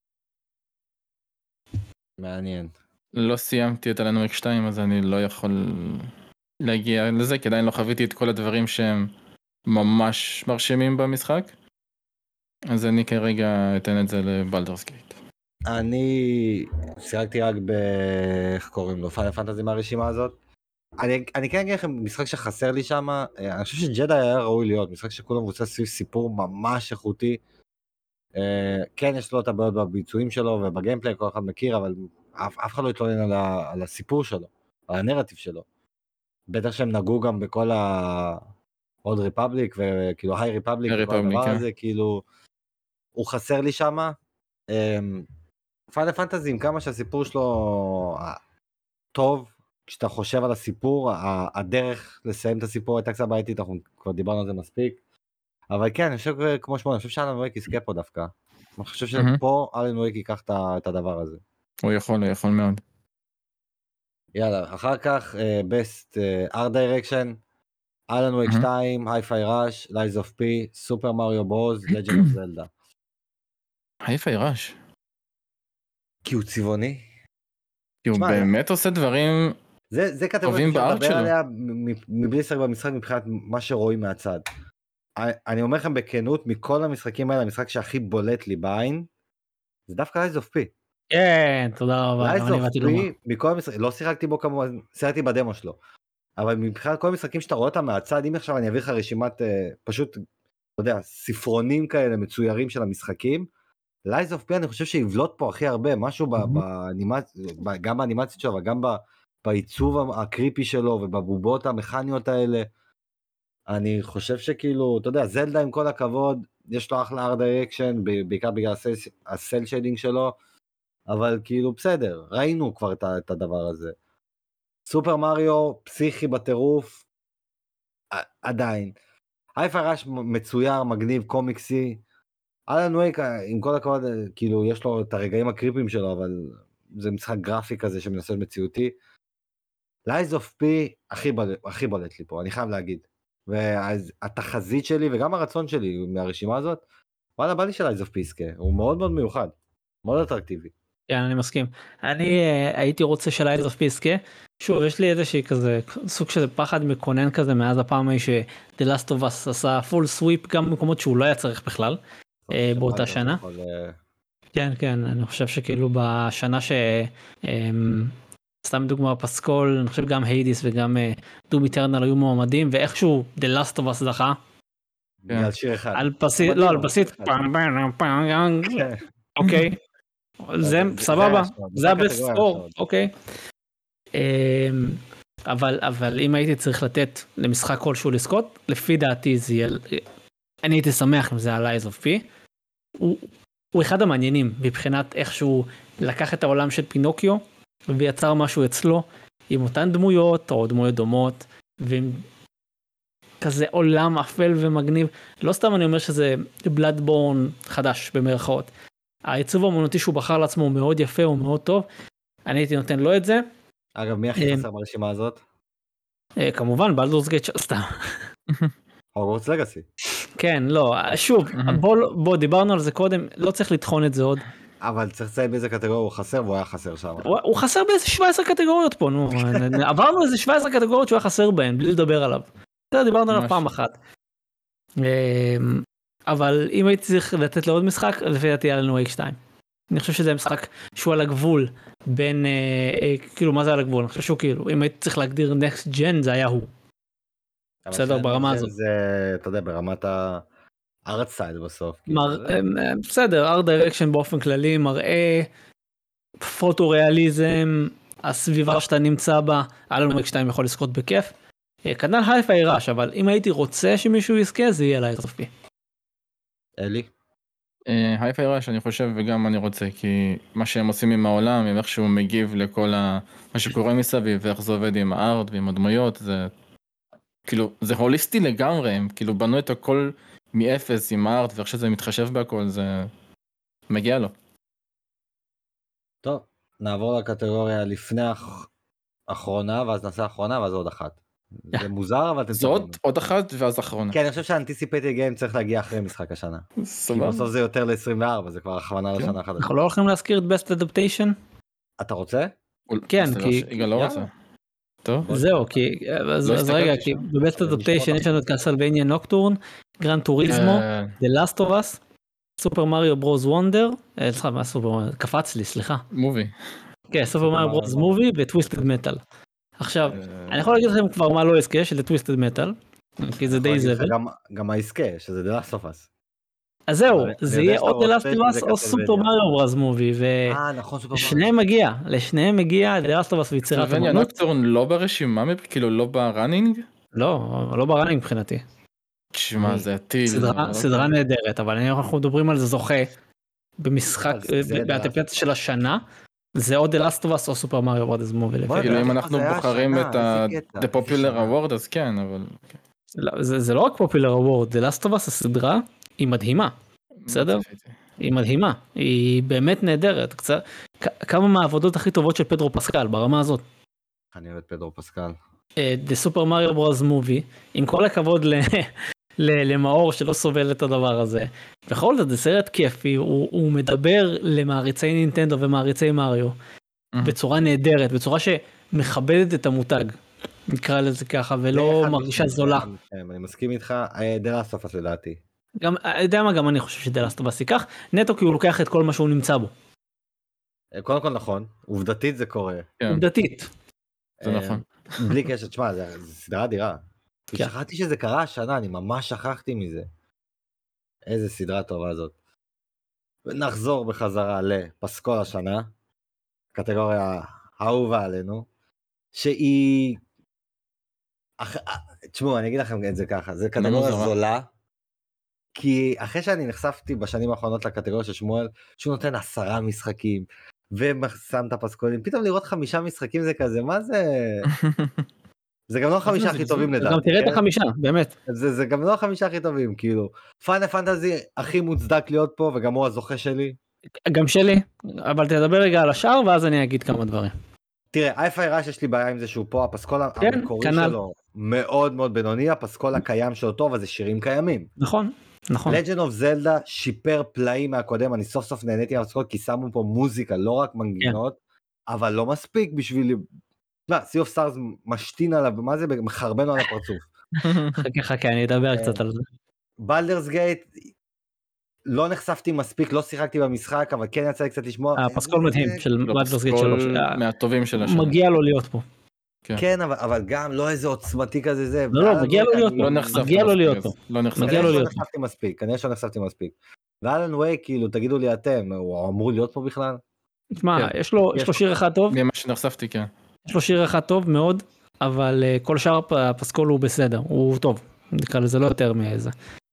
מעניין. לא סיימתי את אלן וייק שתיים, אז אני לא יכול להגיע לזה, כי עדיין לא חוויתי את כל הדברים שהם ממש מרשימים במשחק. אז אני כרגע אתן את זה לבלדורס גייט. אני שיחקתי רק ב... איך קוראים לו? פיינל פנטזי מהרשימה הזאת. אני, אני כן אגיד לכם, משחק שחסר לי שם, אני חושב שג'די היה ראוי להיות, משחק שכולם מבוסס סביב סיפור ממש איכותי, כן יש לו את הבעיות בביצועים שלו ובגיימפליי, כל אחד מכיר, אבל אף, אף אחד לא יתלונן על, על הסיפור שלו, על הנרטיב שלו, בטח שהם נגעו גם בכל ה... עוד ריפבליק, וכאילו היי ריפבליק, וכל הדבר הזה, כאילו, הוא חסר לי שמה. פיינל פנטזי, עם כמה שהסיפור שלו טוב, כשאתה חושב על הסיפור, הדרך לסיים את הסיפור הייתה קצת בעייתית, אנחנו כבר דיברנו על זה מספיק, אבל כן, אני חושב כמו שמונה, אני חושב שאלן וייק יזכה פה דווקא, אני חושב שפה אלן וייק ייקח את הדבר הזה. הוא יכול, הוא יכול מאוד. יאללה, אחר כך, best art direction, אלן וייק שתיים, Hi-Fi Rush, Lies of P, Super Mario Bros, Legend of Zelda. Hi-Fi Rush. כי הוא צבעוני. כי הוא באמת עושה דברים טובים בארט שלו. עליה מבלי לשחק במשחק מבחינת מה שרואים מהצד. אני אומר לכם בכנות, מכל המשחקים האלה, המשחק שהכי בולט לי בעין, זה דווקא Lies of P. כן, תודה רבה. Lies of P, מכל המשחקים, לא שיחקתי בו כמובן, שיחקתי בדמו שלו. אבל מבחינת כל המשחקים שאתה רואה אותם מהצד, אם עכשיו אני אביא לך רשימת פשוט, אתה יודע, ספרונים כאלה מצוירים של המשחקים, Lies of P אני חושב שיבלוט פה הכי הרבה, משהו גם באנימציות שלו, וגם בעיצוב הקריפי שלו, ובבובות המכניות האלה, אני חושב שכאילו, אתה יודע, זלדה עם כל הכבוד, יש לו אחלה ארט דירקשן, בעיקר בגלל הסל שיידינג שלו, אבל כאילו בסדר, ראינו כבר את הדבר הזה. סופר מריו, פסיכי בטירוף, עדיין. Hi-Fi Rush מצויר, מגניב, קומיקסי, אלן וייק, עם כל הכבוד, כאילו, יש לו את הרגעים הקריפיים שלו, אבל זה משחק גרפי כזה שמנסה מציאותי. Lies of P הכי בולט, הכי בולט לי פה, אני חייב להגיד. והתחזית שלי וגם הרצון שלי מהרשימה הזאת, וואלה, בא לי של Lies of P יזכה, הוא מאוד מאוד מיוחד, מאוד אטרקטיבי. כן, אני מסכים. אני הייתי רוצה של Lies of P יזכה, שוב, יש לי איזושהי כזה, סוג של פחד מקונן כזה, מאז הפעם ההיא ש-The Last of Us עשה full sweep, גם במקומות שהוא לא היה צריך בכלל. באותה שנה. כן, כן, אני חושב שכאילו בשנה ש... סתם דוגמה פסקול, אני חושב גם היידיס וגם דום איטרנל היו מועמדים, ואיכשהו The Last of Us זכה. בגלל שיר אחד. על בסיס, לא, על בסיס, אוקיי. זה סבבה, זה הבסט סקור, אוקיי. אבל אם הייתי צריך לתת למשחק כלשהו לזכות, לפי דעתי זה יהיה... אני הייתי שמח אם זה על Lies of P. הוא, הוא אחד המעניינים מבחינת איך שהוא לקח את העולם של פינוקיו ויצר משהו אצלו עם אותן דמויות או דמויות דומות ועם כזה עולם אפל ומגניב. לא סתם אני אומר שזה בלאדבורן חדש במרכאות. העיצוב האמנותי שהוא בחר לעצמו הוא מאוד יפה, הוא מאוד טוב. אני הייתי נותן לו את זה. אגב, מי הכי חסר ברשימה הזאת? כמובן, בלדורס גייט סתם. הוגוורטס לגאסי. כן, לא, שוב, בוא, בוא, דיברנו על זה קודם, לא צריך לטחון את זה עוד. אבל צריך לציין באיזה קטגוריה הוא חסר, והוא היה חסר שם. הוא, הוא חסר באיזה שבע עשרה קטגוריות פה, נו, עברנו איזה שבע עשרה קטגוריות שהוא היה חסר בהן, בלי לדבר עליו. זה דיברנו עליו פעם אחת. אבל אם הייתי צריך לתת לעוד משחק, לפי דעתי אלן וייק שתיים. אני חושב שזה משחק שהוא על הגבול, בין, כאילו, מה זה על הגבול? אני חושב שהוא כאילו, אם הייתי צריך להגדיר נקסט ג'ן, זה היה הוא. בסדר, ברמה הזאת. זה, אתה יודע, ברמת הארט סטייל בסוף. בסדר, ארט דירקשן באופן כללי, מראה פוטו-ריאליזם, הסביבה שאתה נמצא בה, אלן וייק שתיים יכול לזכות בכיף. כנ"ל Hi-Fi Rush, אבל אם הייתי רוצה שמישהו יזכה, זה יהיה Lies of P. אלי? Hi-Fi Rush אני חושב וגם אני רוצה, כי מה שהם עושים עם העולם, עם איך שהוא מגיב לכל מה שקורה מסביב, ואיך זה עובד עם הארט ועם הדמויות, זה... כאילו, זה הוליסטי לגמרי, הם כאילו בנו את הכל מאפס עם הארט, ואיך שזה מתחשב בהכל, זה מגיע לו. טוב, נעבור לקטגוריה לפני האחרונה, ואז נעשה האחרונה, ואז עוד אחת. זה מוזר, אבל אתם צודקים. זאת עוד אחת, ואז האחרונה. כן, אני חושב שהאנטיסיפייטד גיים צריך להגיע אחרי משחק השנה. כי בסוף זה יותר ל-עשרים וארבע, זה כבר הכוונה לשנה החדשה. אנחנו לא הולכים להזכיר את Best Adaptation? אתה רוצה? כן, כי... יגאל לא רוצה. טוב. זהו, כי, אז רגע, כי ב-Best Adaptation יש לנו את קאסלווניה נוקטורן, גרן טוריזמו, The Last of Us, סופר מריו ברוז וונדר, סליחה, מה סופר, קפץ לי, סליחה. מובי. כן, סופר מריו ברוז מובי וטוויסטד מטל. עכשיו, אני יכול להגיד לכם כבר מה לא עסקה, שזה טוויסטד מטל, כי זה די זבל. גם העסקה, שזה The Last of Us. אז זהו, אני זה יודע יהיה שאתה או The רוצה Last of שזה Us או סופר קסלווניה. מריו ברז מובי, אה, נכון, סופר מריו. ושניהם מגיע, לשניהם מגיע The Last of Us ויצירת קסלווניה אמנות. נוקטורן לא ברשימה, כאילו לא בראנינג? לא, לא בראנינג מבחינתי. תשמע, אני- זה הטיל. סדרה, אבל סדרה אוקיי. נהדרת, אבל אנחנו מדברים על זה זוכה במשחק, אבל זה The Last באנטיפציה של השנה, זה או The Last of Us או סופר מריו ברז מובי. לפי בוא, כאילו The אם Last of Us אנחנו היה בוחרים השנה, את איזה ה- קטע, The איזה Popular שנה. Award אז כן, אבל... לא, זה, זה לא רק פופולר אוורד, The Last of Us הסדרה היא מדהימה, בסדר? לא צפיתי. היא מדהימה, היא באמת נהדרת, קצת, כ- כמה מהעבודות הכי טובות של פדרו פסקל ברמה הזאת. אני אוהב את פדרו פסקל. אה, The Super Mario Bros. Movie, עם כל הכבוד ל- ל- למאור שלא סובל את הדבר הזה, בכל זאת זה סרט כיפי, הוא, הוא מדבר למעריצי נינטנדו ומעריצי מריו, מהמם. בצורה נהדרת, בצורה שמכבדת את המותג, נקרא לזה ככה, זה ולא אחד מרגישה משניהם, זולה. זה אחד משניהם, אני מסכים איתך, אה, The Last of Us לדעתי. גם, אתה יודע מה, גם אני חושב שדלסט אוף אס ייקח, נטו כי הוא לוקח את כל מה שהוא נמצא בו, אה, קודם כל נכון, עובדתית זה קורה. כן, עובדתית. זה אה, נכון. בלי קשר, תשמע, זה זה סדרה אדירה. כן. שכחתי שזה קרה השנה, אני ממש שכחתי מזה. איזה סדרה טובה זאת. ונחזור בחזרה לפסקול השנה, קטגוריה האהובה עלינו, שהיא... אח... תשמעו, אני אגיד לכם את זה ככה, זה קטגוריה מוזרה. זולה, כי אחרי שאני נחשפתי בשנים האחרונות לקטגוריה של שמואל, שהוא נותן עשרה משחקים, ושם את הפסקולים, פתאום לראות חמישה משחקים זה כזה, מה זה? זה גם לא החמישה הכי טובים גם לדעתי, תראה את כן? החמישה, באמת. זה, זה גם לא החמישה הכי טובים, כאילו. פאנל פנטזי הכי מוצדק להיות פה, וגם הוא הזוכה שלי. גם שלי, אבל תדבר רגע על השאר ואז אני אגיד כמה דברים. תראה, איפה הרעש יש לי בעיה עם זה שהוא פה, הפסקול כן, המקורי כנ"ל. שלו מאוד מאוד בינוני, הפסקול הקיים שלו טוב, אז זה שירים קיימים. נכון, נכון. Legend of Zelda שיפר פלאים מהקודם, אני סוף סוף נהניתי מהפסקול, כי שמו פה מוזיקה, לא רק מנגינות, אבל לא מספיק בשביל... מה, Sea of Stars משתין עליו, מה זה? מחרבן לו על הפרצוף. חכה חכה, אני אדבר קצת על זה. בלדרס גייט, לא נחשפתי מספיק, לא שיחקתי במשחק, אבל כן יצא לי קצת לשמוע. הפסקול מדהים של לא, בלדרס גייט פסקול שלוש. מהטובים של השנה. מגיע לו להיות פה. כן, אבל, אבל גם לא איזה עוצמתי כזה זה. לא, לא, מגיע לו להיות לא פה. נחשפתי מגיע לו מספיק, להיות אז פה. לא נחשפתי. מגיע לו כנראה שלא להיות פה. נחשפתי מספיק, כנראה שלא נחשפתי מספיק. ואלן ווי, כאילו, תגידו לי אתם, הוא אמור להיות פה בכלל? תשמע, כן. יש לו יש לו שיר אחד טוב, ממה שנחשפתי, כן. יש לו שיר אחד טוב מאוד, אבל uh, כל שאר הפסקול הוא בסדר, הוא טוב, נקרא לזה לא יותר מאיזה.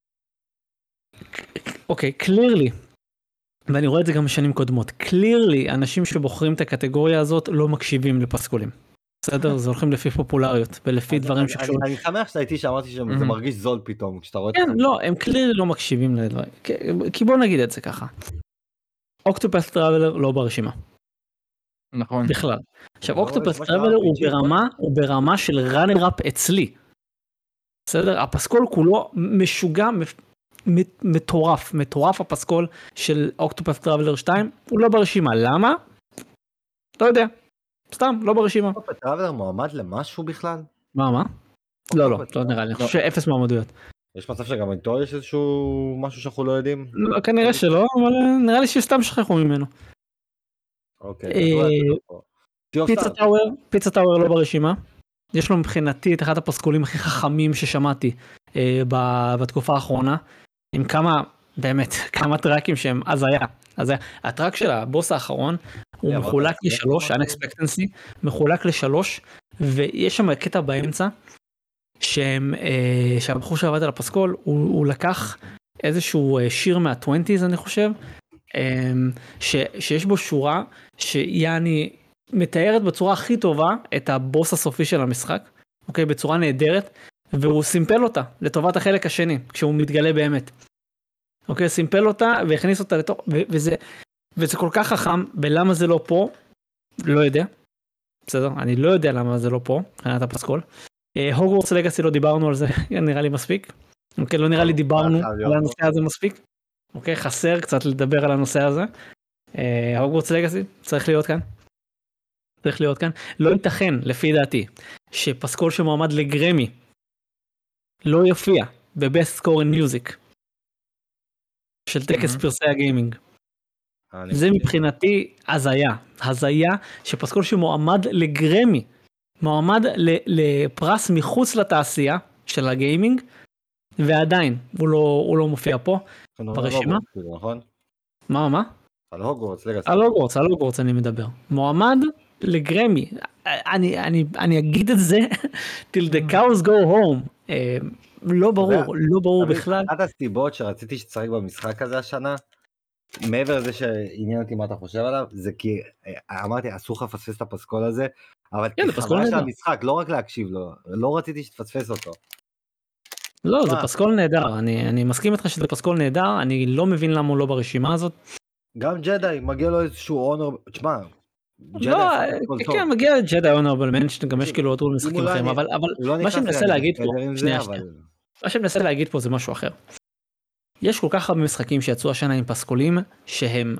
אוקיי, קלירלי, ואני רואה את זה גם בשנים קודמות, קלירלי, אנשים שבוחרים את הקטגוריה הזאת לא מקשיבים לפסקולים. בסדר? זה הולכים לפי פופולריות, ולפי דברים אני- שקשורים. אני שמח שאתה איתי שאמרתי שזה Mhm. מרגיש זול פתאום, כשאתה רואה את כן, זה. לא, הם קלירלי לא מקשיבים לדברים, כי- כי בוא נגיד את זה ככה. אוקטופס טראבלר לא ברשימה, נכון. בכלל. עכשיו לא, אוקטופס כמו טראבלר הוא ש-אר פי ג'י, ברמה, הוא ברמה של ראנר אפ אצלי. בסדר? הפסקול כולו משוגע, מ- מטורף, מטורף הפסקול של אוקטופס טראבלר שתיים, הוא לא ברשימה. למה? לא יודע. סתם, לא ברשימה. טראבלר מועמד למשהו בכלל? מה, מה? לא, לא, אוקטופס לא נראה לי. אני לא. חושב שאפס מועמדויות. יש מצב שגם איתו יש איזשהו משהו שאנחנו לא יודעים? לא, כנראה שלא, אבל אה, נראה לי שסתם שכחו ממנו. אוקיי, אה, אז הוא היה פה. Sea of פיצה Stars. טאוור, פיצה טאוור לא ברשימה. יש לו מבחינתי את אחד הפסקולים הכי חכמים ששמעתי אה, ב- בתקופה האחרונה, עם כמה, באמת, כמה טראקים שהם הזיה. אז הטראק של הבוס האחרון, הוא עברת מחולק על זה? לשלוש, unexpectancy, מחולק לשלוש, ויש שם קטע באמצע, שהם, אה, שהבחור שעבד על הפסקול, הוא, הוא לקח איזשהו אה, שיר מה-עשרים אני חושב, אה, ש, שיש בו שורה שיעני מתארת בצורה הכי טובה את הבוס הסופי של המשחק, אוקיי, בצורה נהדרת, והוא סימפל אותה לטובת החלק השני, כשהוא מתגלה באמת. אוקיי, סימפל אותה והכניס אותה לתוך, ו- וזה, וזה כל כך חכם, ולמה זה לא פה, לא יודע, בסדר, אני לא יודע למה זה לא פה, מבחינת הפסקול. הוגוורטס לגאסי לא דיברנו על זה, נראה לי מספיק, אוקיי, לא נראה לי דיברנו על הנושא הזה מספיק, אוקיי, חסר קצת לדבר על הנושא הזה. הוגוורטס לגאסי צריך להיות כאן, צריך להיות כאן, לא ייתכן לפי דעתי, שפסקול שמועמד לגרמי, לא יופיע ב-Best Score in Music, של טקס Mhm. פרסי הגיימינג. אני זה מסכים. מבחינתי הזיה, הזיה שפסקול שמועמד לגרמי, מועמד ל- לפרס מחוץ לתעשייה של הגיימינג, ועדיין הוא לא, הוא לא מופיע פה ברשימה. נכון? מה, מה? על הוגוורטס, לגאסי. על הוגוורטס, על הוגוורטס אני מדבר. מועמד לגרמי, אני, אני, אני אגיד את זה, till the cows go home. לא ברור, לא ברור בכלל. אחת הסיבות שרציתי שתשחק במשחק הזה השנה, מעבר לזה שעניין אותי מה אתה חושב עליו, זה כי אמרתי אסור לך לפספס את הפסקול הזה, אבל כחוויה של המשחק, לא רק להקשיב לו, לא רציתי שתפספס אותו. לא, זה פסקול נהדר, אני, אני מסכים איתך שזה פסקול נהדר, אני לא מבין למה הוא לא ברשימה הזאת. גם ג'די, מגיע לו איזשהו אונר, תשמע, לא, כן, מגיע ג'די אונרבל מנשן, גם יש כאילו עוד משחקים אחרים, אבל מה שאני מנסה להגיד פה, שנייה, שנייה, מה שאני מנסה להגיד פה זה משהו אחר. יש כל כך הרבה משחקים שיצאו השנה עם פסקולים, שהם,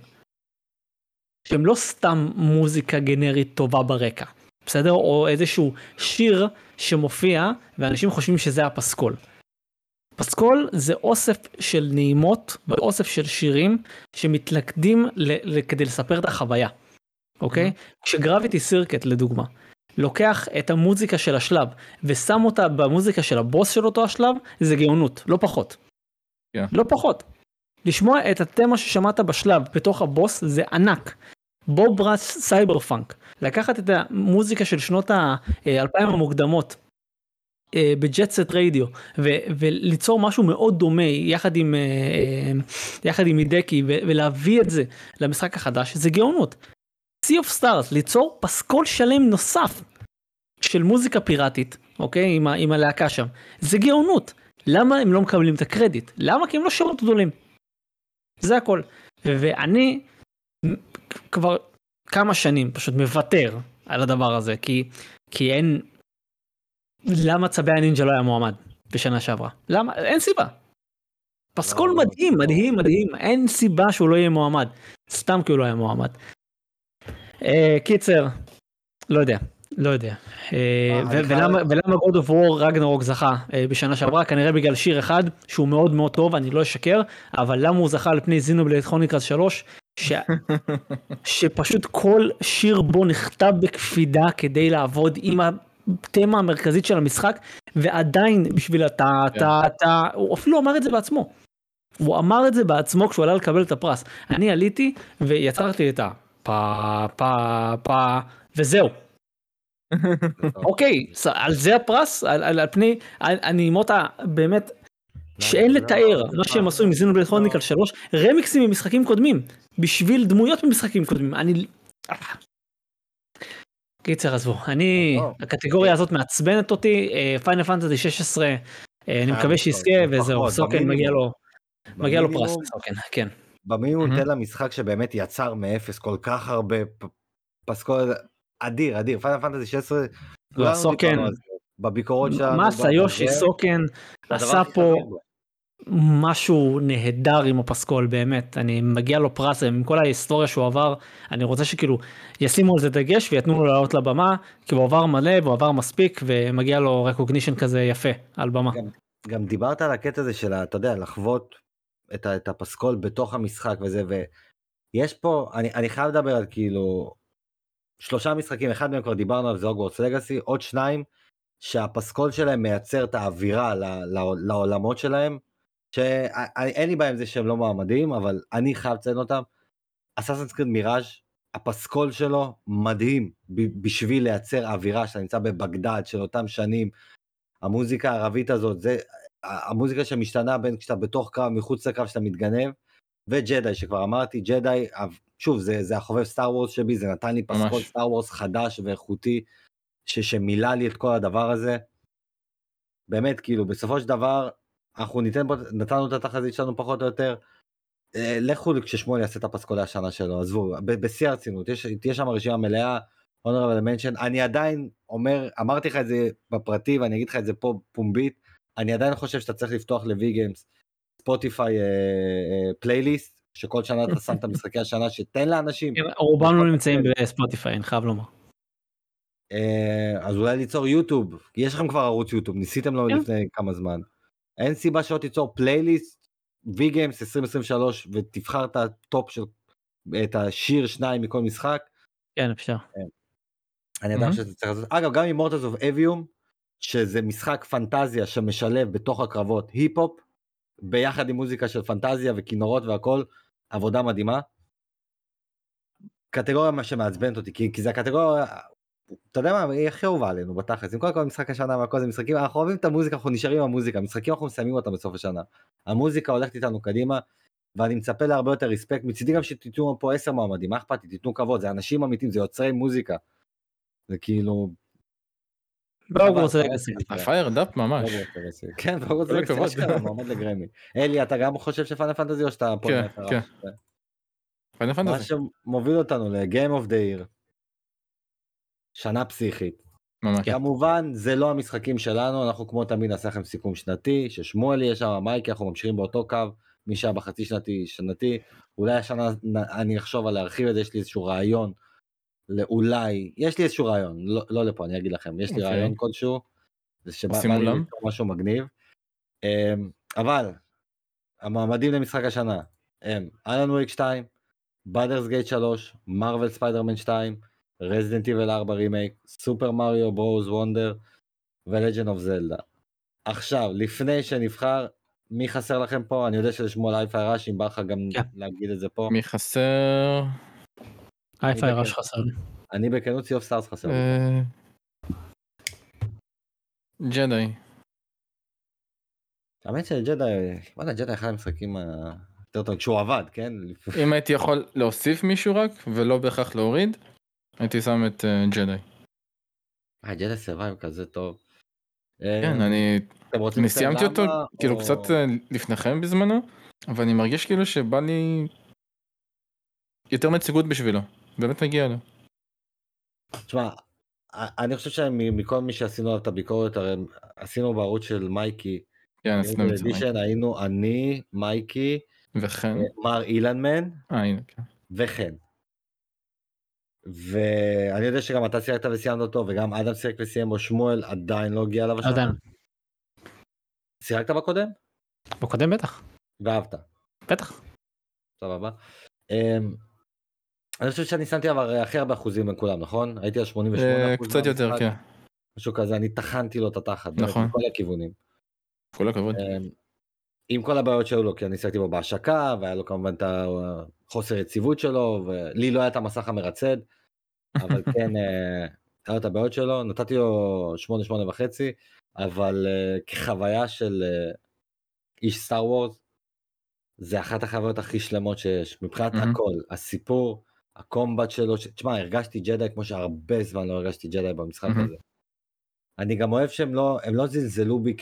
שהם לא סתם מוזיקה גנרית טובה ברקע, בסדר? או איזשהו שיר שמופיע, ואנשים חושבים שזה הפסקול. פסקול זה אוסף של נעימות, ואוסף של שירים, שמתלכדים כדי לספר את החוויה. אוקיי? כשגרביטי סירקט לדוגמה, לוקח את המוזיקה של השלב, ושם אותה במוזיקה של הבוס של אותו השלב, זה גאונות, לא פחות. Yeah. לא פחות. לשמוע את התמה ששמעת בשלב, בתוך הבוס, זה ענק. בוב ראס סייבר פאנק. לקחת את המוזיקה של שנות האלפיים המוקדמות, בג'ט סט רדיו, וליצור משהו מאוד דומה, יחד עם, יחד עם הידקי, ולהביא את זה למשחק החדש, זה גאונות. Sea of Stars, ליצור פסקול שלם נוסף של מוזיקה פיראטית, אוקיי, עם, עם הלהקה שם. זה גאונות. למה הם לא מקבלים את הקרדיט? למה? כי הם לא שירות גדולים. זה הכל. ואני כבר כמה שנים פשוט מוותר על הדבר הזה, כי, כי אין... למה צבי הנינג'ה לא היה מועמד בשנה שעברה? למה? אין סיבה. פסקול מדהים, מדהים, מדהים. אין סיבה שהוא לא יהיה מועמד. סתם כי הוא לא היה מועמד. קיצר, לא יודע, לא יודע. ולמה God of War רגנרוק זכה בשנה שעברה? כנראה בגלל שיר אחד שהוא מאוד מאוד טוב, אני לא אשקר, אבל למה הוא זכה על פני זינובלייד כרוניקלס שלוש, שפשוט כל שיר בו נכתב בקפידה כדי לעבוד עם התמה המרכזית של המשחק, ועדיין בשביל אתה, אתה, אתה, הוא אפילו אמר את זה בעצמו. הוא אמר את זה בעצמו כשהוא עלה לקבל את הפרס. אני עליתי ויצרתי את ה... פה, פה, פה, וזהו. אוקיי, על זה הפרס, על פני, הנעימות באמת, שאין לתאר, מה שהם עשו עם זינובלייד כרוניקלס שלוש, רמיקסים ממשחקים קודמים, בשביל דמויות ממשחקים קודמים, אני... קיצר, עזבו, אני, הקטגוריה הזאת מעצבנת אותי, פיינל פנטזי שש עשרה, אני מקווה שיזכה, וזהו, סוקן מגיע לו, מגיע לו פרס, סוקן, כן. במינימום תן למשחק שבאמת יצר מאפס כל כך הרבה פסקול אדיר, אדיר, פיינל פנטזי שש עשרה, סוקן, בביקורות שלנו, מה עשה יושי סוקן, עשה פה משהו נהדר עם הפסקול, באמת, אני מגיע לו פרס, עם כל ההיסטוריה שהוא עבר, אני רוצה שכאילו ישימו על זה דגש ויתנו לו לעלות לבמה, כי הוא עבר מלא והוא עבר מספיק, ומגיע לו רקוגנישן כזה יפה על במה. גם, גם דיברת על הקטע הזה של, אתה יודע, לחוות את, את הפסקול בתוך המשחק וזה, ויש פה, אני, אני חייב לדבר על כאילו, שלושה משחקים, אחד מהם כבר דיברנו על זה, הוגוורטס לגאסי, עוד שניים, שהפסקול שלהם מייצר את האווירה לעולמות שלהם, שאין לי בהם זה שהם לא מעמדים, אבל אני חייב לציין אותם. אסאסינס קריד מיראז', הפסקול שלו מדהים, בשביל לייצר אווירה שאתה נמצא בבגדד של אותם שנים, המוזיקה הערבית הזאת, זה המוזיקה שמשתנה בין כשאתה בתוך קרב, מחוץ לקרב שאתה מתגנב, וג'די, שכבר אמרתי, ג'די, שוב, זה, זה החובב סטאר וורס שבי, זה נתן לי פסקול סטאר וורס חדש ואיכותי, שמילה לי את כל הדבר הזה, באמת, כאילו, בסופו של דבר, אנחנו ניתן פה, נתנו את התחזית שלנו פחות או יותר, לכו כששמואל יעשה את הפסקולי השנה שלו, עזבו, בשיא הרצינות, תהיה שם רשימה מלאה, honorable mention, אני עדיין אומר, אמרתי לך את זה בפרטי, ואני אגיד לך את זה פה פומבית, אני עדיין חושב שאתה צריך לפתוח לוי גיימס, ספוטיפיי פלייליסט, שכל שנה אתה שם את המשחקי השנה, שתן לאנשים. רובם לא נמצאים בספוטיפיי, אני חייב לומר. אז אולי ליצור יוטיוב, יש לכם כבר ערוץ יוטיוב, ניסיתם לו לפני כמה זמן, אין סיבה שלא תיצור פלייליסט, וי גיימס עשרים עשרים ושלוש, ותבחר את הטופ של, את השיר שניים מכל משחק. כן, אפשר. אני יודע שזה צריך לעשות, אגב, גם עם מורטלס אוף אביום, שזה משחק פנטזיה שמשלב בתוך הקרבות היפ-הופ, ביחד עם מוזיקה של פנטזיה וכינורות והכל, עבודה מדהימה. קטגוריה מה שמעצבנת אותי, כי, כי זה הקטגוריה, אתה יודע מה, היא הכי אהובה עלינו בתכלס, עם כל הכל משחק השנה והכל זה משחקים, אנחנו אוהבים את המוזיקה, אנחנו נשארים עם המוזיקה, משחקים אנחנו מסיימים אותם בסוף השנה, המוזיקה הולכת איתנו קדימה, ואני מצפה להרבה יותר ריספקט, מצידי גם שתיתנו פה עשר מועמדים, מה אכפת לי, תיתנו כבוד, זה אנשים אמיתיים, זה יוצרי מוזיקה, זה כאילו... בהוגוורטס לגאסי. הפייר דאפ ממש. כן, בהוגוורטס לגאסי, אשכרה, מועמד לגרמי. אלי, אתה גם חושב שפאנל פנטזי או שאתה פה כן, כן. פאנל פנטזי. מה שמוביל אותנו ל-Game of the Year, שנה פסיכית. ממש. כמובן, זה לא המשחקים שלנו, אנחנו כמו תמיד נעשה לכם סיכום שנתי, ששמואל יהיה שם, מייקי, אנחנו ממשיכים באותו קו, מי שהיה בחצי שנתי, שנתי, אולי השנה אני אחשוב על להרחיב את זה, יש לי איזשהו רעיון, לאולי, יש לי איזשהו רעיון, לא, לא לפה, אני אגיד לכם, יש לי okay. רעיון כלשהו, זה שבא לי ליצור משהו מגניב, אבל, המעמדים למשחק השנה, הם אלן וויק שתיים, בלדרס גייט שלוש, מרוול ספיידרמן שתיים, רזידנט איבל ארבע רימייק, סופר מריו ברוז וונדר, ולג'נד אוף זלדה. עכשיו, לפני שנבחר, מי חסר לכם פה? אני יודע שזה שמואל אייפיי ראש, אם בא לך גם yeah. להגיד את זה פה. מי חסר? אייפיי ראש חסר. אני בכנות סי אוף סטארס חסר. ג'די. האמת שג'די, וואלה, ג'די אחד המשחקים יותר טוב, כשהוא עבד, כן? אם הייתי יכול להוסיף מישהו רק, ולא בהכרח להוריד, הייתי שם את ג'די. אה, ג'די סרווייב כזה טוב. כן, אני... אני סיימתי אותו, כאילו קצת לפניכם בזמנו, אבל אני מרגיש כאילו שבא לי יותר מציגות בשבילו, באמת מגיע לו. תשמע, אני חושב שמכל מי שעשינו את הביקורת, הרי עשינו בערוץ של מייקי, כן, עשינו את זה מייקי. היינו אני, מייקי, וכן. מר אילנמן, אה, הנה, כן. וכן. ואני יודע שגם אתה סיימת וסיימת אותו, וגם אדם סייק וסיים בו, שמואל עדיין לא הגיע עליו השנה. עדיין. סיימת בקודם? בקודם בטח. ואהבת? בטח. סבבה. אני חושב שאני שמתי אבל הכי הרבה אחוזים בין כולם, נכון? הייתי על שמונים ושמונה אחוז. קצת יותר, כן. משהו כזה, אני תחנתי לו את התחת. נכון. בכל הכיוונים. כל הכבוד. עם כל הבעיות שהיו לו, כי אני סיימתי בו בהשקה, והיה לו כמובן את החוסר יציבות שלו, ולי לא היה את המסך המרצד, אבל כן, היה לו את הבעיות שלו, נתתי לו שמונה, שמונה וחצי, אבל כחוויה של איש סטאר וורס, זה אחת החוויות הכי שלמות שיש, מבחינת הכל, הסיפור, הקומבט שלו, תשמע, הרגשתי ג'די כמו שהרבה זמן לא הרגשתי ג'די במשחק הזה. אני גם אוהב שהם לא, הם לא זלזלו בי כ...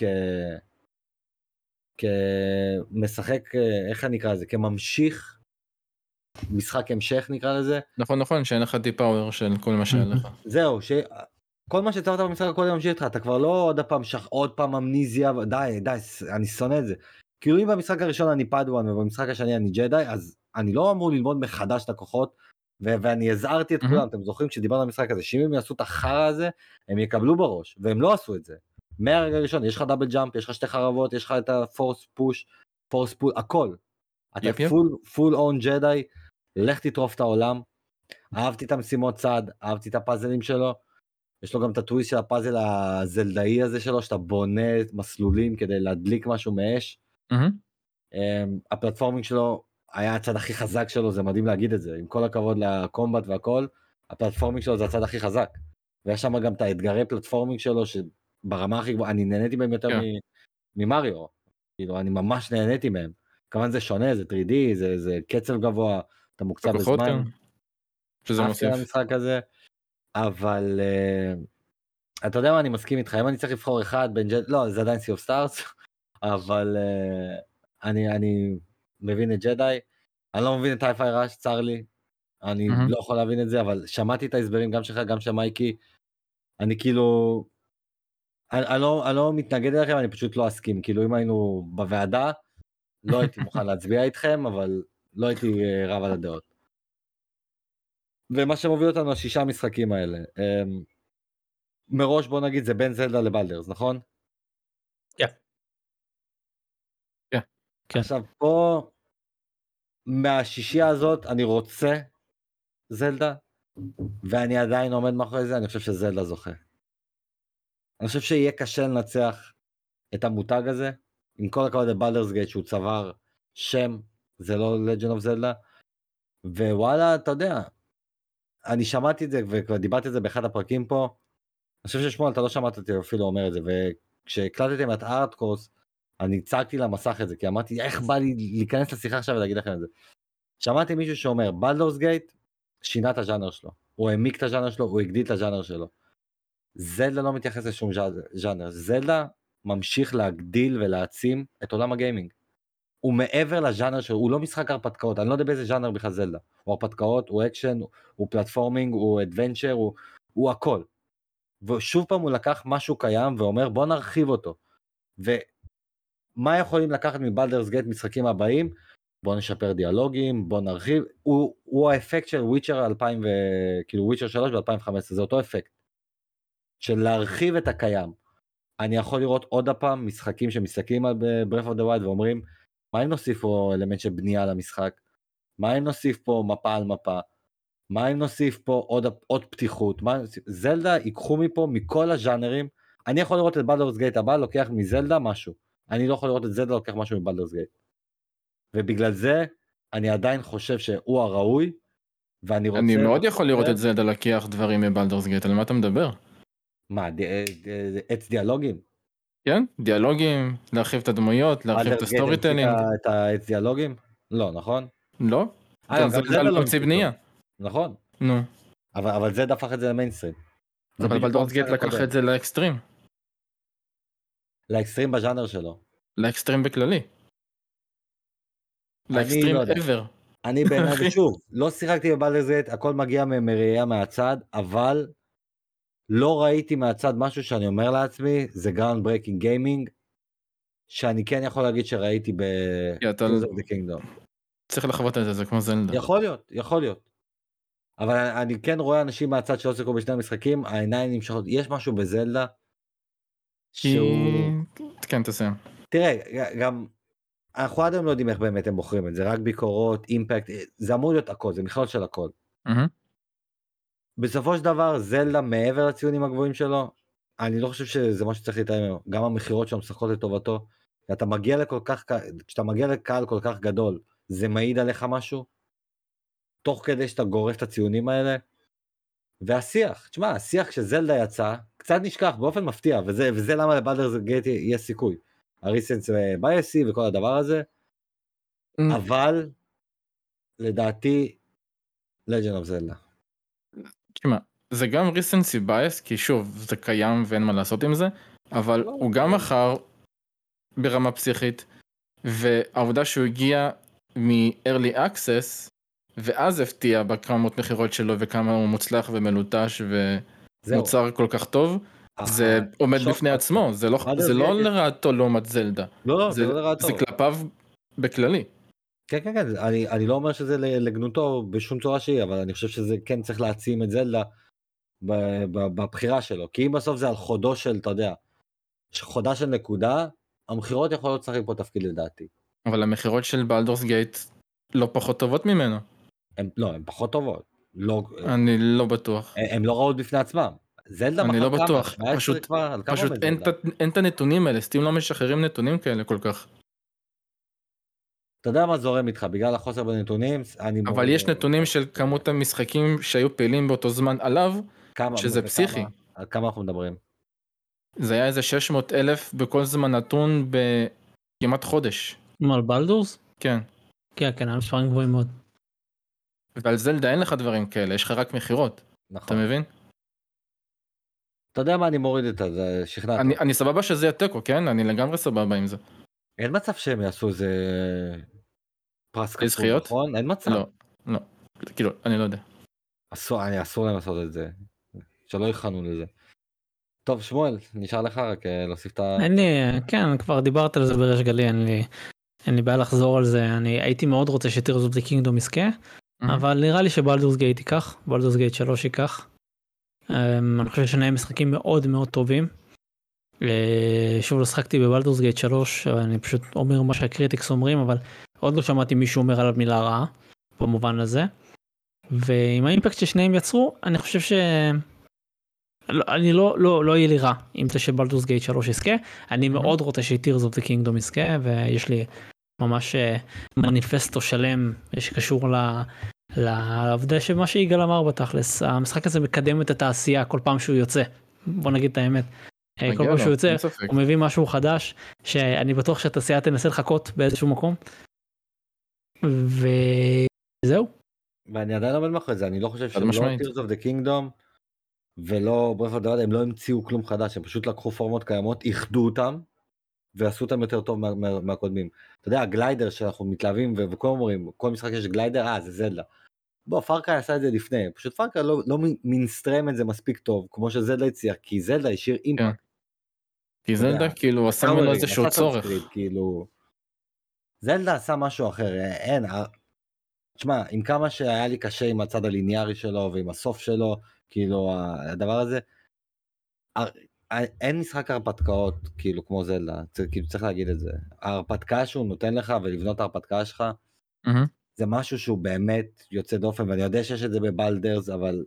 כמשחק, איך אני אקרא לזה, כממשיך, משחק המשך נקרא לזה. נכון, נכון, שאין לך די-פאוור של כל מה שהיה לך. זהו, כל מה שצרת במשחק הקודם ממשיך איתך, אתה כבר לא עוד פעם, עוד פעם אמניזיה, די, די, אני שונא את זה. כאילו אם במשחק הראשון אני פאדואן ובמשחק השני אני ג'די, אז אני לא אמור ללמוד מחדש את הכוחות, ואני הזהרתי את כולם, אתם זוכרים כשדיברנו על המשחק הזה, שאם הם יעשו את החרא הזה, הם יקבלו בראש, והם לא עשו את זה. מהרגע הראשון, יש לך דאבל ג'אמפ, יש לך שתי חרבות, יש לך את הפורס פוש, פורס פוש, הכל. אתה פול, פול און ג'די, לך תטרוף את העולם, אהבתי את המשימות צד, אהבתי את הפאזלים שלו, יש לו גם את הטוויסט של הפאזל הזלדאי הזה שלו, שאתה בונה מסלולים כדי להדליק משהו מאש. הפלטפורמינג שלו היה הצד הכי חזק שלו, זה מדהים להגיד את זה, עם כל הכבוד לקומבט והכל, הפלטפורמינג שלו זה הצד הכי חזק. ויש שם גם את האתגרי פלטפורמינג שלו, שברמה הכי גבוהה, אני נהניתי מהם יותר ממריו, כאילו אני ממש נהניתי מהם. כמובן זה שונה, זה טרי די, זה קצב גבוה, אתה מוקצב בזמן. אהבתי על המשחק הזה. אבל uh, אתה יודע מה, אני מסכים איתך, אם אני צריך לבחור אחד בין ג'די, לא, זה עדיין סי אוף סטארס, אבל uh, אני, אני מבין את ג'די, אני לא מבין את אייפיי ראש, צר לי, אני mm-hmm. לא יכול להבין את זה, אבל שמעתי את ההסברים גם שלך, גם של מייקי, אני כאילו, אני, אני, לא, אני לא מתנגד אליכם, אני פשוט לא אסכים, כאילו אם היינו בוועדה, לא הייתי מוכן להצביע איתכם, אבל לא הייתי רב על הדעות. ומה שמוביל אותנו השישה המשחקים האלה, מראש בוא נגיד זה בין זלדה לבלדרס, נכון? כן. כן. עכשיו פה, מהשישייה הזאת אני רוצה זלדה, ואני עדיין עומד מאחורי זה, אני חושב שזלדה זוכה. אני חושב שיהיה קשה לנצח את המותג הזה, עם כל הכבוד לבלדרס גייט שהוא צבר שם, זה לא לג'נד אוף זלדה, ווואלה, אתה יודע, אני שמעתי את זה, וכבר דיברתי את זה באחד הפרקים פה, אני חושב ששמואל, אתה לא שמעת אותי אפילו אומר את זה, וכשהקלטתם את הארטקורס, אני צעקתי למסך את זה, כי אמרתי, איך בא לי להיכנס לשיחה עכשיו ולהגיד לכם את זה. שמעתי מישהו שאומר, בלדרס גייט שינה את הז'אנר שלו, הוא העמיק את הז'אנר שלו, הוא הגדיל את הז'אנר שלו. זלדה לא מתייחס לשום ז'אנר, זלדה ממשיך להגדיל ולהעצים את עולם הגיימינג. הוא מעבר לז'אנר שלו, הוא לא משחק הרפתקאות, אני לא יודע באיזה ז'אנר בכלל זלדה. הוא הרפתקאות, הוא אקשן, הוא פלטפורמינג, הוא אדוונצ'ר, הוא, הוא הכל. ושוב פעם הוא לקח משהו קיים ואומר בוא נרחיב אותו. ומה יכולים לקחת מבלדרס גייט משחקים הבאים? בוא נשפר דיאלוגים, בוא נרחיב. הוא, הוא האפקט של וויצ'ר אלפיים ו... כאילו וויצ'ר שלוש ב-אלפיים וחמש עשרה, זה אותו אפקט. של להרחיב את הקיים. אני יכול לראות עוד הפעם משחקים שמסתכלים על Breath of the Wild ואומרים, מה אם נוסיף פה אלמנט של בנייה למשחק? מה אם נוסיף פה מפה על מפה? מה אם נוסיף פה עוד, עוד פתיחות? מה... זלדה ייקחו מפה מכל הז'אנרים. אני יכול לראות את בלדרס גייט הבא, לוקח מזלדה משהו. אני לא יכול לראות את זלדה, לוקח משהו מבלדרס גייט. ובגלל זה, אני עדיין חושב שהוא הראוי, ואני רוצה... אני מאוד יכול לראות את זלדה לקח דברים מבלדרס גייט, על מה אתה מדבר? מה, עץ דיאלוגים? כן, דיאלוגים, להרחיב את הדמויות, להרחיב את הסטורי טלינג. את העץ דיאלוגים? לא, נכון? לא. גם זה על אמצעי בנייה. נכון. נו. אבל זה דפך את זה למיינסטרים. אבל בלדרס גייט לקח את זה לאקסטרים. לאקסטרים בז'אנר שלו. לאקסטרים בכללי. לאקסטרים ever. אני בעיניי, ושוב, לא שיחקתי בבלדרס גייט, הכל מגיע מראייה מהצד, אבל לא ראיתי מהצד משהו שאני אומר לעצמי, זה גראונד ברייקינג גיימינג, שאני כן יכול להגיד שראיתי ב-Tears of the Kingdom. צריך לחוות את זה, זה כמו זלדה. יכול להיות, יכול להיות. אבל אני כן רואה אנשים מהצד שלא שיחקו בשני המשחקים, העיניים נמשכות, יש משהו בזלדה, שהוא... כן, תסיים. תראה, גם... אנחנו עד היום לא יודעים איך באמת הם בוחרים את זה, רק ביקורות, אימפקט, זה אמור להיות הכל, זה מכלול של הכל. בסופו של דבר, זלדה מעבר לציונים הגבוהים שלו, אני לא חושב שזה מה שצריך להתאם, גם המחירות שלו משחקות לטובתו, אתה מגיע לכל כך, כשאתה מגיע לקהל כל כך גדול, זה מעיד עליך משהו, תוך כדי שאתה גורף את הציונים האלה, והשיח, תשמע, השיח כשזלדה יצא, קצת נשכח באופן מפתיע, וזה, וזה למה לבלדרס גייט יש סיכוי. הריסנס בייסי וכל הדבר הזה, אבל לדעתי Legend of Zelda. תשמע, זה גם ריסנסי בייס, כי שוב, זה קיים ואין מה לעשות עם זה, אבל הוא גם מחר ברמה פסיכית, והעובדה שהוא הגיע מ-early access, ואז הפתיע בכמות מחירות שלו, וכמה הוא מוצלח ומלוטש ומוצר כל כך טוב, זה עומד בפני עצמו, זה לא לרעתו לעומת זלדה. לא, זה לא לרעתו. זה כלפיו בכללי. כן, כן, כן, אני, אני לא אומר שזה לגנותו בשום צורה שהיא, אבל אני חושב שזה כן צריך להעצים את זלדה בבחירה שלו, כי אם בסוף זה על חודו של, אתה יודע, חודה של נקודה, המחירות יכולות לשחק פה תפקיד לדעתי. אבל המחירות של בלדורס גייט לא פחות טובות ממנו. הם, לא, הן פחות טובות. לא, אני לא בטוח. הם, הם לא ראות בפני עצמם. זלדה אני לא כמה, בטוח, פשוט, כבר, פשוט אין, אין את הנתונים האלה, סטים לא משחררים נתונים כאלה כל כך. אתה יודע מה זורם איתך, בגלל החוסר בנתונים, אני... אבל מור... יש נתונים של כמות המשחקים שהיו פעילים באותו זמן עליו, כמה, שזה פסיכי. כמה, על כמה אנחנו מדברים? זה היה איזה שש מאות אלף בכל זמן נתון בכמעט חודש. מה, על בלדורס? כן. כן, כן, על מספרים גבוהים מאוד. ועל זלדה אין לך דברים כאלה, יש לך רק מחירות. נכון. אתה מבין? אתה יודע מה, אני מוריד את זה, שכנעת. אני, אני סבבה שזה יתקו, כן? אני לגמרי סבבה עם זה. אין מצב שהם יעשו איזה פרס כפול, זכיות? נכון? אין מצב. לא, לא. כאילו, אני לא יודע. אסור, אני אסור להם לעשות את זה. שלא יכנו לזה. טוב, שמואל, נשאר לך רק להוסיף את ה... אין לי, כן, כבר דיברת על זה בריש גלי, אין לי, אין לי בעיה לחזור על זה. אני הייתי מאוד רוצה שטירס אוף דה קינגדום יזכה, אבל נראה לי שבלדורס גייט ייקח, בלדורס גייט שלוש ייקח. אני חושב ששניהם משחקים מאוד מאוד טובים. שוב לא שחקתי בבלדורס גייט שלוש, אני פשוט אומר מה שהקריטיקס אומרים, אבל עוד לא שמעתי מישהו אומר עליו מילה רעה, במובן הזה. ועם האימפקט ששניהם יצרו, אני חושב ש... אני לא, לא, לא יהיה לי רע אם זה שבלדורס גייט שלוש יזכה, אני מאוד רוצה ש-Tears of the Kingdom יזכה, ויש לי ממש מניפסטו שלם שקשור לעובדה שמה שיגאל אמר בתכלס, המשחק הזה מקדם את התעשייה כל פעם שהוא יוצא, בוא נגיד את האמת. כל פעם שהוא יוצא, הוא מביא משהו חדש, שאני בטוח שהתעשייה תנסה לחכות באיזשהו מקום, וזהו. ואני עדיין עומד מאחורי זה, אני לא חושב שלא Tears of the Kingdom, ולא Breath of the Wild, הם לא המציאו כלום חדש, הם פשוט לקחו פורמות קיימות, איחדו אותם, ועשו אותם יותר טוב מה, מה, מהקודמים. אתה יודע, הגליידר שאנחנו מתלהבים, וכולם אומרים, כל משחק יש גליידר, אה, זה זלדה. בוא, פארקריי עשה את זה לפני, פשוט פארקריי לא, לא מינסטרם את זה מספיק טוב, כמו שזלדה הצליח, כי זלדה השאיר אימפקט. כי זלדה כאילו עשה ממנו איזשהו צורך. כאילו, זלדה עשה משהו אחר, אין, תשמע, עם כמה שהיה לי קשה עם הצד הליניארי שלו, ועם הסוף שלו, כאילו, הדבר הזה, אין משחק הרפתקאות, כאילו, כמו זלדה, כאילו, צריך להגיד את זה. ההרפתקה שהוא נותן לך, ולבנות ההרפתקה שלך, זה משהו שהוא באמת יוצא דופן, ואני יודע שיש את זה בבלדרס, אבל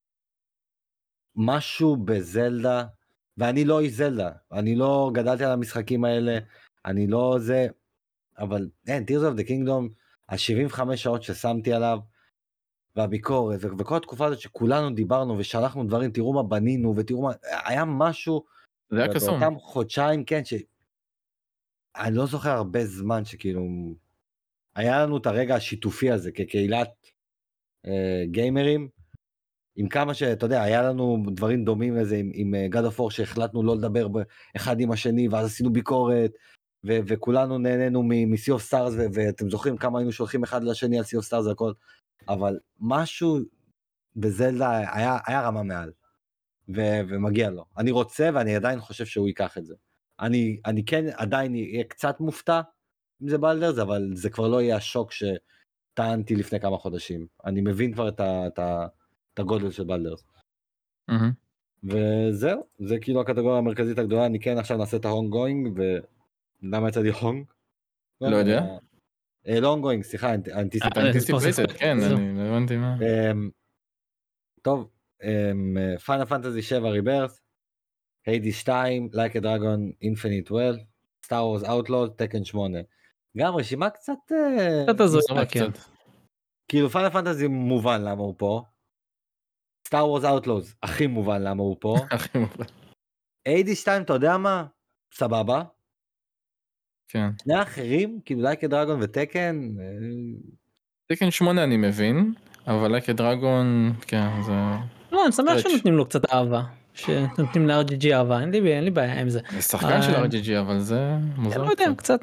משהו בזלדה, ואני לא איש זלדה, אני לא גדלתי על המשחקים האלה, אני לא זה, אבל אין, Tears of the Kingdom, ה-שבעים וחמש שעות ששמתי עליו, והביקורת, וכל התקופה הזאת שכולנו דיברנו, ושלחנו דברים, תראו מה בנינו, ותראו מה, היה משהו, זה היה קסום. באותם חודשיים, כן, ש... אני לא זוכר הרבה זמן שכאילו, היה לנו את הרגע השיתופי הזה, כקהילת אה, גיימרים, עם כמה שאתה יודע, היה לנו דברים דומים לזה, עם, עם God of War, שהחלטנו לא לדבר אחד עם השני, ואז עשינו ביקורת, ו- וכולנו נהנינו מ-Sea of Stars, ו- ואתם זוכרים כמה היינו שולחים אחד לשני על Sea of Stars והכל, אבל משהו בזלדה היה, היה רמה מעל, ו- ומגיע לו. אני רוצה, ואני עדיין חושב שהוא ייקח את זה. אני, אני כן עדיין יהיה קצת מופתע, אם זה בלדרס, אבל זה כבר לא יהיה השוק שטענתי לפני כמה חודשים. אני מבין כבר את ה... את ה- את הגודל של בלדרס. וזהו, זה כאילו הקטגוריה המרכזית הגדולה. אני כן עכשיו נעשה את ההונג גוינג, ולמה יצא לי הונג? לא יודע. לא הונג גוינג, סליחה, אנטיסיפייטד, כן, אני לא הבנתי מה. טוב, פיינל פנטזי שבע ריברס, היידי שתיים, לייק הדרגון, אינפיניט וול, סטאר וורס אאוטלוד, טקן שמונה. גם רשימה קצת... קצת הזויה, כן. כאילו פיינל פנטזי מובן למה הוא פה. סטאר וורס אאוטלוז, הכי מובן למה הוא פה. הכי מובן. איי די שתיים, אתה יודע מה? סבבה. כן. שני האחרים, כאילו לייקה דרגון וטקן. טקן שמונה אני מבין, אבל לייקה דרגון, כן, זה... לא, אני שמח שנותנים לו קצת אהבה. שנותנים ל-אר ג'י ג'י אהבה, אין לי בעיה עם זה. זה שחקן של אר ג'י ג'י, אבל זה מוזר. לא יודע, קצת...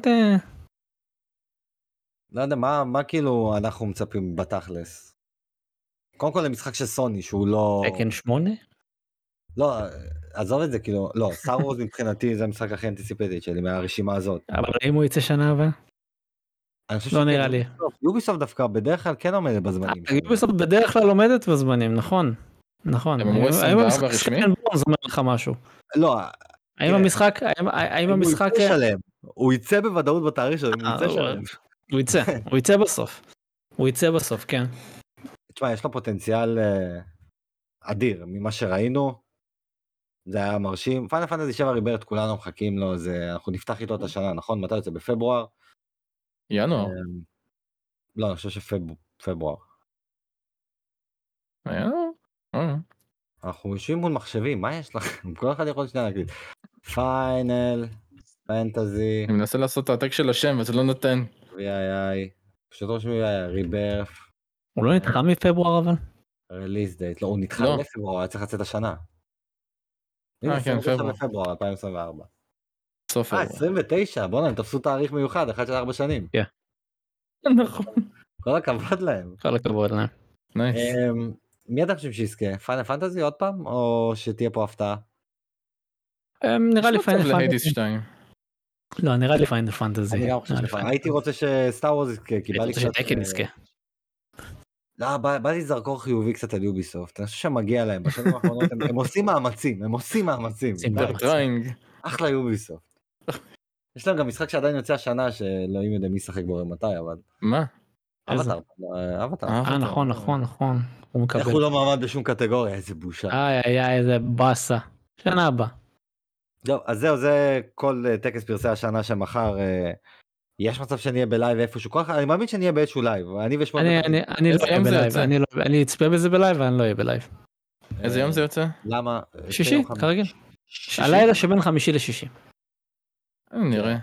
לא יודע, מה כאילו אנחנו מצפים בתכלס? קודם כל למשחק של סוני שהוא לא... טקן שמונה? לא, עזוב את זה כאילו, לא, סטאר וורס מבחינתי זה המשחק הכי אנטיסיפטי שלי מהרשימה הזאת. אבל אם הוא יצא שנה הבאה? לא נראה לי. יוביסופט דווקא בדרך כלל כן עומדת בזמנים. יוביסופט בדרך כלל עומדת בזמנים, נכון. נכון. הם אמרו עשרים וארבע רשמי? זה אומר לך משהו. לא. האם המשחק... האם המשחק... הוא יצא שלם. הוא יצא בוודאות בתאריך שלו, הוא יצא שלם. הוא יצא, הוא יצא בסוף. הוא יצא בסוף, כן. תשמע, יש לו פוטנציאל אדיר ממה שראינו. זה היה מרשים. פיינל פנטזי שבע ריברט, כולנו מחכים לו, זה, אנחנו נפתח איתו את השנה, נכון? מתי יוצא? בפברואר? ינואר. לא, אני חושב שפברואר. ינואר? אנחנו יושבים מול מחשבים, מה יש לכם? כל אחד יכול שנייה להגיד. פיינל, פנטזי. אני מנסה לעשות את העתק של השם, וזה לא נותן. וי איי איי. פשוט רושמים וי איי איי, ריברט. הוא לא נדחה מפברואר אבל? רליס דייט, לא, הוא נדחה לפברואר, היה צריך לצאת השנה. אה, כן, פברואר. בפברואר אלפיים עשרים וארבע. סוף פברואר. אה, עשרים ותשע, בוא'נה, הם תפסו תאריך מיוחד, אחד של ארבע שנים. כן. נכון. כל הכבוד להם. כל הכבוד להם. נייס. מי אתה חושב שיזכה? פיינל פנטזי עוד פעם, או שתהיה פה הפתעה? נראה לי פיינל פנטזי. לא, נראה לי פיינל פנטזי. הייתי רוצה שסטאר וורס יזכה, כי בא לי קצת... הייתי רוצה שטקן יזכה. לא, בא לי זרקור חיובי קצת על יוביסופט, אני חושב שמגיע להם, בשנים האחרונות הם עושים מאמצים, הם עושים מאמצים. אחלה יוביסופט. יש להם גם משחק שעדיין יוצא השנה, שלא יודעים מי ישחק בו ומתי, אבל... מה? אבטר, אבטר. אה, נכון, נכון, נכון. הוא מקבל. איך הוא לא מעמד בשום קטגוריה, איזה בושה. איי, איי, איי, איזה באסה. שנה הבאה. זהו, אז זהו, זה כל טקס פרסי השנה שמחר, יש מצב שנהיה בלייב איפשהו, אני מאמין שנהיה באיזשהו לייב, אני ושמות... אני לא אהיה בלייב, אני אצפה בזה בלייב ואני לא אהיה בלייב. איזה יום זה יוצא? למה? שישי, כרגיל. הלילה שבין חמישי לשישי. נראה.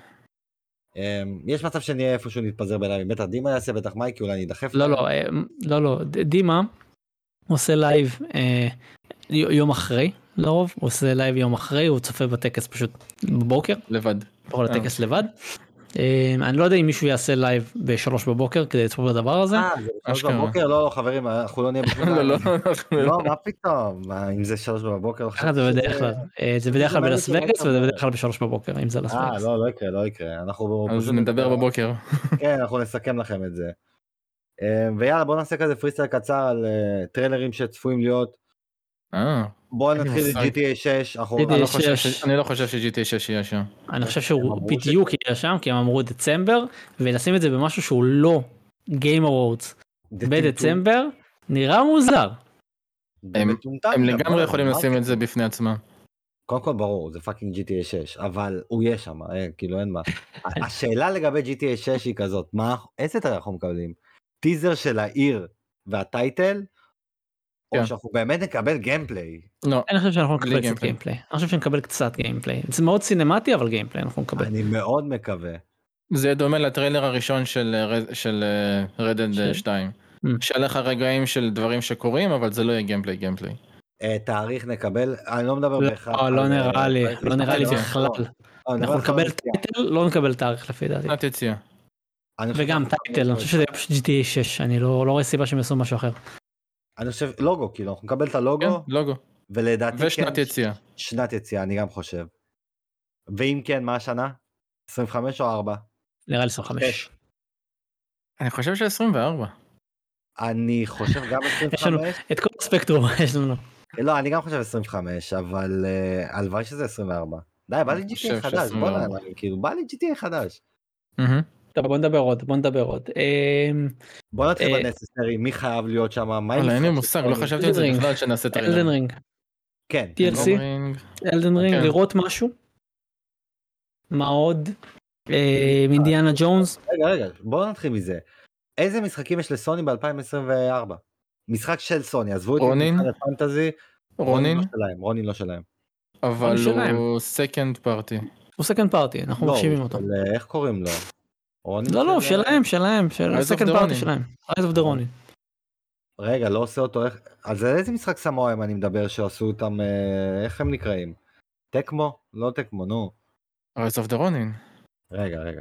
יש מצב שנהיה איפשהו נתפזר בלייב, בטח דימה יעשה, בטח מייקי אולי נדחף. לא, לא, לא, לא, דימה עושה לייב יום אחרי, לרוב, הוא עושה לייב יום אחרי, הוא צופה בטקס פשוט בבוקר. לבד. בכל הטקס לבד. אני לא יודע אם מישהו יעשה לייב בשלוש בבוקר כדי לצפות בדבר הזה. אה, זה בשלוש בבוקר? לא, חברים, אנחנו לא נהיה בשביל לא, לא, לא, מה פתאום? אם זה שלוש בבוקר? זה בדרך כלל, זה בדרך כלל בלס וגאס וזה בדרך כלל בשלוש בבוקר, אם זה לס וגאס. אה, לא, לא יקרה, לא יקרה. אז נדבר בבוקר. כן, אנחנו נסכם לכם את זה. ויאללה, בוא נעשה כזה פריסטייל קצר על טריילרים שצפויים להיות. בואו נתחיל ל-ג'י טי איי שש. אני לא חושב ש-ג'י טי איי שש יהיה שם. אני חושב שהוא בדיוק יהיה שם, כי הם אמרו דצמבר, ולשים את זה במשהו שהוא לא Game Awards בדצמבר, נראה מוזר. הם לגמרי יכולים לשים את זה בפני עצמם. קודם כל ברור, זה פאקינג ג'י טי איי שש, אבל הוא יהיה שם, כאילו אין מה. השאלה לגבי ג'י טי איי שש היא כזאת, איזה טריילר אנחנו מקבלים? טיזר של העיר והטייטל, או שאנחנו באמת נקבל גיימפליי? לא, אני חושב שאנחנו נקבל קצת גיימפליי. אני חושב שנקבל קצת גיימפליי. זה מאוד סינמטי, אבל גיימפליי אנחנו נקבל. אני מאוד מקווה. זה דומה לטריילר הראשון של Red Dead שתיים. שהיה לך רגעים של דברים שקורים, אבל זה לא יהיה גיימפליי, גיימפליי. תאריך נקבל, אני לא מדבר בהכרח. לא, לא נראה לי, לא נראה לי בכלל. אנחנו נקבל טייטל, לא נקבל תאריך לפי דעתי. שנת יציאה. וגם טייטל, אני חושב שזה יהיה פשוט ג'י טי איי שש, אני לא רואה סיבה שהם יעשו משהו אחר. אני חושב, לוגו, כאילו, אנחנו נקבל את הלוגו. כן, לוגו. ולדעתי כן. ושנת יציאה. שנת יציאה, אני גם חושב. ואם כן, מה השנה? עשרים וחמש או ארבע? נראה לי עשרים וחמש. אני חושב ש-עשרים וארבע. אני חושב גם עשרים וחמש. יש לנו את כל הספקטרום, יש לנו. לא, אני גם חושב עשרים וחמש, אבל הלוואי שזה עשרים וארבע. די, בא לי ג'י טי איי חדש, בוא נראה, כאילו, בא לי ג'י טי איי חדש. טוב, בוא נדבר עוד, בוא נדבר עוד. בוא נתחיל בנססרי, מי חייב להיות שם? אין לי מושג, לא חשבתי על זה בכלל שנעשה טריילר. אלדן רינג. כן. טי אל סי, אלדן רינג, לראות משהו. מה עוד? אינדיאנה ג'ונס. רגע, רגע, בוא נתחיל מזה. איזה משחקים יש לסוני ב-אלפיים עשרים וארבע? משחק של סוני, עזבו את משחק הפנטזי. רונין? רונין לא שלהם. אבל הוא סקנד פארטי. הוא סקנד פארטי, אנחנו מחשיבים אותו. איך קוראים לו? לא, לא, שלהם, שלהם, סקנד פארטי שלהם. Rise of the Ronin. רגע, לא עושה אותו, אז איזה משחק סמואם אני מדבר שעשו אותם, איך הם נקראים? טקמו? לא טקמו, נו. Rise of the Ronin. רגע, רגע.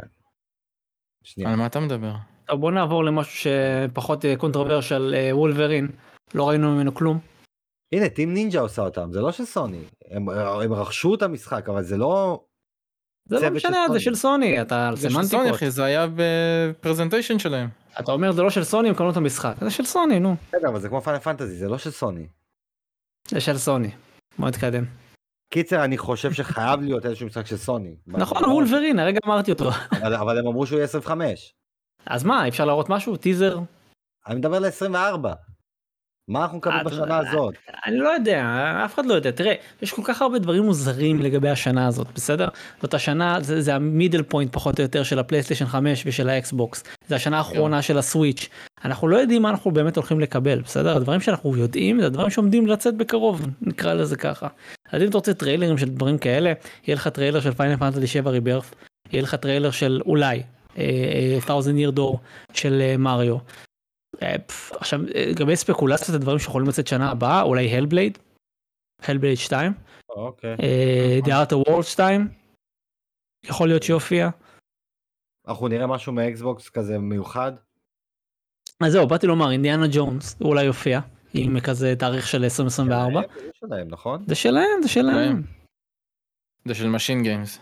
על מה אתה מדבר? טוב, בוא נעבור למשהו שפחות קונטרוברשל, וולברין. לא ראינו ממנו כלום. הנה, טים נינג'ה עושה אותם, זה לא של סוני. הם רכשו את המשחק, אבל זה לא... זה לא משנה, זה של סוני, אתה על סמנטיקות. זה של סוני, אחי, זה היה בפרזנטיישן שלהם. אתה אומר, זה לא של סוני, הם קנו את המשחק. זה של סוני, נו. בסדר, אבל זה כמו פיינל פנטזי, זה לא של סוני. זה של סוני. בוא נתקדם. קיצר, אני חושב שחייב להיות איזשהו משחק של סוני. נכון, וולברין, הרגע אמרתי אותו. אבל הם אמרו שהוא יהיה עשרים וחמש. אז מה, אפשר להראות משהו? טיזר? אני מדבר ל-עשרים וארבע. מה אנחנו נקבל בשנה הזאת? אני לא יודע, אף אחד לא יודע. תראה, יש כל כך הרבה דברים מוזרים לגבי השנה הזאת, בסדר? זאת השנה, זה, זה המידל פוינט פחות או יותר של הפלייסטיישן חמש ושל האקסבוקס. זה השנה האחרונה של הסוויץ'. אנחנו לא יודעים מה אנחנו באמת הולכים לקבל, בסדר? הדברים שאנחנו יודעים, זה הדברים שעומדים לצאת בקרוב, נקרא לזה ככה. אז אם אתה רוצה טריילרים של דברים כאלה, יהיה לך טריילר של פיינל פנטזי שבע ריברף, יהיה לך טריילר של אולי, Thousand Year Door של מריו. עכשיו, לגבי ספקולציות הדברים שיכולים לצאת שנה הבאה, אולי הלבלייד, הלבלייד שתיים, The Outer Worlds שתיים, יכול להיות שיופיע. אנחנו נראה משהו מאקסבוקס כזה מיוחד. אז זהו, באתי לומר, אינדיאנה ג'ונס, הוא אולי יופיע, עם כזה תאריך של עשרים עשרים וארבע. זה שלהם, נכון? זה שלהם, זה שלהם. זה של משין גיימס.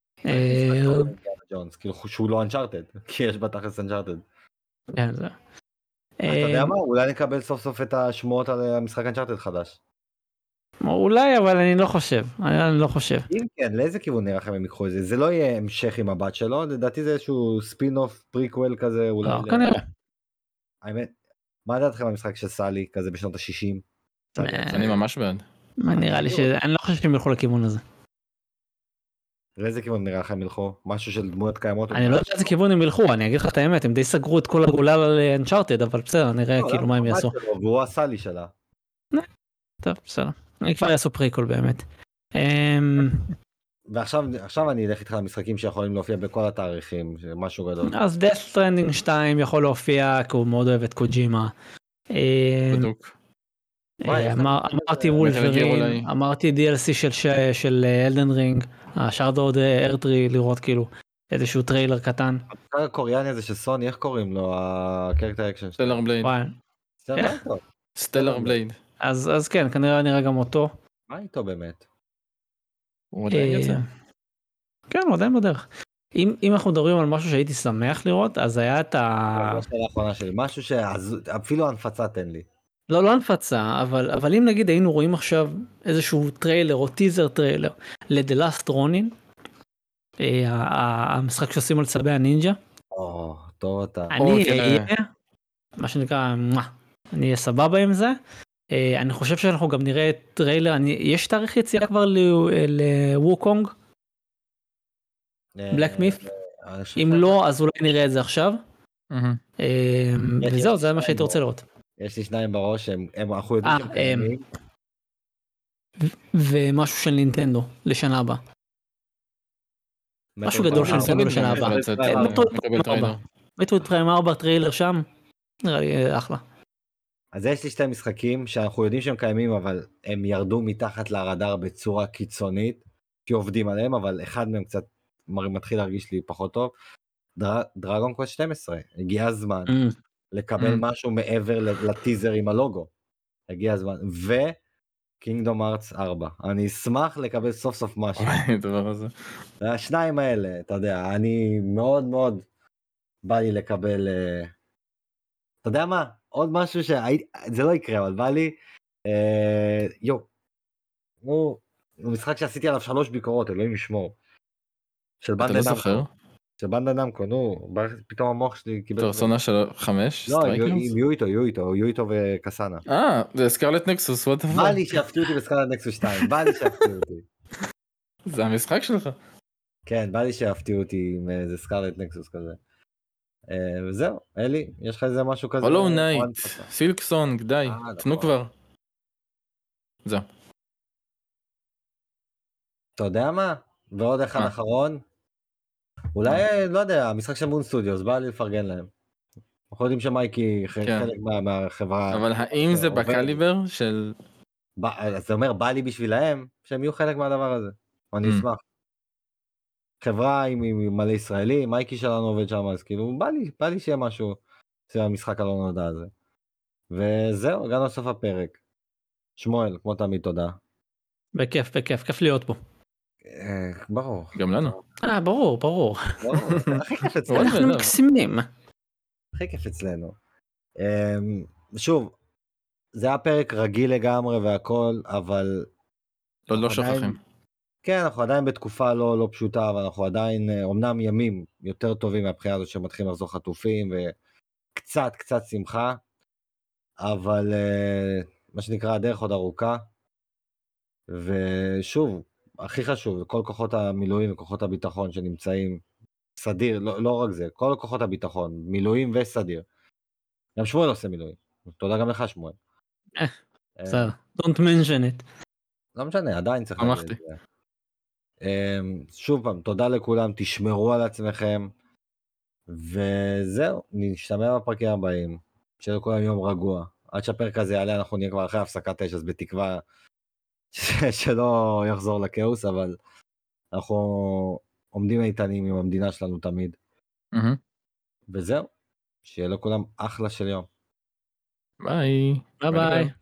כאילו שהוא לא אנצ'ארטד, כי יש בתכלס אנצ'ארטד. כן, זה. אתה יודע מה? אולי נקבל סוף סוף את השמועות על המשחק אנצ'ארטד חדש. אולי, אבל אני לא חושב. אני לא חושב. אם כן, לאיזה כיוון נראה לכם הם יקחו את זה? זה לא יהיה המשך עם הבת שלו, לדעתי זה איזשהו ספין אוף פריקוול כזה, אולי. לא, כנראה. האמת, מה דעתכם המשחק של סאלי, כזה בשנות ה-שישים? אני ממש בעד. מה נראה לי ש... אני לא חושב שהם ילכו לכיוון הזה. לאיזה כיוון נראה לכם ילכו? משהו של דמויות קיימות? אני לא יודע איזה כיוון הם ילכו, אני אגיד לך את האמת, הם די סגרו את כל הגולל על אנצ'ארטד, אבל בסדר, נראה כאילו מה הם יעשו. והוא הסאלי שלה. טוב, בסדר. אני כבר יעשו פריקול באמת. ועכשיו אני אלך איתך למשחקים שיכולים להופיע בכל התאריכים, משהו גדול. אז Death Stranding שתיים יכול להופיע, כי הוא מאוד אוהב את קוג'ימה. בדוק. אמרתי וולברין, אמרתי די אל סי של אלדן רינג, השארדו ארדרי, לראות כאילו איזשהו טריילר קטן. המשחק הקוריאני הזה של סוני, איך קוראים לו? הקרקטר אקשן. סטלר בלייד. סטלר בלייד. אז כן, כנראה נראה גם אותו. מה איתו באמת? הוא עדיין יוצא. כן, הוא עדיין בדרך. אם אנחנו מדברים על משהו שהייתי שמח לראות, אז היה את ה... השאלה האחרונה שלי, משהו שאפילו הנפצה תן לי. לא, לא הנפצה, אבל, אבל אם נגיד היינו רואים עכשיו איזשהו טריילר או טיזר טריילר ל-The Last Ronin, המשחק שעושים על צבי הנינג'ה. או, טוב אתה. אני אהיה, מה שנקרא, אני אהיה סבבה עם זה. אני חושב שאנחנו גם נראה טריילר, יש תאריך יציאה כבר לווקונג? בלק מיף? אם לא, אז אולי נראה את זה עכשיו. וזהו, זה מה שהייתי רוצה לראות. יש לי שניים בראש, הם אנחנו יודעים שהם קיימים. ומשהו של נינטנדו לשנה הבאה. משהו גדול של נינטנדו לשנה הבאה. מטרויד פריים ארבע טריילר שם, נראה לי אחלה. אז יש לי שתי משחקים שאנחנו יודעים שהם קיימים, אבל הם ירדו מתחת לרדאר בצורה קיצונית, כי עובדים עליהם, אבל אחד מהם קצת מתחיל להרגיש לי פחות טוב. דרגון קווסט שתים עשרה, הגיע הזמן לקבל משהו מעבר לטיזר עם הלוגו. הגיע הזמן, וקינגדום ארץ ארבע. אני אשמח לקבל סוף סוף משהו. השניים האלה, אתה יודע, אני מאוד מאוד בא לי לקבל, אתה יודע מה? עוד משהו שזה לא יקרה, אבל בא לי, יו, הוא משחק שעשיתי עליו שלוש ביקורות, אלוהים ישמור. של בנדה נמקו. אתה לא זוכר? של בנדה נמקו, נו, פתאום המוח שלי קיבל... פרסונה של חמש? לא, יהיו איתו, יהיו איתו, יהיו איתו וקסאנה. אה, זה סקרלט נקסוס, what the fuck. בא לי שהפתיעו אותי בסקרלט נקסוס שתיים, בא לי שהפתיעו אותי. זה המשחק שלך. כן, בא לי שהפתיעו אותי עם איזה סקרלט נקסוס כזה. וזהו, אלי, יש לך איזה משהו כזה? הולו נייט, סילקסונג, די, תנו כבר. זהו. אתה יודע מה? ועוד אחד אחרון. אולי, לא יודע, המשחק של מון סטודיוס, בא לי לפרגן להם. אנחנו יודעים שמייקי חלק מהחברה... אבל האם זה בקליבר של... זה אומר, בא לי בשבילהם, שהם יהיו חלק מהדבר הזה. אני אשמח. חברה עם מלא ישראלי, מייקי שלנו עובד שם, אז כאילו, בא לי, בא לי שיהיה משהו, זה המשחק הלא נודע הזה. וזהו, הגענו לסוף הפרק. שמואל, כמו תמיד, תודה. בכיף, בכיף, כיף להיות פה. ברור. גם לנו. אה, ברור, ברור. הכי כיף אצלנו. אנחנו מקסימים. הכי כיף אצלנו. שוב, זה היה פרק רגיל לגמרי והכל, אבל... לא, לא שוכחים. כן, אנחנו עדיין בתקופה לא, לא פשוטה, אבל אנחנו עדיין, אומנם ימים יותר טובים מהבחינה הזאת שמתחילים לחזור חטופים, וקצת, קצת שמחה, אבל מה שנקרא, הדרך עוד ארוכה, ושוב, הכי חשוב, כל כוחות המילואים וכוחות הביטחון שנמצאים, סדיר, לא, לא רק זה, כל כוחות הביטחון, מילואים וסדיר. גם שמואל עושה מילואים, תודה גם לך שמואל. אה, בסדר, don't mention it. לא משנה, עדיין צריך להגיד את זה. שוב פעם, תודה לכולם, תשמרו על עצמכם, וזהו, נשתמע בפרקים הבאים, שיהיה לכולם יום רגוע, עד שהפרק הזה יעלה אנחנו נהיה כבר אחרי הפסקת אש, אז בתקווה שלא יחזור לכאוס, אבל אנחנו עומדים איתנים עם המדינה שלנו תמיד, וזהו, שיהיה לכולם אחלה של יום. ביי. ביי ביי.